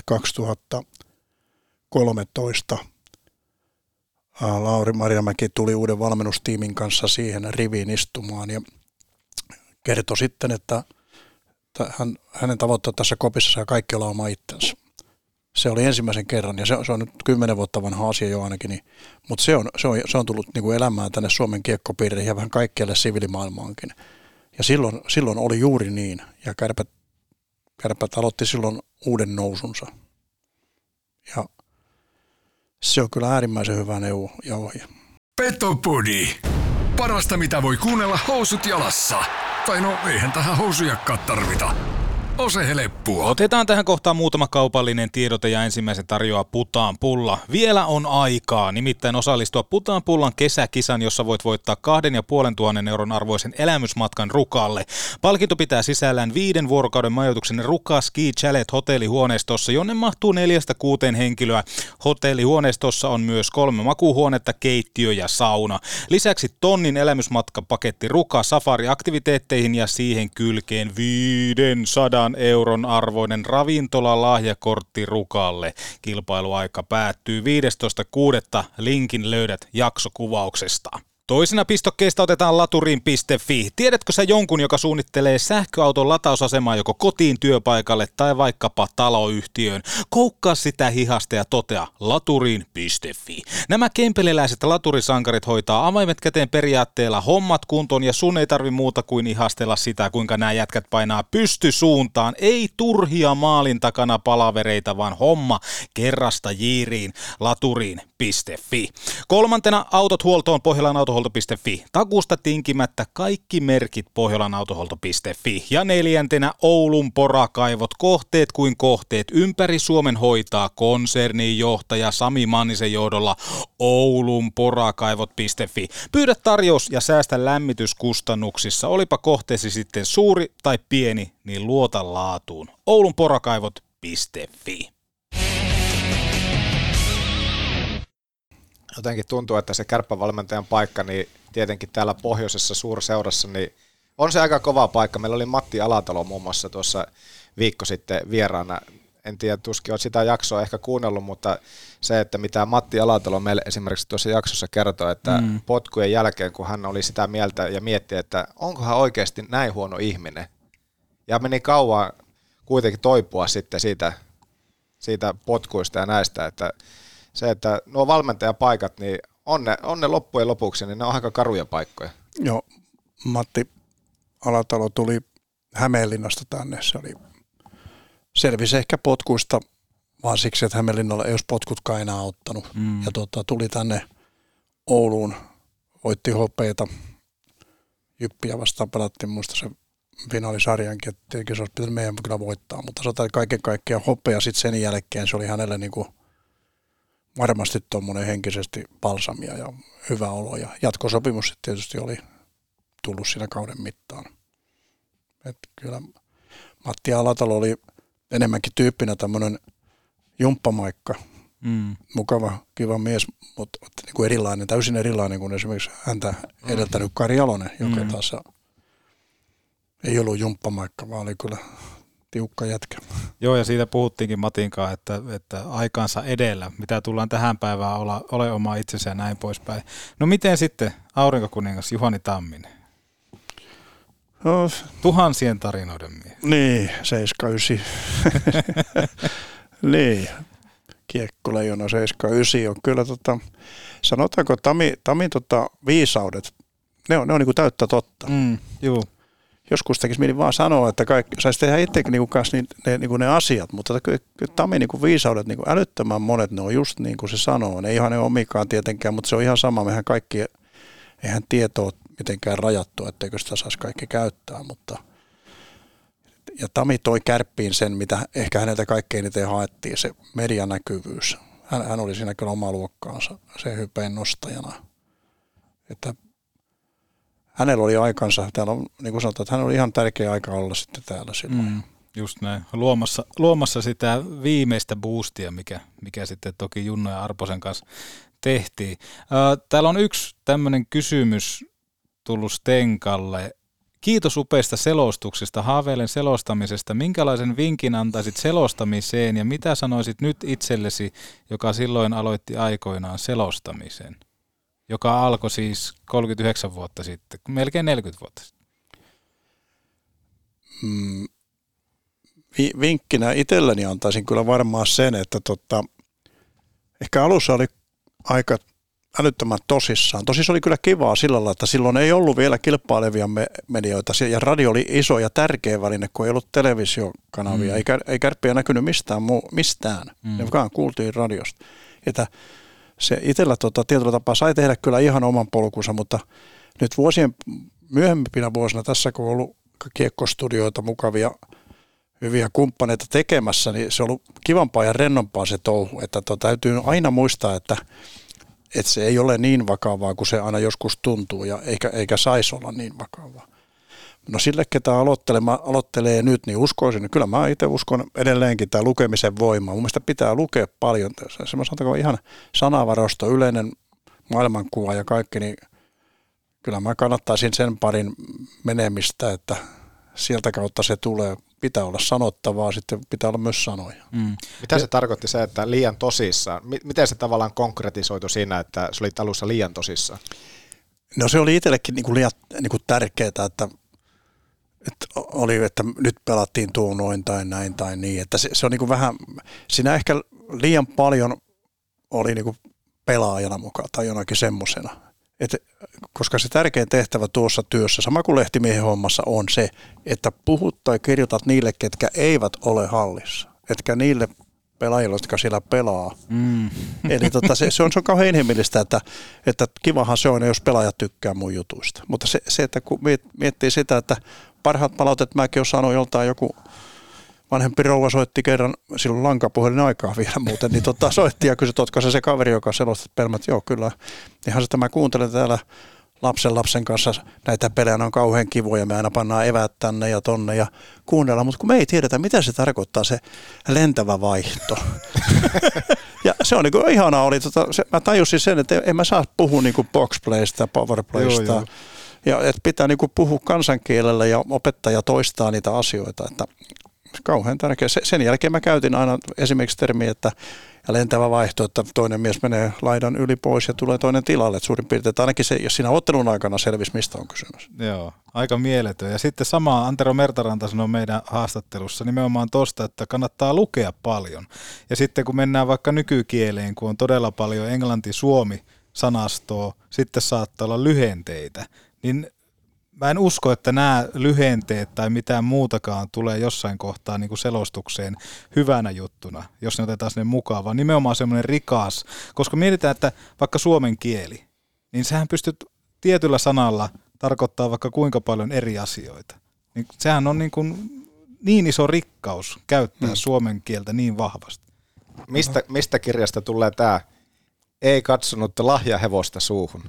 2013. Lauri Marjamäki tuli uuden valmennustiimin kanssa siihen riviin istumaan ja kertoi sitten, että hänen tavoitteet tässä kopissa saa kaikki olla oma itsensä. Se oli ensimmäisen kerran ja se on nyt 10 vuotta vanha asia jo ainakin, niin, mutta se on tullut niin kuin elämään tänne Suomen kiekkopiiriin ja vähän kaikkialle siviilimaailmaankin. Ja silloin oli juuri niin, ja Kärpät aloitti silloin uuden nousunsa. Ja se on kyllä äärimmäisen hyvä neuvo ja ohje. Petopodi. Parasta mitä voi kuunnella housut jalassa. Tai no eihän tähän housujakkaa tarvita. Ose heleppua. Otetaan tähän kohtaan muutama kaupallinen tiedote ja ensimmäisen tarjoaa Putaan Pulla. Vielä on aikaa, nimittäin osallistua Putaan Pullan kesäkisan, jossa voit voittaa 2,500 euron arvoisen elämysmatkan Rukalle. Palkinto pitää sisällään 5 vuorokauden majoituksen Ruka Ski Chalet hotellihuoneistossa, jonne mahtuu 4-6 henkilöä. Hotellihuoneistossa on myös 3 makuuhuonetta, keittiö ja sauna. Lisäksi 1 000 elämysmatkapaketti Ruka Safari-aktiviteetteihin ja siihen kylkeen 500 euron arvoinen ravintolalahjakortti Rukalle. Kilpailuaika päättyy 15.6. Linkin löydät jaksokuvauksesta. Toisena pistokkeista otetaan laturiin.fi. Tiedätkö sä jonkun, joka suunnittelee sähköauton latausasemaa joko kotiin, työpaikalle tai vaikkapa taloyhtiöön? Koukkaa sitä hihasta ja totea laturiin.fi. Nämä kempeleläiset laturisankarit hoitaa avaimet käteen periaatteella hommat kuntoon ja sun ei tarvi muuta kuin ihastella sitä, kuinka nämä jätkät painaa pystysuuntaan. Ei turhia maalin takana palavereita, vaan homma kerrasta jiiriin laturiin.fi. Kolmantena autot huoltoon Pohjolan autohuolto.fi. Takuusta tinkimättä kaikki merkit pohjolanautohuolto.fi. Ja 4. Oulun porakaivot, kohteet kuin kohteet ympäri Suomen hoitaa konsernin johtaja Sami Mannisen johdolla oulunporakaivot.fi. Pyydä tarjous ja säästä lämmityskustannuksissa. Olipa kohteesi sitten suuri tai pieni, niin luota laatuun. oulunporakaivot.fi. Jotenkin tuntuu, että se kärppävalmentajan paikka, niin tietenkin täällä pohjoisessa suurseurassa, niin on se aika kova paikka. Meillä oli Matti Alatalo muun muassa tuossa viikko sitten vieraana. En tiedä, tuskin olet sitä jaksoa ehkä kuunnellut, mutta se, että mitä Matti Alatalo meille esimerkiksi tuossa jaksossa kertoi, että potkujen jälkeen, kun hän oli sitä mieltä ja mietti, että onkohan oikeasti näin huono ihminen. Ja meni kauan kuitenkin toipua sitten siitä potkuista ja näistä, että se, että nuo valmentajapaikat, niin on ne loppujen lopuksi, niin ne on aika karuja paikkoja. Joo, Matti Alatalo tuli Hämeenlinnasta tänne. Se selvisi ehkä potkuista, vaan siksi, että Hämeenlinnalla ei olisi potkutkaan enää auttanut. Ja tuli tänne Ouluun, voitti hopeita. Jyppiä vastaan pelattiin muista se finaalisarjankin, että tietenkin se olisi pitänyt meidän kyllä voittaa, mutta se kaiken kaikkiaan hopea sitten sen jälkeen, se oli hänelle niinku varmasti tuommoinen henkisesti balsamia ja hyvä olo. Ja jatkosopimus sitten tietysti oli tullut siinä kauden mittaan. Et kyllä Matti Alatalo oli enemmänkin tyyppinä tämmöinen jumppamaikka. Mukava, kiva mies, mutta niin kuin erilainen, täysin erilainen kuin esimerkiksi häntä edeltänyt Kari Jalonen, joka taas ei ollut jumppamaikka, vaan oli kyllä tiukka jätkä. Joo, ja siitä puhuttiinkin Matinkaan, että aikaansa edellä, mitä tullaan tähän päivään ole oma itsensä ja näin poispäin. No miten sitten aurinkokuningas Juhani Tamminen? No, tuhansien tarinoiden mies. Niin, 79. Niin, Kiekkoleijona 79 on kyllä sanotaanko Tamin viisaudet, ne on niin kuin täyttä totta. Joo. Joskus tekisi mieli vaan sanoa, että saisi tehdä itsekin niin kanssa ne asiat, mutta kyllä Tamin niin viisaudet niin älyttömän monet, ne on just niin kuin se sanoo. Ne ei ihan ne omikaan tietenkään, mutta se on ihan sama. Mehän kaikki, eihän tietoa mitenkään rajattu, etteikö sitä saisi kaikki käyttää. Ja Tami toi Kärppiin sen, mitä ehkä häneltä kaikkein eniten haettiin, se medianäkyvyys. Hän oli siinä kyllä oma luokkaansa, se hypeen nostajana. Että hänellä oli aikansa, täällä on, niin kuin sanotaan, että hän oli ihan tärkeä aika olla sitten täällä silloin. Just näin, luomassa sitä viimeistä boostia, mikä sitten toki Junno ja Arposen kanssa tehtiin. Täällä on yksi tämmöinen kysymys tullut Stenkalle. Kiitos upeista selostuksista, haaveilen selostamisesta. Minkälaisen vinkin antaisit selostamiseen ja mitä sanoisit nyt itsellesi, joka silloin aloitti aikoinaan selostamisen? Joka alkoi siis 39 vuotta sitten, melkein 40 vuotta sitten. Vinkkinä itselleni antaisin kyllä varmaan sen, että ehkä alussa oli aika älyttömän tosissaan. Tosin se oli kyllä kivaa sillä lailla, että silloin ei ollut vielä kilpailevia medioita ja radio oli iso ja tärkeä väline, kun ei ollut televisiokanavia. Ei Kärppiä näkynyt mistään. Ne vaan kuultiin radiosta. Että se itsellä tietyllä tapaa sai tehdä kyllä ihan oman polkunsa, mutta nyt myöhempinä vuosina tässä, kun on ollut kiekkostudioita, mukavia, hyviä kumppaneita tekemässä, niin se on ollut kivampaa ja rennompaa se touhu. Että täytyy aina muistaa, että se ei ole niin vakavaa kuin se aina joskus tuntuu, ja eikä saisi olla niin vakavaa. No sille, ketä aloittelee nyt, niin uskoisin, kyllä mä itse uskon edelleenkin tämä lukemisen voima. Mun mielestä pitää lukea paljon. Semmoinen ihan sanavarasto, yleinen maailmankuva ja kaikki, niin kyllä mä kannattaisin sen parin menemistä, että sieltä kautta se tulee. Pitää olla sanottavaa, sitten pitää olla myös sanoja. Mitä se tarkoitti se, että liian tosissaan? Miten se tavallaan konkretisoitu siinä, että se oli alussa liian tosissaan? No se oli itsellekin liian tärkeää, että nyt pelattiin tuo noin tai näin tai niin. Että se on vähän, siinä ehkä liian paljon oli pelaajana mukaan tai jonakin semmosena. Koska se tärkein tehtävä tuossa työssä, sama kuin lehtimiehen hommassa, on se, että puhut tai kirjoitat niille, ketkä eivät ole hallissa. Etkä niille pelaajille, jotka siellä pelaa. Eli se on kauhean inhimillistä, että kivahan se on, jos pelaajat tykkää mun jutuista. Mutta se että kun miettii sitä, että parhaat palautet mäkin olen saanut joltain joku vanhempi rouva soitti kerran, silloin lankapuhelin aikaa vielä muuten, niin soitti ja kysyi, ootko se kaveri, joka selostaa pelmät. Joo, kyllä. Ihan sitä mä kuuntelen täällä lapsen kanssa näitä pelejä, ne on kauhean kivoja, me aina pannaan eväät tänne ja tonne ja kuunnellaan, mutta kun me ei tiedetä, mitä se tarkoittaa se lentävä vaihto. Ja se on ihanaa oli, mä tajusin sen, että en mä saa puhua boxplaysta ja powerplaysta. Ja että pitää puhua kansankielellä ja opettaja toistaa niitä asioita, että kauhean tärkeä. Sen jälkeen mä käytin aina esimerkiksi termiä, että lentävä vaihto, että toinen mies menee laidan yli pois ja tulee toinen tilalle. Että suurin piirtein, että ainakin se, jos siinä ottelun aikana selvisi, mistä on kysymys. Joo, aika mieletön. Ja sitten sama Antero Mertaranta sanoi meidän haastattelussa nimenomaan tosta, että kannattaa lukea paljon. Ja sitten kun mennään vaikka nykykieleen, kun on todella paljon englanti-suomi-sanastoa, sitten saattaa olla lyhenteitä, niin mä en usko, että nämä lyhenteet tai mitään muutakaan tulee jossain kohtaa niin kuin selostukseen hyvänä juttuna, jos ne otetaan sinne mukaan, vaan nimenomaan semmoinen rikas, koska mietitään, että vaikka suomen kieli, niin sähän pystyt tietyllä sanalla tarkoittaa vaikka kuinka paljon eri asioita. Niin sehän on niin iso rikkaus käyttää suomen kieltä niin vahvasti. Mistä kirjasta tulee tämä ei katsonut lahjahevosta suuhun?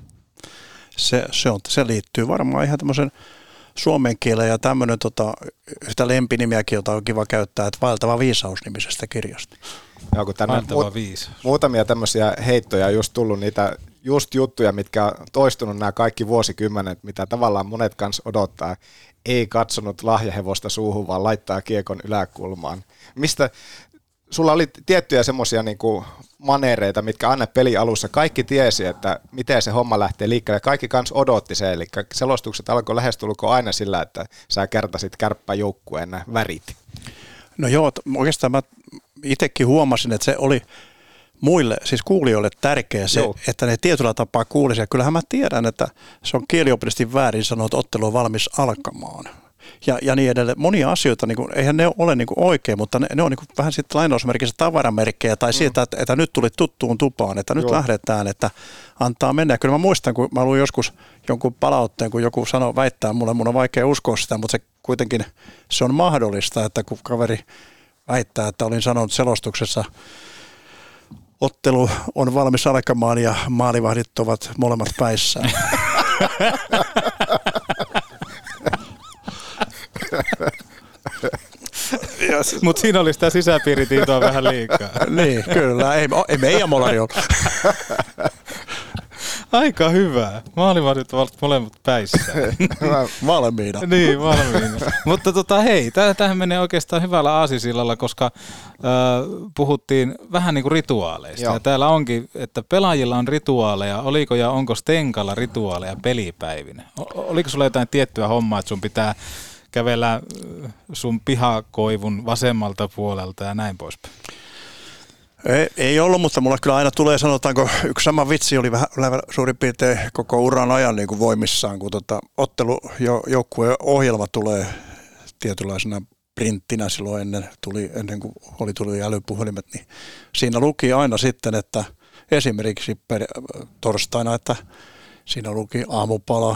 Se liittyy varmaan ihan tämmöisen suomen kielen ja tämmöinen yhtä lempinimiäkin, jota on kiva käyttää, että Vaeltava viisaus -nimisestä kirjasta. Joo, kun tänne muutamia tämmöisiä heittoja on just tullut niitä just juttuja, mitkä on toistunut nämä kaikki vuosikymmenet, mitä tavallaan monet kanssa odottaa. Ei katsonut lahjahevosta suuhun, vaan laittaa kiekon yläkulmaan. Mistä sulla oli tiettyjä semmoisia maneereita, mitkä aina peli alussa kaikki tiesi, että miten se homma lähtee liikkeelle. Kaikki kans odotti se, eli selostukset alkoi lähestulkoon aina sillä, että sä kertasit kärppäjoukkueen värit. No joo, oikeastaan mä itsekin huomasin, että se oli muille, siis kuulijoille tärkeä se, että ne tietyllä tapaa kuulisi. Ja kyllähän mä tiedän, että se on kieliopillisesti väärin sanoa, että ottelu on valmis alkamaan. Ja niin edelleen. Monia asioita, eihän ne ole oikein, mutta ne on vähän sitten lainausmerkissä tavaramerkkejä tai siitä, että nyt tuli tuttuun tupaan, että nyt lähdetään, että antaa mennä. Kyllä mä muistan, kun mä luin joskus jonkun palautteen, kun joku väittää mulle, mun on vaikea uskoa sitä, mutta se kuitenkin se on mahdollista, että kun kaveri väittää, että olin sanonut selostuksessa, ottelu on valmis alkamaan ja maalivahdit ovat molemmat päissään. Mutta siinä oli sitä sisäpiiritietoa vähän liikaa. Niin, kyllä. Ei meidän molari ole. Aika hyvä. Maalivahdit ovat molemmat päissä. Valmiina. Niin, valmiina. Mutta hei, tämähän menee oikeastaan hyvällä aasisillalla, koska puhuttiin vähän niin kuin rituaaleista. Joo. Ja täällä onkin, että pelaajilla on rituaaleja. Oliko ja onko Stenkalla rituaaleja pelipäivinä? Oliko sulla jotain tiettyä hommaa, että sun pitää kävellä sun pihakoivun vasemmalta puolelta ja näin poispäin? Ei ollut, mutta mulla kyllä aina tulee, sanotaanko, yksi sama vitsi oli vähän suurin piirtein koko uran ajan niin kuin voimissaan, kun joukkueen ohjelma tulee tietynlaisena printtinä silloin ennen kuin tuli älypuhelimet, niin siinä luki aina sitten, että esimerkiksi torstaina, että siinä luki aamupala,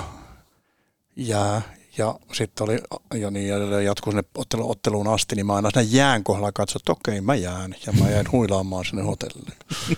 jää ja sitten oli ja niin edelleen jatkuu sinne otteluun asti, niin mä aina siinä jään kohdalla katsoin, että okei, mä jään ja mä jäin huilaamaan sinne hotellille.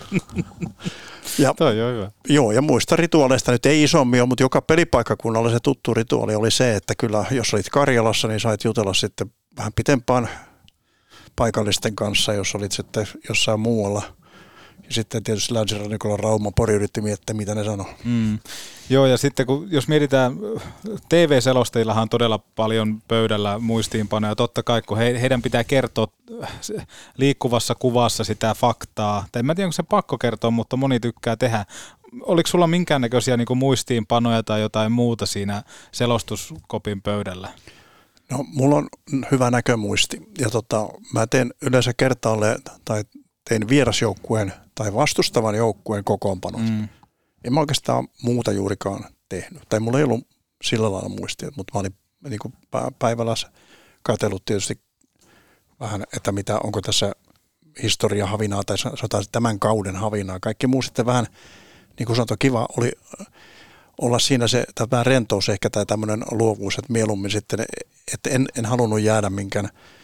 Ja, toi on hyvä. Joo, ja muista rituaaleista nyt ei isommin ole, mutta joka pelipaikkakunnalla se tuttu rituaali oli se, että kyllä jos olit Karjalassa, niin sait jutella sitten vähän pitempään paikallisten kanssa, jos olit sitten jossain muualla. Ja sitten tietysti länsirannikolla Rauma, Pori yritti miettiä, mitä ne sanoo. Joo, ja sitten jos mietitään, TV-selostajillahan on todella paljon pöydällä muistiinpanoja. Totta kai, kun heidän pitää kertoa liikkuvassa kuvassa sitä faktaa. Tai en tiedä, onko se pakko kertoa, mutta moni tykkää tehdä. Oliko sulla minkäännäköisiä niin kuin muistiinpanoja tai jotain muuta siinä selostuskopin pöydällä? No, mulla on hyvä näkömuisti. Ja mä teen yleensä kertaalleen tai tein vierasjoukkueen tai vastustavan joukkueen kokoonpanot. En mä oikeastaan muuta juurikaan tehnyt. Tai mulla ei ollut sillä lailla muistia, mutta mä olin niin kuin päivällä katsellut tietysti vähän, että onko tässä historian havinaa tai sanotaan tämän kauden havinaa. Kaikki muu sitten vähän, niin kuin sanottu, kiva oli olla siinä se tämä rentous ehkä tai tämmöinen luovuus, että mieluummin sitten, että en halunnut jäädä minkään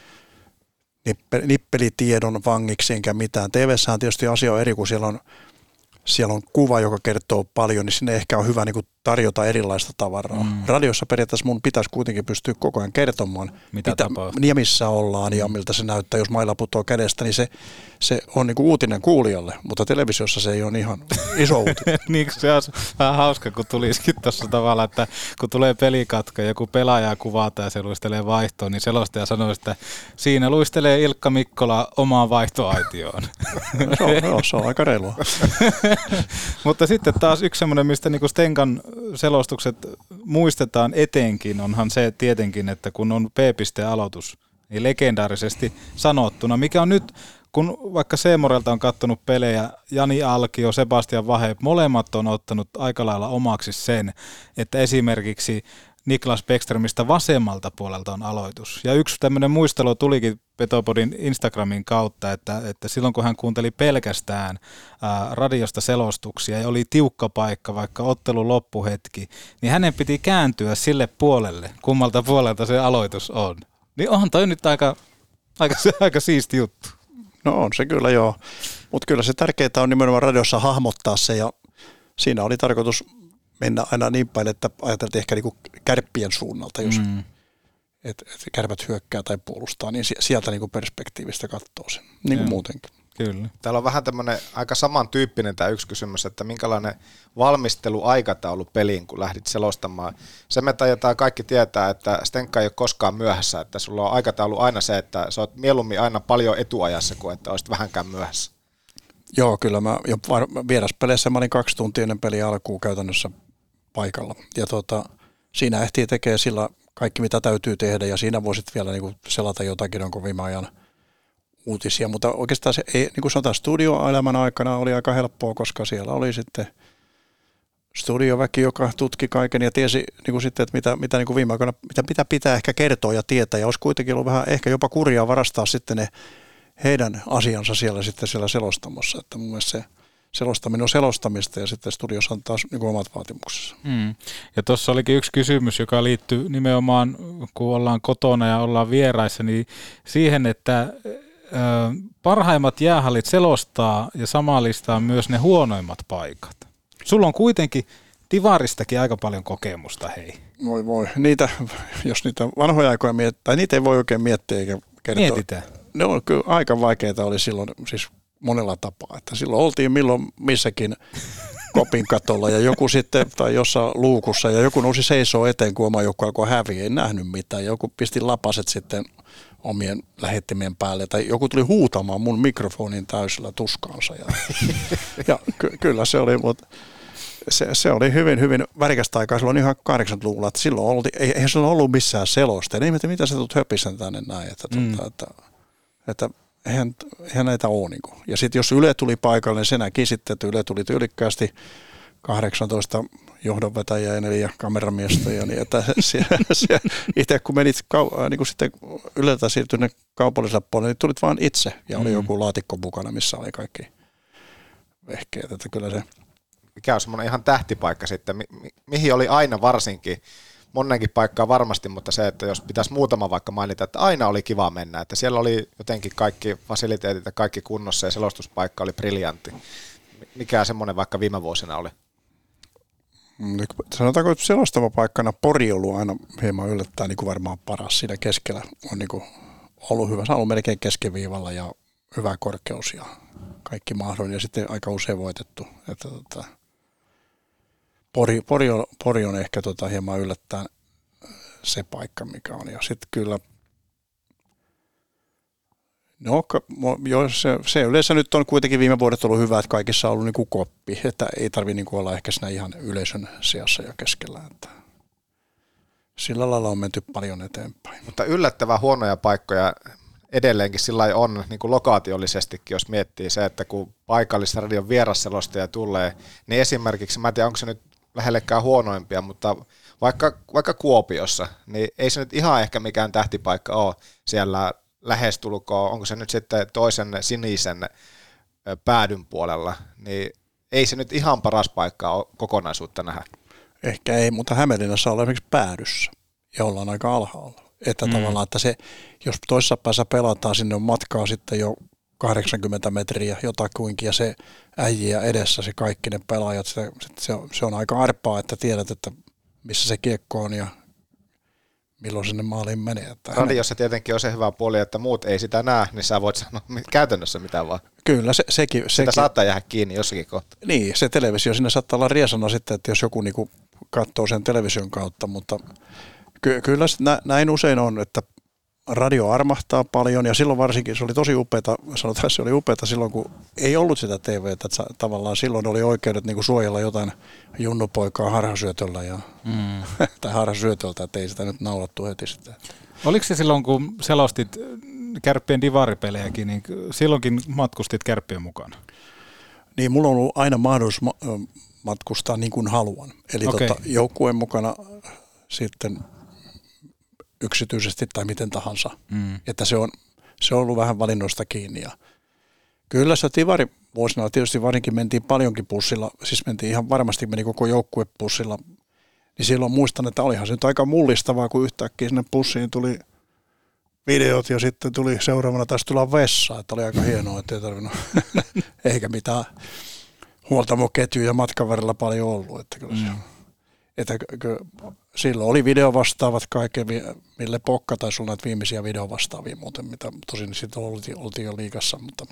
nippelitiedon vangiksi enkä mitään. TV:ssä on tietysti asia eri, kun siellä on kuva, joka kertoo paljon, niin sinne ehkä on hyvä niin kuin tarjota erilaista tavaraa. Radiossa periaatteessa mun pitäisi kuitenkin pystyä koko ajan kertomaan, mitä missä ollaan ja miltä se näyttää. Jos mailla putoaa kädestä, niin se on niin kuin uutinen kuulijalle, mutta televisiossa se ei ole ihan iso uutinen. Niin se on vähän hauska, kun tulisikin tuossa tavalla, että kun tulee pelikatka ja joku pelaaja kuvataan ja se luistelee vaihtoon, niin selostaja sanoo, että siinä luistelee Ilkka Mikkola omaan vaihtoaitioon. Se on aika reilua. Mutta sitten taas yksi semmoinen, mistä niinku Stenkan selostukset muistetaan etenkin, onhan se tietenkin, että kun on P-piste-aloitus, niin legendaarisesti sanottuna, mikä on nyt, kun vaikka Seemorelta on katsonut pelejä, Jani Alkio, Sebastian Vahe, molemmat on ottanut aika lailla omaksi sen, että esimerkiksi Niklas Bäckströmistä vasemmalta puolelta on aloitus. Ja yksi tämmöinen muistelu tulikin Petopodin Instagramin kautta, että silloin kun hän kuunteli pelkästään radiosta selostuksia ja oli tiukka paikka, vaikka ottelun loppuhetki, niin hänen piti kääntyä sille puolelle, kummalta puolelta se aloitus on. Niin onhan toi nyt aika siisti juttu. No on se kyllä joo, mutta kyllä se tärkeää on nimenomaan radiossa hahmottaa se ja siinä oli tarkoitus mennä aina niin päin, että ajateltiin ehkä niinku kärppien suunnalta, jos et kärpät hyökkää tai puolustaa, niin sieltä niinku perspektiivistä katsoo sen, niin kuin muutenkin. Kyllä. Täällä on vähän tämmöinen aika samantyyppinen tämä yksi kysymys, että minkälainen valmisteluaikataulu peliin, kun lähdit selostamaan. Se me tajutaan kaikki tietää, että Stenka ei ole koskaan myöhässä, että sulla on aikataulu aina se, että sä oot mieluummin aina paljon etuajassa kuin että olisit vähänkään myöhässä. Joo, kyllä mä jo vieraspeleissä mä olin 2 tuntia ennen peliä alkuun käytännössä paikalla. Ja siinä ehtii tekee sillä kaikki, mitä täytyy tehdä, ja siinä voisit vielä niin kuin selata jotakin, onko viime ajan uutisia. Mutta oikeastaan se ei, niin kuin sanotaan, studioelämän aikana oli aika helppoa, koska siellä oli sitten studioväki, joka tutki kaiken ja tiesi niin kuin sitten, että mitä niin kuin viime aikoina, mitä pitää ehkä kertoa ja tietää. Ja olisi kuitenkin ollut vähän ehkä jopa kurjaa varastaa sitten ne heidän asiansa siellä selostamossa. Että mun mielestä se selostaminen on selostamista ja sitten studiossa on taas niin kuin omat vaatimuksensa. Ja tuossa olikin yksi kysymys, joka liittyy nimenomaan, kun ollaan kotona ja ollaan vieraissa, niin siihen, että parhaimmat jäähallit selostaa ja samallistaa myös ne huonoimmat paikat. Sulla on kuitenkin divaristakin aika paljon kokemusta, hei. Voi. Jos niitä vanhoja aikoja miettii, niitä ei voi oikein miettiä eikä kertoa. Mietitään. Ne on kyllä aika vaikeita oli silloin, siis monella tapaa. Että silloin oltiin milloin missäkin kopin katolla ja joku sitten, tai jossain luukussa, ja joku nousi seisoo eteen, kun oma joukko alkoi häviä, ei nähnyt mitään. Joku pisti lapaset sitten omien lähettimien päälle, tai joku tuli huutamaan mun mikrofonin täysillä tuskaansa. Ja kyllä se oli, mutta se oli hyvin, hyvin värikästä aikaa. Silloin ihan 80-luvulla, että silloin eihän silloin ollut missään selosta. Ei mitä sä tulet höpisen tänne näin, että eihän näitä ole. Niin kuin. Ja sitten jos Yle tuli paikalle, niin se näki sitten, että Yle tuli tyylikkäästi 18 johdonvetäjää ja 4 kameramiestä. Ja niin, että itse kun menit niin kun sitten Yleltä siirtyi kaupalliselle puolelle, niin tulit vaan itse ja oli joku laatikko mukana, missä oli kaikki vehkeet. Että kyllä se... Mikä on semmoinen ihan tähtipaikka sitten, mihin oli aina varsinkin, monenkin paikkaa varmasti, mutta se, että jos pitäisi muutama vaikka mainita, että aina oli kiva mennä, että siellä oli jotenkin kaikki fasiliteetit ja kaikki kunnossa ja selostuspaikka oli briljantti. Mikä semmoinen vaikka viime vuosina oli? Sanotaanko, että selostava paikkana Pori on ollut aina hieman yllättäen niin kuin varmaan paras. Siinä keskellä on niin kuin ollut hyvä. Se on ollut melkein keskiviivalla ja hyvä korkeus ja kaikki mahdollinen. Ja sitten aika usein voitettu. Että, Pori on ehkä hieman yllättäen se paikka, mikä on. Ja sitten kyllä, no se yleensä nyt on kuitenkin viime vuodet ollut hyvä, että kaikissa on ollut niin kuin koppi, että ei tarvitse niin kuin olla ehkä siinä ihan yleisön sijassa ja keskellä. Että sillä lailla on menty paljon eteenpäin. Mutta yllättävän huonoja paikkoja edelleenkin sillä on niin kuin lokaatiollisestikin, jos miettii se, että kun paikallisradion vierasselostaja tulee, niin esimerkiksi, mä en tiedä onko se nyt lähellekään huonoimpia, mutta vaikka Kuopiossa, niin ei se nyt ihan ehkä mikään tähtipaikka ole siellä lähestulkoon, onko se nyt sitten toisen sinisen päädyn puolella, niin ei se nyt ihan paras paikka ole kokonaisuutta nähdä. Ehkä ei, mutta Hämeenlinnassa ollaan esimerkiksi päädyssä ja ollaan aika alhaalla. Että tavallaan, että se, jos toisessa päässä pelataan, sinne on matkaa sitten jo 80 metriä jotakuinkin ja se äijiä edessä, se kaikki ne pelaajat, se on aika arpaa, että tiedät, että missä se kiekko on ja milloin sinne maaliin menee. Radiossa tietenkin on se hyvä puoli, että muut ei sitä näe, niin sä voit sanoa käytännössä mitään vaan. Kyllä, sekin. Sitä saattaa jäädä kiinni jossakin kohtaa. Niin, se televisio, siinä saattaa olla riesana sitten, että jos joku niinku katsoo sen television kautta, mutta kyllä näin usein on, että radio armahtaa paljon ja silloin varsinkin se oli tosi upeata, sanotaan se oli upeata silloin, kun ei ollut sitä TVtä, että tavallaan silloin oli oikeudet niin kuin suojella jotain junnupoikaa harhasyötöllä tai harhasyötöltä, että ei sitä nyt naulattu heti sitten. Oliko se silloin, kun selostit Kärppien divaripelejäkin, niin silloinkin matkustit Kärppien mukana? Niin, mulla on ollut aina mahdollisuus matkustaa niin kuin haluan. Eli joukkueen mukana sitten yksityisesti tai miten tahansa. Että se on ollut vähän valinnoista kiinni. Ja kyllä se divarivuosina tietysti varsinkin mentiin paljonkin bussilla, siis mentiin ihan varmasti meni koko joukkue bussilla. Niin silloin muistan, että olihan se nyt aika mullistavaa, kun yhtäkkiä sinne bussiin tuli videot ja sitten tuli seuraavana taas tulla vessaan. Että oli aika hienoa, että ei tarvinnut eikä mitään huoltamoketjuja matkan varrella paljon ollut. Että kyllä se että silloin oli videovastaavat kaiken, Ville Pokka taisi olla näitä viimeisiä videovastaavia muuten, mitä tosin sitten oltiin jo liigassa, mutta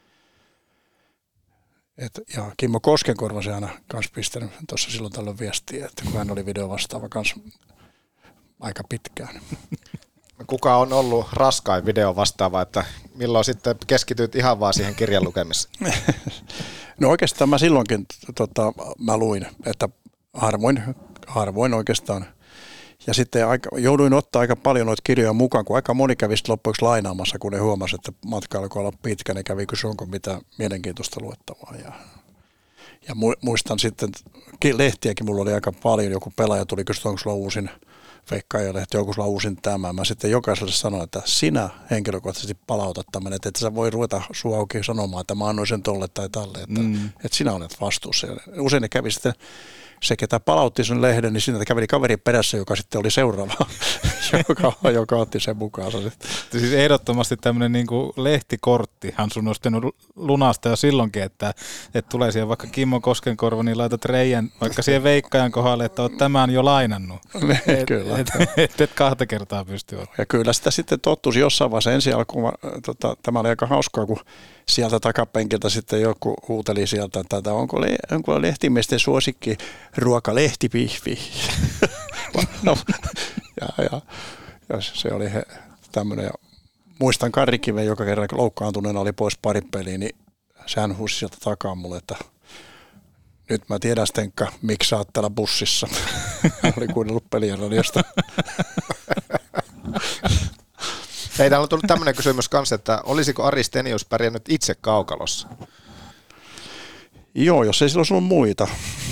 ja Kimmo Koskenkorva se aina kanssa pistänyt tuossa silloin tällöin viestiä, että kun hän oli videovastaava kanssa aika pitkään. Kuka on ollut raskain videovastaava, että milloin sitten keskityt ihan vaan siihen kirjan lukemiseen? No oikeastaan mä silloinkin mä luin, että harvoin oikeastaan. Ja sitten jouduin ottaa aika paljon noita kirjoja mukaan, kun aika moni kävi loppuksi lainaamassa, kun ne huomasi, että matka alkoi olla pitkä, ne kävi kysyä, onko mitään mielenkiintoista luettavaa. Ja muistan sitten, lehtiäkin mulla oli aika paljon, joku pelaaja tuli kysyä, onko sulla uusin Veikkaajia-lehti, onko sulla uusin tämä. Mä sitten jokaiselle sanoin, että sinä henkilökohtaisesti palautat tämän, että et sä voi ruveta sua auki sanomaan, että mä annoin sen tolle tai tälle, että sinä olet vastuussa. Ja usein ne kävi sitten, se ketä palautti sen lehden, niin siinä käveli kaveri perässä, joka sitten oli seuraava, joka otti sen mukaansa. Siis ehdottomasti tämmöinen niin kuin lehtikorttihan sun olisi pitänyt lunastaa jo silloinkin, että tulee siihen vaikka Kimmo Koskenkorva, niin laitat reijän vaikka siihen Veikkaajan kohdalle, että olet tämän jo lainannut. Kyllä. Et 2 kertaa pysty ottamaan. Ja kyllä sitä sitten tottuisi jossain vaiheessa ensin alkuun, tämä oli aika hauskaa, kun sieltä takapenkiltä sitten joku huuteli sieltä, että onko lehtimiesten suosikki ruoka lehtipihvi. No, ja se oli tämmöinen. Muistan Karri Kiven, joka kerran loukkaantuneena oli pois pari peliä, niin sehän huusi sieltä takaa mulle, että nyt mä tiedän, Stenkka, miksi sä oot täällä bussissa. Hän oli kuunnellut pelien radiosta. Hei, täällä on tullut tämmöinen kysymys kanssa, että olisiko Ari Stenius pärjännyt itse kaukalossa? Joo, jos ei sillä olisi ollut muita.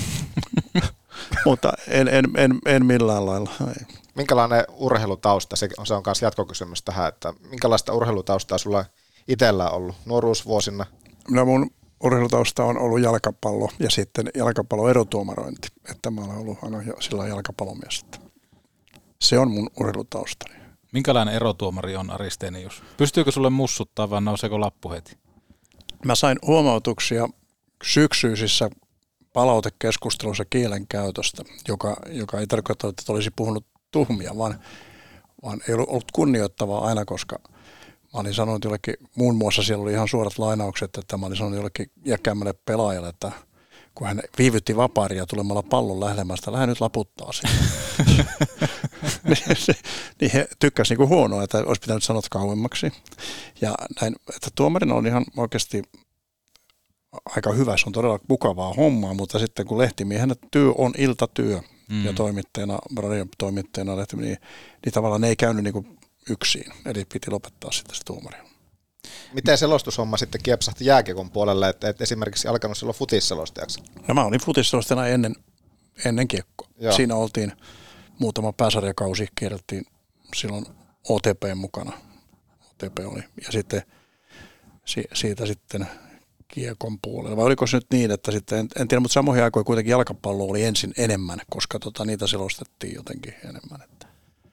Mutta en millään lailla. Ei. Minkälainen urheilutausta, se on myös jatkokysymys tähän, että minkälaista urheilutaustaa sulla itsellä on ollut nuoruusvuosina? No mun urheilutausta on ollut jalkapallo ja sitten jalkapallon erotuomarointi, että mä olen ollut aina sillä jalkapallomies. Se on mun urheilutaustani. Minkälainen erotuomari on Ari Stenius? Pystyykö sulle mussuttaa vai nouseeko lappu heti? Mä sain huomautuksia syksyisissä palautekeskustelussa kielen käytöstä, joka ei tarkoita, että olisi puhunut tuhmia, vaan ei ollut kunnioittavaa aina, koska mä olin sanonut jollekin, muun muassa siellä oli ihan suorat lainaukset, että mä olin sanonut jollekin iäkkäämmälle pelaajalle, että kun hän viivytti vapaaria tulemalla pallon lähemmästä, lähde nyt laputtaa sitä. Niin he tykkäsivät niin huonoa, että olisi pitänyt sanoa kauemmaksi. Ja näin, että tuomarina on ihan oikeasti aika hyvä, se on todella mukavaa hommaa, mutta sitten kun lehtimiehenä työ on iltatyö ja toimittajana, radiotoimittajana lehtimiehenä, niin tavallaan ne ei käynyt niin kuin yksin, eli piti lopettaa sitten se tuomari. Miten selostushomma sitten kiepsahti jääkiekon puolelle, että et esimerkiksi alkanut silloin futisselostajaksi? No mä olin futisselostajana ennen kiekkoa. Joo. Siinä oltiin muutama pääsarjakausi, kierrettiin silloin OTP:n mukana. OTP oli. Ja sitten siitä sitten kiekon puolelle. Vai oliko se nyt niin, että sitten, en tiedä, mutta samoihin aikoihin kuitenkin jalkapallo oli ensin enemmän, koska niitä selostettiin jotenkin enemmän. Että.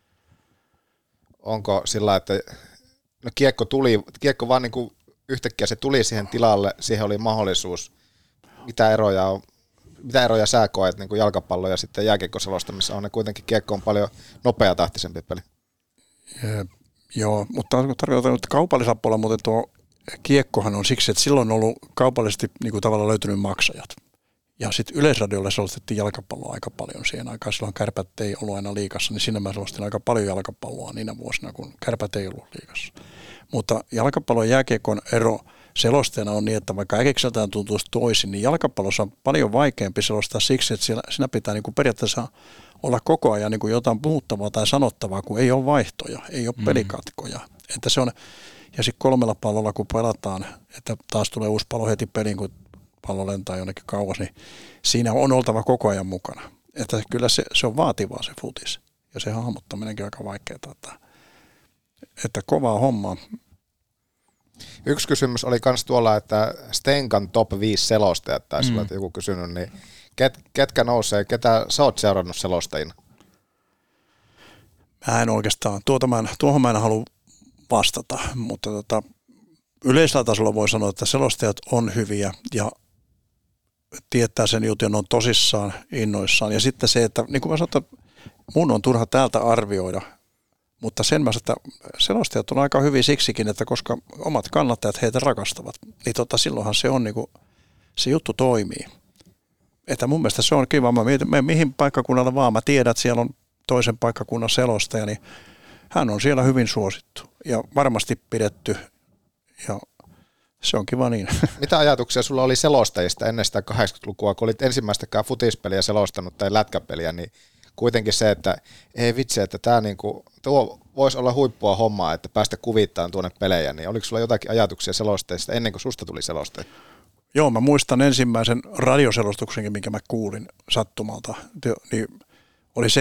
Onko sillä, että no kiekko vaan niin kuin yhtäkkiä se tuli siihen tilalle, siihen oli mahdollisuus. Mitä eroja sä koet niin kuin jalkapallo ja sitten jääkiekkoselostamissa on ne kuitenkin kiekko on paljon nopeatahtisempi peli? Joo, mutta tarkoitan, että kaupallisella puolella muuten tuo kiekkohan on siksi, että silloin on ollut kaupallisesti niin kuin tavallaan löytynyt maksajat. Ja sitten Yleisradiolle selostettiin jalkapalloa aika paljon siihen aikaan. Silloin Kärpät ei ollut aina liigassa, niin siinä mä selostin aika paljon jalkapalloa niinä vuosina, kun Kärpät ei ollut liigassa. Mutta jalkapallon ja jääkiekon ero selostajana on niin, että vaikka äkikseltään tuntuisi toisin, niin jalkapallossa on paljon vaikeampi selostaa siksi, että siinä pitää niin kuin periaatteessa olla koko ajan niin kuin jotain puhuttavaa tai sanottavaa, kun ei ole vaihtoja, ei ole pelikatkoja. Että se on, ja sitten 3 pallolla kun pelataan, että taas tulee uusi pallo heti peliin, kun pallo lentää jonnekin kauas, niin siinä on oltava koko ajan mukana. Että kyllä se on vaativaa se futis. Ja se hahmottaminenkin on aika vaikeaa. Että kovaa hommaa. Yksi kysymys oli myös tuolla, että Stenkan top 5 selostajat taisi olla joku kysynyt, niin ketkä nousee, ketä sä oot seurannut selostajina? Mä en oikeastaan, tuohon mä en halua vastata, mutta yleisellä tasolla voi sanoa, että selostajat on hyviä ja tietää sen jutun, on tosissaan, innoissaan. Ja sitten se, että niin kuin mä sanon, että mun on turha täältä arvioida, mutta sen mä sanon, että selostajat on aika hyviä siksikin, että koska omat kannattajat heitä rakastavat, niin silloinhan se on niin kuin, se juttu toimii. Että mun mielestä se on kiva, mä mietin, mihin paikkakunnalle vaan, mä tiedän, että siellä on toisen paikkakunnan selostaja, niin hän on siellä hyvin suosittu ja varmasti pidetty ja se on kiva niin. Mitä ajatuksia sulla oli selostajista ennen sitä 80-lukua, kun olit ensimmäistäkään futispeliä selostanut tai lätkäpeliä, niin kuitenkin se, että ei vitsi, että tämä niinku, tuo voisi olla huippua hommaa, että päästä kuvittaan tuonne pelejä, niin oliko sulla jotakin ajatuksia selostajista ennen kuin susta tuli selostaja? Joo, mä muistan ensimmäisen radioselostuksenkin, minkä mä kuulin sattumalta, niin oli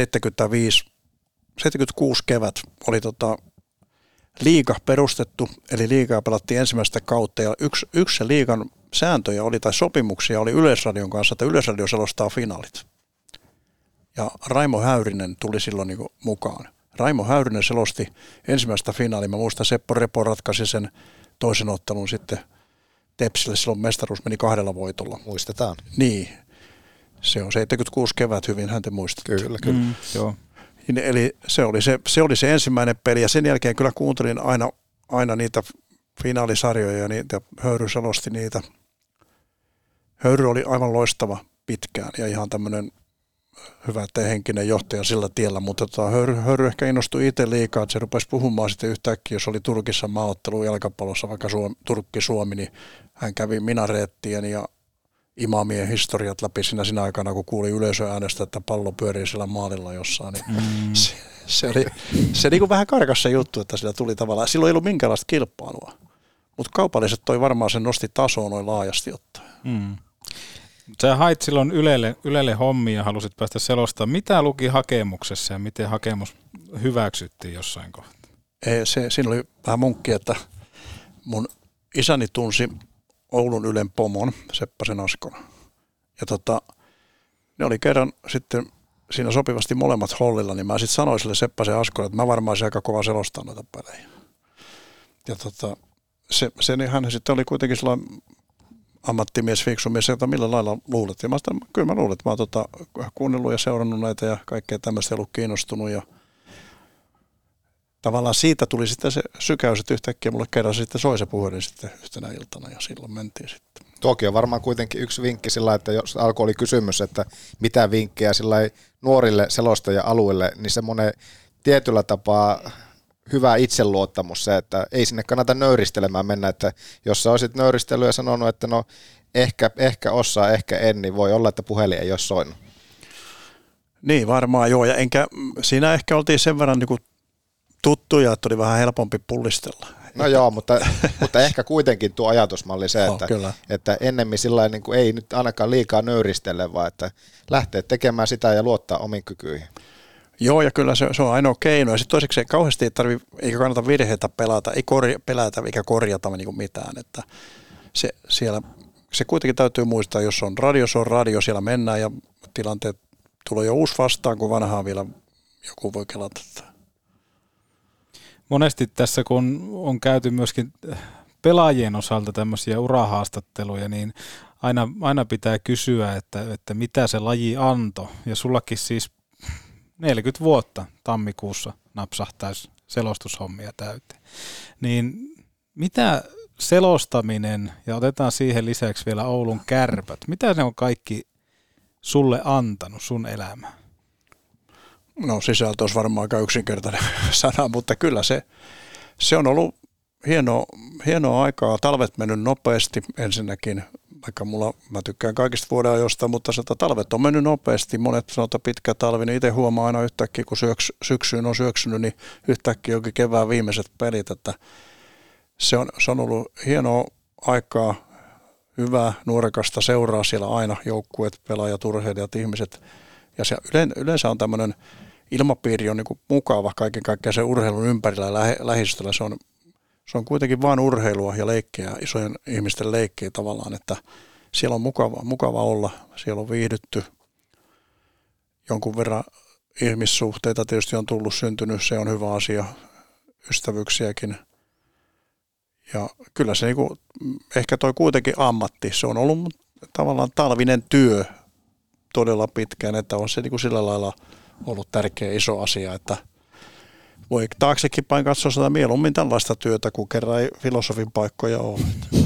76 kevät, oli liiga perustettu, eli liigaa pelattiin ensimmäistä kautta, ja yksi se liigan sääntöjä oli, tai sopimuksia oli Yleisradion kanssa, että Yleisradio selostaa finaalit. Ja Raimo Häyrinen tuli silloin niin kuin mukaan. Raimo Häyrinen selosti ensimmäistä finaalia. Mä muistan, Seppo Repo ratkaisi sen toisen ottelun sitten Tepsille. Silloin mestaruus meni 2 voitolla. Muistetaan. Niin. Se on 76 kevät, hyvin hän te muistatte. Kyllä. Joo. Eli se oli se ensimmäinen peli, ja sen jälkeen kyllä kuuntelin aina niitä finaalisarjoja, ja niitä Höyry selosti niitä. Höyry oli aivan loistava pitkään, ja ihan tämmöinen hyvä henkinen johtaja sillä tiellä, mutta Höyry ehkä innostui itse liikaa, että se rupesi puhumaan sitten yhtäkkiä, jos oli Turkissa maaottelu jalkapallossa, vaikka Turkki-Suomi, niin hän kävi minareettien ja imaamien historiat läpi siinä aikana, kun kuuli yleisöäänestä, että pallo pyörii siellä maalilla jossain. Niin se niin kuin vähän karkas se juttu, että sillä tuli tavallaan, silloin ei ollut minkäänlaista kilpailua. Mutta kaupalliset toi varmaan sen nosti tasoon noin laajasti ottaen. Sä hait silloin Ylelle hommia ja halusit päästä selostamaan. Mitä luki hakemuksessa ja miten hakemus hyväksyttiin jossain kohtaa? Siinä oli vähän munkki, että mun isäni tunsi Oulun Ylen pomon, Seppäsen Askon. Ja ne oli kerran sitten siinä sopivasti molemmat hollilla, niin mä sitten sanoin sille Seppäsen Askolle, että mä varmaan olisin aika kova selostaa noita pelejä. Ja hän sitten oli kuitenkin sellainen ammattimies, fiksu mies, jota millä lailla luulet. Ja kyllä mä luulen, että mä oon kuunnellut ja seurannut näitä ja kaikkea tämmöistä ollut kiinnostunut. Ja tavallaan siitä tuli sitten se sykäys, että yhtäkkiä mulle kerran sitten soi se puhelin sitten yhtenä iltana ja silloin mentiin sitten. Tuokin on varmaan kuitenkin yksi vinkki sillä, että jos alkoi oli kysymys, että mitä vinkkejä sillä nuorille selostaja-alueelle, niin semmoinen tietyllä tapaa hyvä itseluottamus se, että ei sinne kannata nöyristelemään mennä, että jos sä olisit nöyristellyt ja sanonut, että no ehkä osaa, ehkä en, niin voi olla, että puhelin ei ole soinut. Niin varmaan joo, ja siinä ehkä oltiin sen verran niin kuin tuttuja, että oli vähän helpompi pullistella. No joo, mutta ehkä kuitenkin tuo ajatusmalli se, että ennemmin sillä niin kuin ei nyt ainakaan liikaa nöyristele, vaan että lähtee tekemään sitä ja luottaa omiin kykyihin. Joo, ja kyllä se on ainoa keino. Ja sitten toiseksi kauheasti eikä kannata virheitä pelätä eikä korjata niin kuin mitään. Että se kuitenkin täytyy muistaa, jos on radio, siellä mennään ja tilanteet tulee jo uusi vastaan, kun vanhaa vielä joku voi kelata. Monesti tässä, kun on käyty myöskin pelaajien osalta tämmöisiä urahaastatteluja, niin aina pitää kysyä, että mitä se laji antoi. Ja sullakin siis 40 vuotta tammikuussa napsahtaisi selostushommia täyteen. Niin mitä selostaminen, ja otetaan siihen lisäksi vielä Oulun Kärpät, mitä ne on kaikki sulle antanut sun elämään? No sisältö olisi varmaan aika yksinkertainen sana, mutta kyllä se on ollut hienoa aikaa. Talvet mennyt nopeasti ensinnäkin, vaikka mä tykkään kaikista vuodenajoista, mutta talvet on mennyt nopeasti. Monet sanotaan pitkä talvi, niin itse huomaa aina yhtäkkiä, kun syksyyn on syöksynyt, niin yhtäkkiä jokin kevään viimeiset pelit. Että se on ollut hienoa aikaa, hyvää, nuorekasta seuraa siellä aina joukkueet, pelaajat, urheilijat, ihmiset. Ja se yleensä on tämmöinen ilmapiiri on niin kuin mukava kaiken kaikkiaan sen urheilun ympärillä ja lähistöllä. Se on kuitenkin vain urheilua ja leikkejä, isojen ihmisten leikkejä tavallaan, että siellä on mukava olla. Siellä on viihdytty. Jonkun verran ihmissuhteita tietysti on syntynyt, se on hyvä asia, ystävyyksiäkin. Ja kyllä se niinku, ehkä toi kuitenkin ammatti, se on ollut tavallaan talvinen työ todella pitkään, että on se niinku sillä lailla ollut tärkeä iso asia, että voi taaksekin päin katsoa sitä mieluummin tällaista työtä, kun kerran ei filosofin paikkoja ole.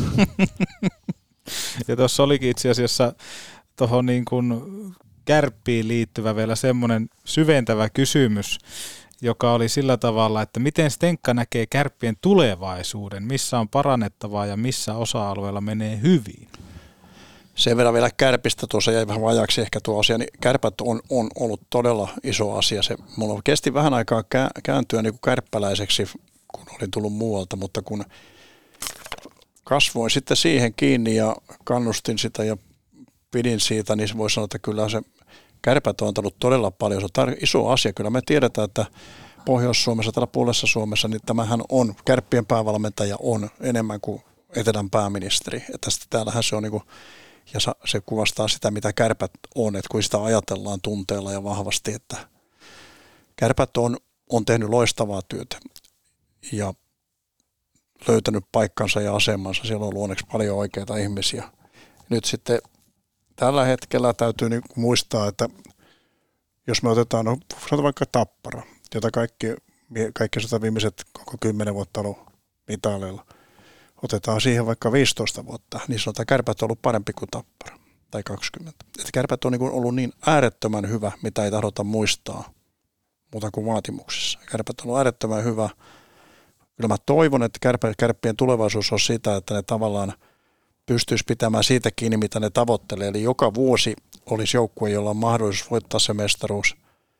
Ja tuossa olikin itse asiassa tuohon niin kuin Kärppiin liittyvä vielä semmoinen syventävä kysymys, joka oli sillä tavalla, että miten Stenkka näkee Kärppien tulevaisuuden, missä on parannettavaa ja missä osa-alueella menee hyvin? Sen verran vielä Kärpistä tuossa jäi vähän vajaksi ehkä tuo asia, niin Kärpät on ollut todella iso asia. Mulla kesti vähän aikaa kääntyä niin kuin kärppäläiseksi, kun olin tullut muualta, mutta kun kasvoin sitten siihen kiinni ja kannustin sitä ja pidin siitä, niin voi sanoa, että kyllä se Kärpät on antanut todella paljon. Se on iso asia. Kyllä me tiedetään, että Pohjois-Suomessa, täällä puolessa Suomessa, niin tämähän on, Kärppien päävalmentaja on enemmän kuin Etelän pääministeri. Että täällähän se on niin kuin, ja se kuvastaa sitä, mitä Kärpät on, että kun sitä ajatellaan tunteella ja vahvasti, että Kärpät on tehnyt loistavaa työtä ja löytänyt paikkansa ja asemansa. Siellä on ollut onneksi paljon oikeita ihmisiä. Nyt sitten tällä hetkellä täytyy niin muistaa, että jos me otetaan, no sanotaan vaikka Tappara, jota kaikki sitä viimeiset koko 10 vuotta ollut mitaleilla, otetaan siihen vaikka 15 vuotta, niin sanotaan, Kärpät on ollut parempi kuin Tappara, tai 20. Että Kärpät on niin ollut niin äärettömän hyvä, mitä ei tahdota muistaa muuta kuin vaatimuksissa. Kärpät on ollut äärettömän hyvä. Kyllä mä toivon, että Kärppien tulevaisuus on sitä, että ne tavallaan pystyisi pitämään siitä kiinni, mitä ne tavoittelee. Eli joka vuosi olisi joukkue, jolla on mahdollisuus voittaa se mestaruus.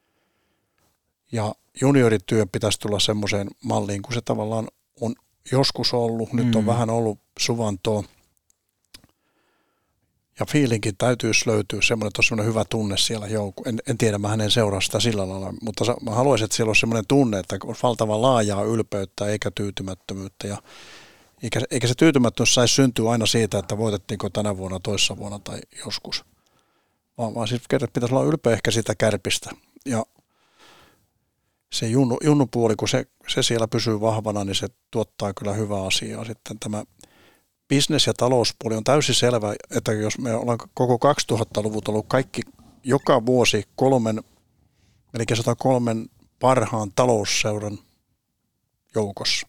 Ja juniorityö pitäisi tulla semmoiseen malliin, kun se tavallaan on joskus ollut. Nyt on vähän ollut suvantoa. Ja fiilinkin täytyisi löytyä semmoinen, että on semmoinen hyvä tunne siellä joukkueessa. En tiedä, mä hänen seuraa sitä sillä lailla, mutta mä haluaisin, että siellä on semmoinen tunne, että on valtavan laajaa ylpeyttä eikä tyytymättömyyttä. Ja eikä se tyytymättömyys saisi syntyä aina siitä, että voitettiinko tänä vuonna, toissa vuonna tai joskus. Vaan siis pitäisi olla ylpeä ehkä sitä Kärpistä. Ja se junnupuoli, kun se siellä pysyy vahvana, niin se tuottaa kyllä hyvää asiaa. Sitten tämä business- ja talouspuoli on täysin selvä, että jos me ollaan koko 2000-luvut ollut kaikki joka vuosi eli 103 parhaan talousseuran joukossa,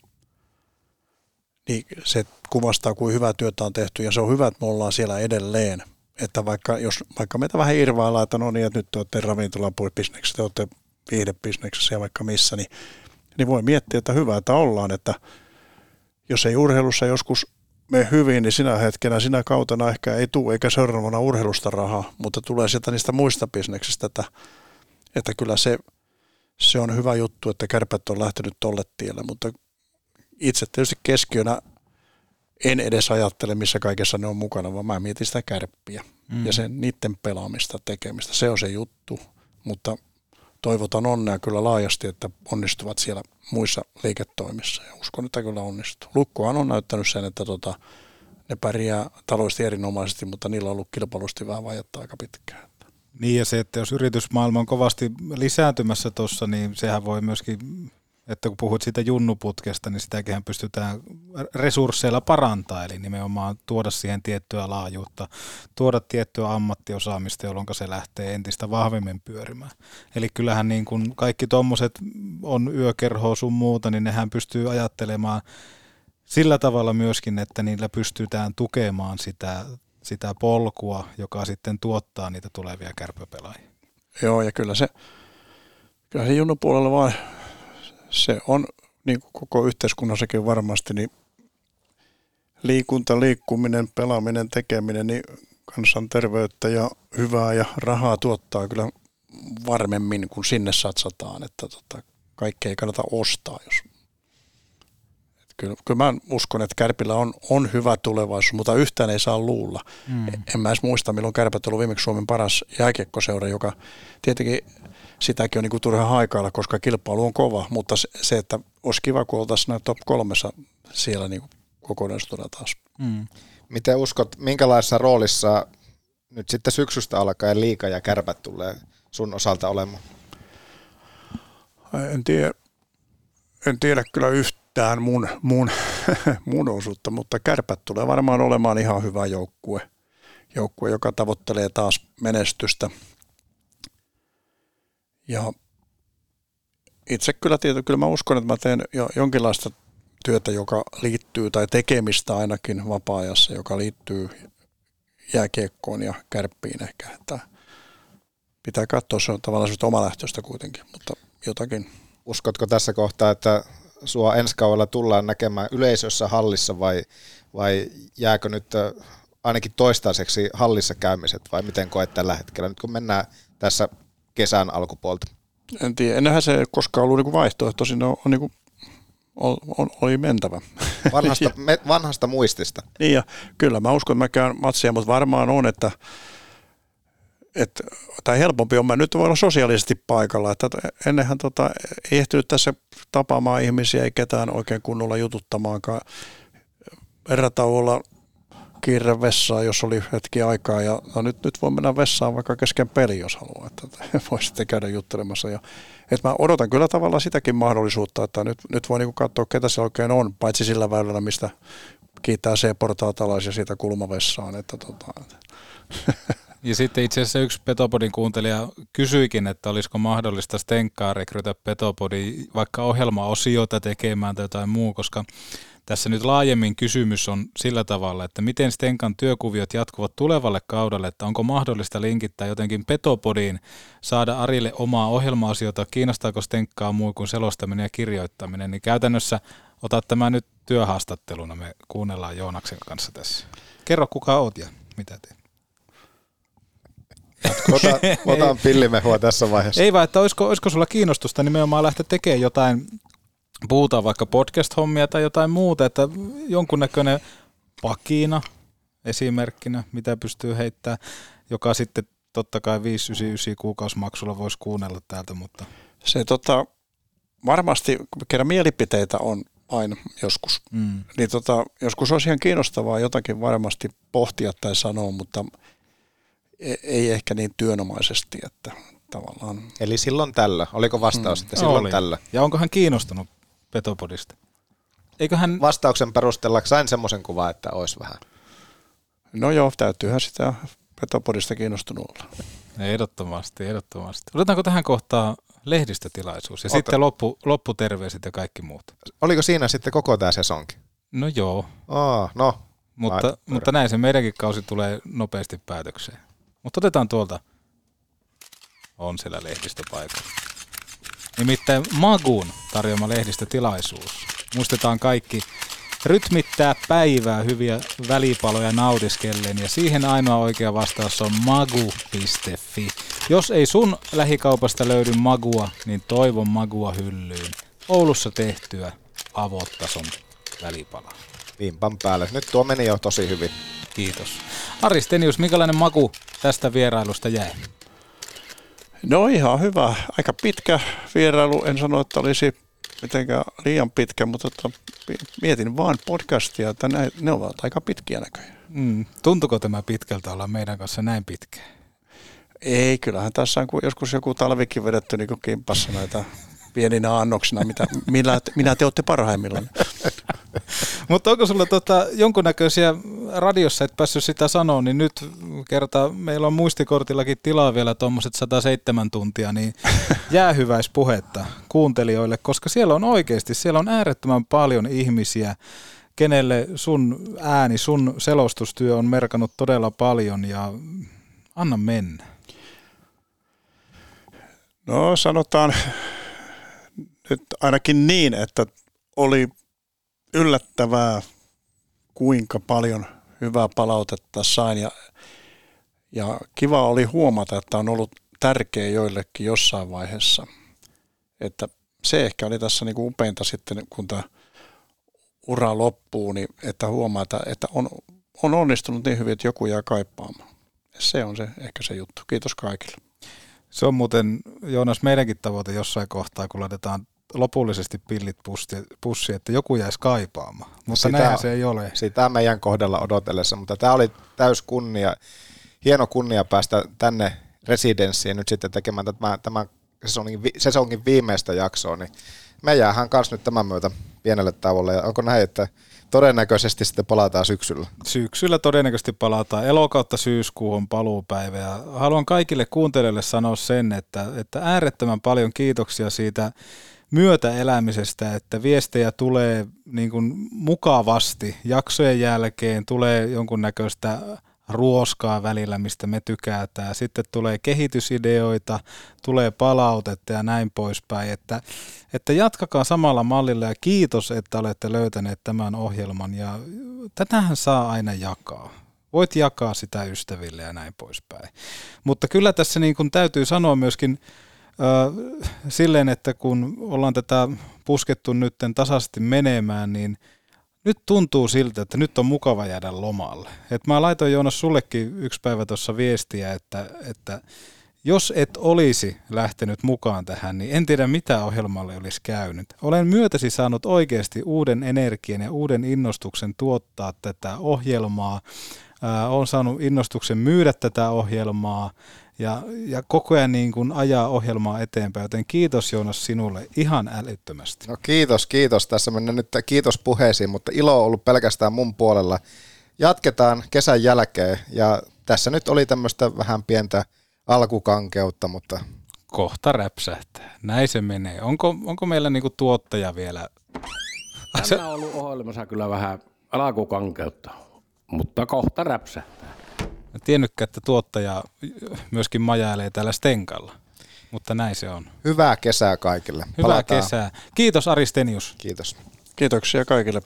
niin se kuvastaa, kuin hyvää työtä on tehty, ja se on hyvä, että me ollaan siellä edelleen. Että vaikka meitä vähän irvaillaan, että no niin, että nyt te olette ravintolabisneksessä, te olette viihdebisneksessä ja vaikka missä, niin voi miettiä, että hyvä, että ollaan, että jos ei urheilussa joskus mene hyvin, niin sinä hetkenä, sinä kautena ehkä ei tule, eikä seuraavana urheilusta rahaa, mutta tulee sieltä niistä muista bisneksistä, että kyllä se on hyvä juttu, että Kärpät on lähtenyt tolle tielle, mutta itse tietysti keskiönä en edes ajattele, missä kaikessa ne on mukana, vaan mä mietin sitä Kärppiä ja sen niiden pelaamista, tekemistä. Se on se juttu, mutta toivotan onnea kyllä laajasti, että onnistuvat siellä muissa liiketoimissa ja uskon, että kyllä onnistuu. Lukkohan on näyttänyt sen, että ne pärjää taloudellisesti erinomaisesti, mutta niillä on ollut kilpailusti vähän vajetta aika pitkään. Niin ja se, että jos yritysmaailma on kovasti lisääntymässä tuossa, niin sehän voi myöskin, että kun puhut siitä junnuputkesta, niin sitäkin pystytään resursseilla parantaa, eli nimenomaan tuoda siihen tiettyä laajuutta, tuoda tiettyä ammattiosaamista, jolloin se lähtee entistä vahvemmin pyörimään. Eli kyllähän niin kuin kaikki tommoset on yökerhoa sun muuta, niin nehän pystyy ajattelemaan sillä tavalla myöskin, että niillä pystytään tukemaan sitä polkua, joka sitten tuottaa niitä tulevia kärppäpelaajia. Joo, ja kyllä se junnupuolella vaan se on, niin kuin koko yhteiskunnassakin varmasti, niin liikunta, liikkuminen, pelaaminen, tekeminen, niin kansanterveyttä ja hyvää ja rahaa tuottaa kyllä varmemmin, kun sinne satsataan, että kaikkea ei kannata ostaa. Kyllä mä uskon, että Kärpillä on hyvä tulevaisuus, mutta yhtään ei saa luulla. En mä edes muista, milloin Kärpät on ollut viimeksi Suomen paras jääkiekkoseura, joka tietenkin sitäkin on niin kuin turha haikailla, koska kilpailu on kova, mutta se, että olisi kiva, kun oltaisiin top 3 siellä niin kokonaisuudella taas. Miten uskot, minkälaisessa roolissa nyt sitten syksystä alkaen Liiga ja Kärpät tulee sun osalta olemaan? En tiedä kyllä yhtään mun osuutta, mutta Kärpät tulee varmaan olemaan ihan hyvä joukkue, joka tavoittelee taas menestystä. Ja itse kyllä mä uskon, että mä teen jonkinlaista työtä, joka liittyy, tai tekemistä ainakin vapaa-ajassa, joka liittyy jääkiekkoon ja Kärppiin ehkä. Että pitää katsoa, se on tavallaan sellaista omalähtöistä kuitenkin, mutta jotakin. Uskotko tässä kohtaa, että sua ensi kaudella tullaan näkemään yleisössä hallissa vai jääkö nyt ainakin toistaiseksi hallissa käymiset vai miten koet tällä hetkellä, nyt kun mennään tässä kesän alkupuolta? En tiedä, ennenhän se koskaan ollut niinku vaihtoehto, siinä oli mentävä. Vanhasta muistista. Niin ja kyllä mä uskon, että mä käyn matsia, mutta varmaan on, että tai helpompi on, mä nyt voi olla sosiaalisesti paikalla, että ennenhän ei ehtinyt tässä tapaamaan ihmisiä, ei ketään oikein kunnolla jututtamaankaan. Erätauolla kiire vessaan, jos oli hetki aikaa, ja no nyt voi mennä vessaan vaikka kesken peli, jos haluaa, että voi sitten käydä juttelemassa. Ja, että mä odotan kyllä tavallaan sitäkin mahdollisuutta, että nyt voi niinku katsoa, ketä se oikein on, paitsi sillä väylällä, mistä kiittää C-portaatalaisia siitä kulmavessaan. Ja sitten itse asiassa yksi Petopodin kuuntelija kysyikin, että olisiko mahdollista Stenkkaa rekrytä Petopodin vaikka ohjelmaosiota tekemään tai jotain muu, koska tässä nyt laajemmin kysymys on sillä tavalla, että miten Stenkan työkuviot jatkuvat tulevalle kaudelle, että onko mahdollista linkittää jotenkin Petopodiin, saada Arille omaa ohjelma-osiota, kiinnostaako Stenkkaa muu kuin selostaminen ja kirjoittaminen, niin käytännössä otat tämä nyt työhaastatteluna, me kuunnellaan Joonaksen kanssa tässä. Kerro kuka oot ja mitä teet. Otan pillimehua tässä vaiheessa. Ei vaan, että olisiko sulla kiinnostusta nimenomaan lähteä tekemään jotain, puhutaan vaikka podcast-hommia tai jotain muuta, että jonkunnäköinen pakina esimerkkinä, mitä pystyy heittämään, joka sitten totta kai 599 kuukausimaksulla voisi kuunnella täältä, mutta... Se varmasti, kerran mielipiteitä on aina joskus, niin joskus olisi ihan kiinnostavaa jotakin varmasti pohtia tai sanoa, mutta ei ehkä niin työnomaisesti, että tavallaan... Eli silloin tällä, oliko vastaus, että silloin tällä? Ja onko hän kiinnostunut Petopodista? Eikö hän... Vastauksen perusteella sain semmoisen kuvan, että olisi vähän. No joo, täytyyhän sitä Petopodista kiinnostunut olla. Ehdottomasti. Otetaanko tähän kohtaan lehdistötilaisuus ja sitten lopputerveiset ja kaikki muut? Oliko siinä sitten koko tämä sesonki? No joo. No. Mutta näin se meidänkin kausi tulee nopeasti päätökseen. Mutta otetaan tuolta. On siellä lehdistöpaikalla. Nimittäin Magun tarjoama lehdistötilaisuus. Muistetaan kaikki rytmittää päivää hyviä välipaloja nautiskellen ja siihen ainoa oikea vastaus on magu.fi. Jos ei sun lähikaupasta löydy Magua, niin toivon Magua hyllyyn. Oulussa tehtyä avottason välipalaa. Vimpan päälle. Nyt tuo meni jo tosi hyvin. Kiitos. Ari Stenius, minkälainen maku tästä vierailusta jäi? No ihan hyvä. Aika pitkä vierailu. En sano, että olisi mitenkään liian pitkä, mutta mietin vaan podcastia, että ne ovat aika pitkiä näköjään. Tuntuuko tämä pitkältä olla meidän kanssa näin pitkä? Ei, kyllähän tässä on joskus joku talvikin vedetty niin kuin kimpassa näitä pieninä annoksina, minä te olette parhaimmillaan. Mutta onko sulla jonkunnäköisiä radiossa, et päässyt sitä sanoa, niin nyt kerta meillä on muistikortillakin tilaa vielä tuommoiset 107 tuntia, niin jäähyväispuhetta kuuntelijoille, koska siellä on äärettömän paljon ihmisiä, kenelle sun ääni, sun selostustyö on merkannut todella paljon ja anna mennä. No sanotaan nyt ainakin niin, että oli yllättävää, kuinka paljon hyvää palautetta sain ja kiva oli huomata, että on ollut tärkeä joillekin jossain vaiheessa. Että se ehkä oli tässä niin kuin upeinta sitten, kun tämä ura loppuu, niin että huomata, että on onnistunut niin hyvin, että joku jää kaipaamaan. Se on ehkä se juttu. Kiitos kaikille. Se on muuten, Joonas, meidänkin tavoite jossain kohtaa, kun laitetaan lopullisesti pillit pussiin, että joku jäisi kaipaamaan, mutta näinhän se ei ole. Sitä meidän kohdalla odotellessa, mutta tämä oli hieno kunnia päästä tänne residenssiin nyt sitten tekemään tämän sesongin viimeistä jaksoa, niin me jäähän kanssa nyt tämän myötä pienelle tauolle, ja onko näin, että todennäköisesti sitten palataan syksyllä? Syksyllä todennäköisesti palataan. Elokautta syyskuu on paluupäivä, ja haluan kaikille kuuntelijoille sanoa sen, että äärettömän paljon kiitoksia siitä myötäelämisestä, että viestejä tulee niin kuin mukavasti jaksojen jälkeen, tulee jonkunnäköistä ruoskaa välillä, mistä me tykätään. Sitten tulee kehitysideoita, tulee palautetta ja näin poispäin. Että jatkakaa samalla mallilla ja kiitos, että olette löytäneet tämän ohjelman ja tätähän saa aina jakaa. Voit jakaa sitä ystäville ja näin poispäin. Mutta kyllä tässä niin kuin täytyy sanoa myöskin silleen, että kun ollaan tätä puskettu nyt tasaisesti menemään, niin nyt tuntuu siltä, että nyt on mukava jäädä lomalle. Et mä laitoin, Joonas, sullekin yksi päivä tuossa viestiä, että jos et olisi lähtenyt mukaan tähän, niin en tiedä mitä ohjelmalle olisi käynyt. Olen myötäsi saanut oikeasti uuden energian ja uuden innostuksen tuottaa tätä ohjelmaa. Olen saanut innostuksen myydä tätä ohjelmaa ja koko ajan niin kuin ajaa ohjelmaa eteenpäin, joten kiitos, Joonas, sinulle ihan älyttömästi. No kiitos. Tässä mennään nyt kiitos puheisiin, mutta ilo on ollut pelkästään mun puolella. Jatketaan kesän jälkeen ja tässä nyt oli tämmöistä vähän pientä alkukankeutta, mutta... Kohta räpsähtää. Näin se menee. Onko meillä niinku tuottaja vielä? Tämä on ollut ohjelmassa kyllä vähän alkukankeutta, mutta kohta räpsähtää. En tiennytkään, että tuottaja myöskin majailee täällä Stenkalla, mutta näin se on. Hyvää kesää kaikille. Hyvää kesää. Kiitos, Ari Stenius. Kiitos. Kiitoksia kaikille.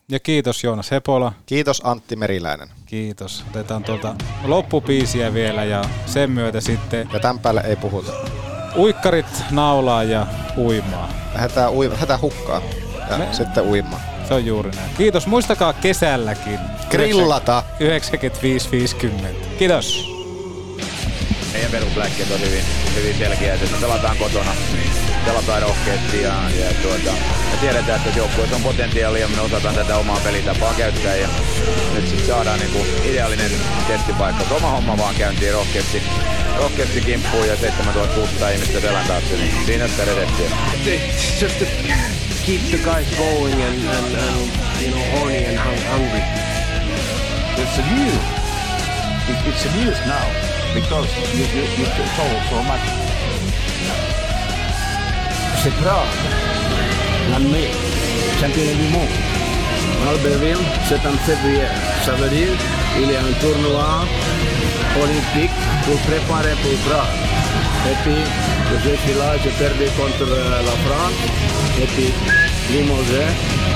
Ja kiitos Joonas Hepola. Kiitos Antti Meriläinen. Kiitos. Otetaan tuolta loppubiisiä vielä ja sen myötä sitten... Ja tämän päälle ei puhuta. Uikkarit naulaa ja uimaa. Lähdetään hukkaan ja sitten uimaan. Se on juuri näin. Kiitos. Muistakaa kesälläkin. Grillata. 95-50. Kiitos. Meidän perusläkkeet on hyvin selkeä, että me pelataan kotona, pelataan rohkeasti ja me tiedetään, että joukkueessa on potentiaalia, me osataan tätä omaa pelitapaa käyttää ja nyt sitten saadaan niinku ideaalinen testipaikka. Oma homma vaan käyntiin rohkeasti kimppuun ja 7600 ihmistä selän taakse, niin siinä sitä reseptiä. Just to keep the guys going and you know, horny and hungry. It's a news. It's a news now. Because you told so much. C'est grave. L'année, championnat du monde. Albertville, c'est en février. Ça veut dire qu'il y a un tournoi olympique pour préparer pour Prague. Et puis, je suis là, j'ai perdu contre la France. Et puis, Limoges.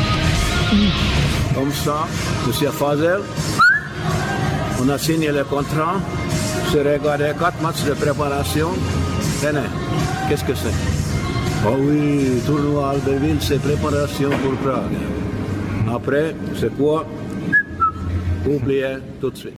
Comme ça, monsieur Fazel, on a signé le contrat. Se regarder 4 matchs de préparation. Tenez, qu'est-ce que c'est? Oh oui, tournoi Albertville, c'est préparation pour Prague. Après, c'est quoi? Oubliez tout de suite.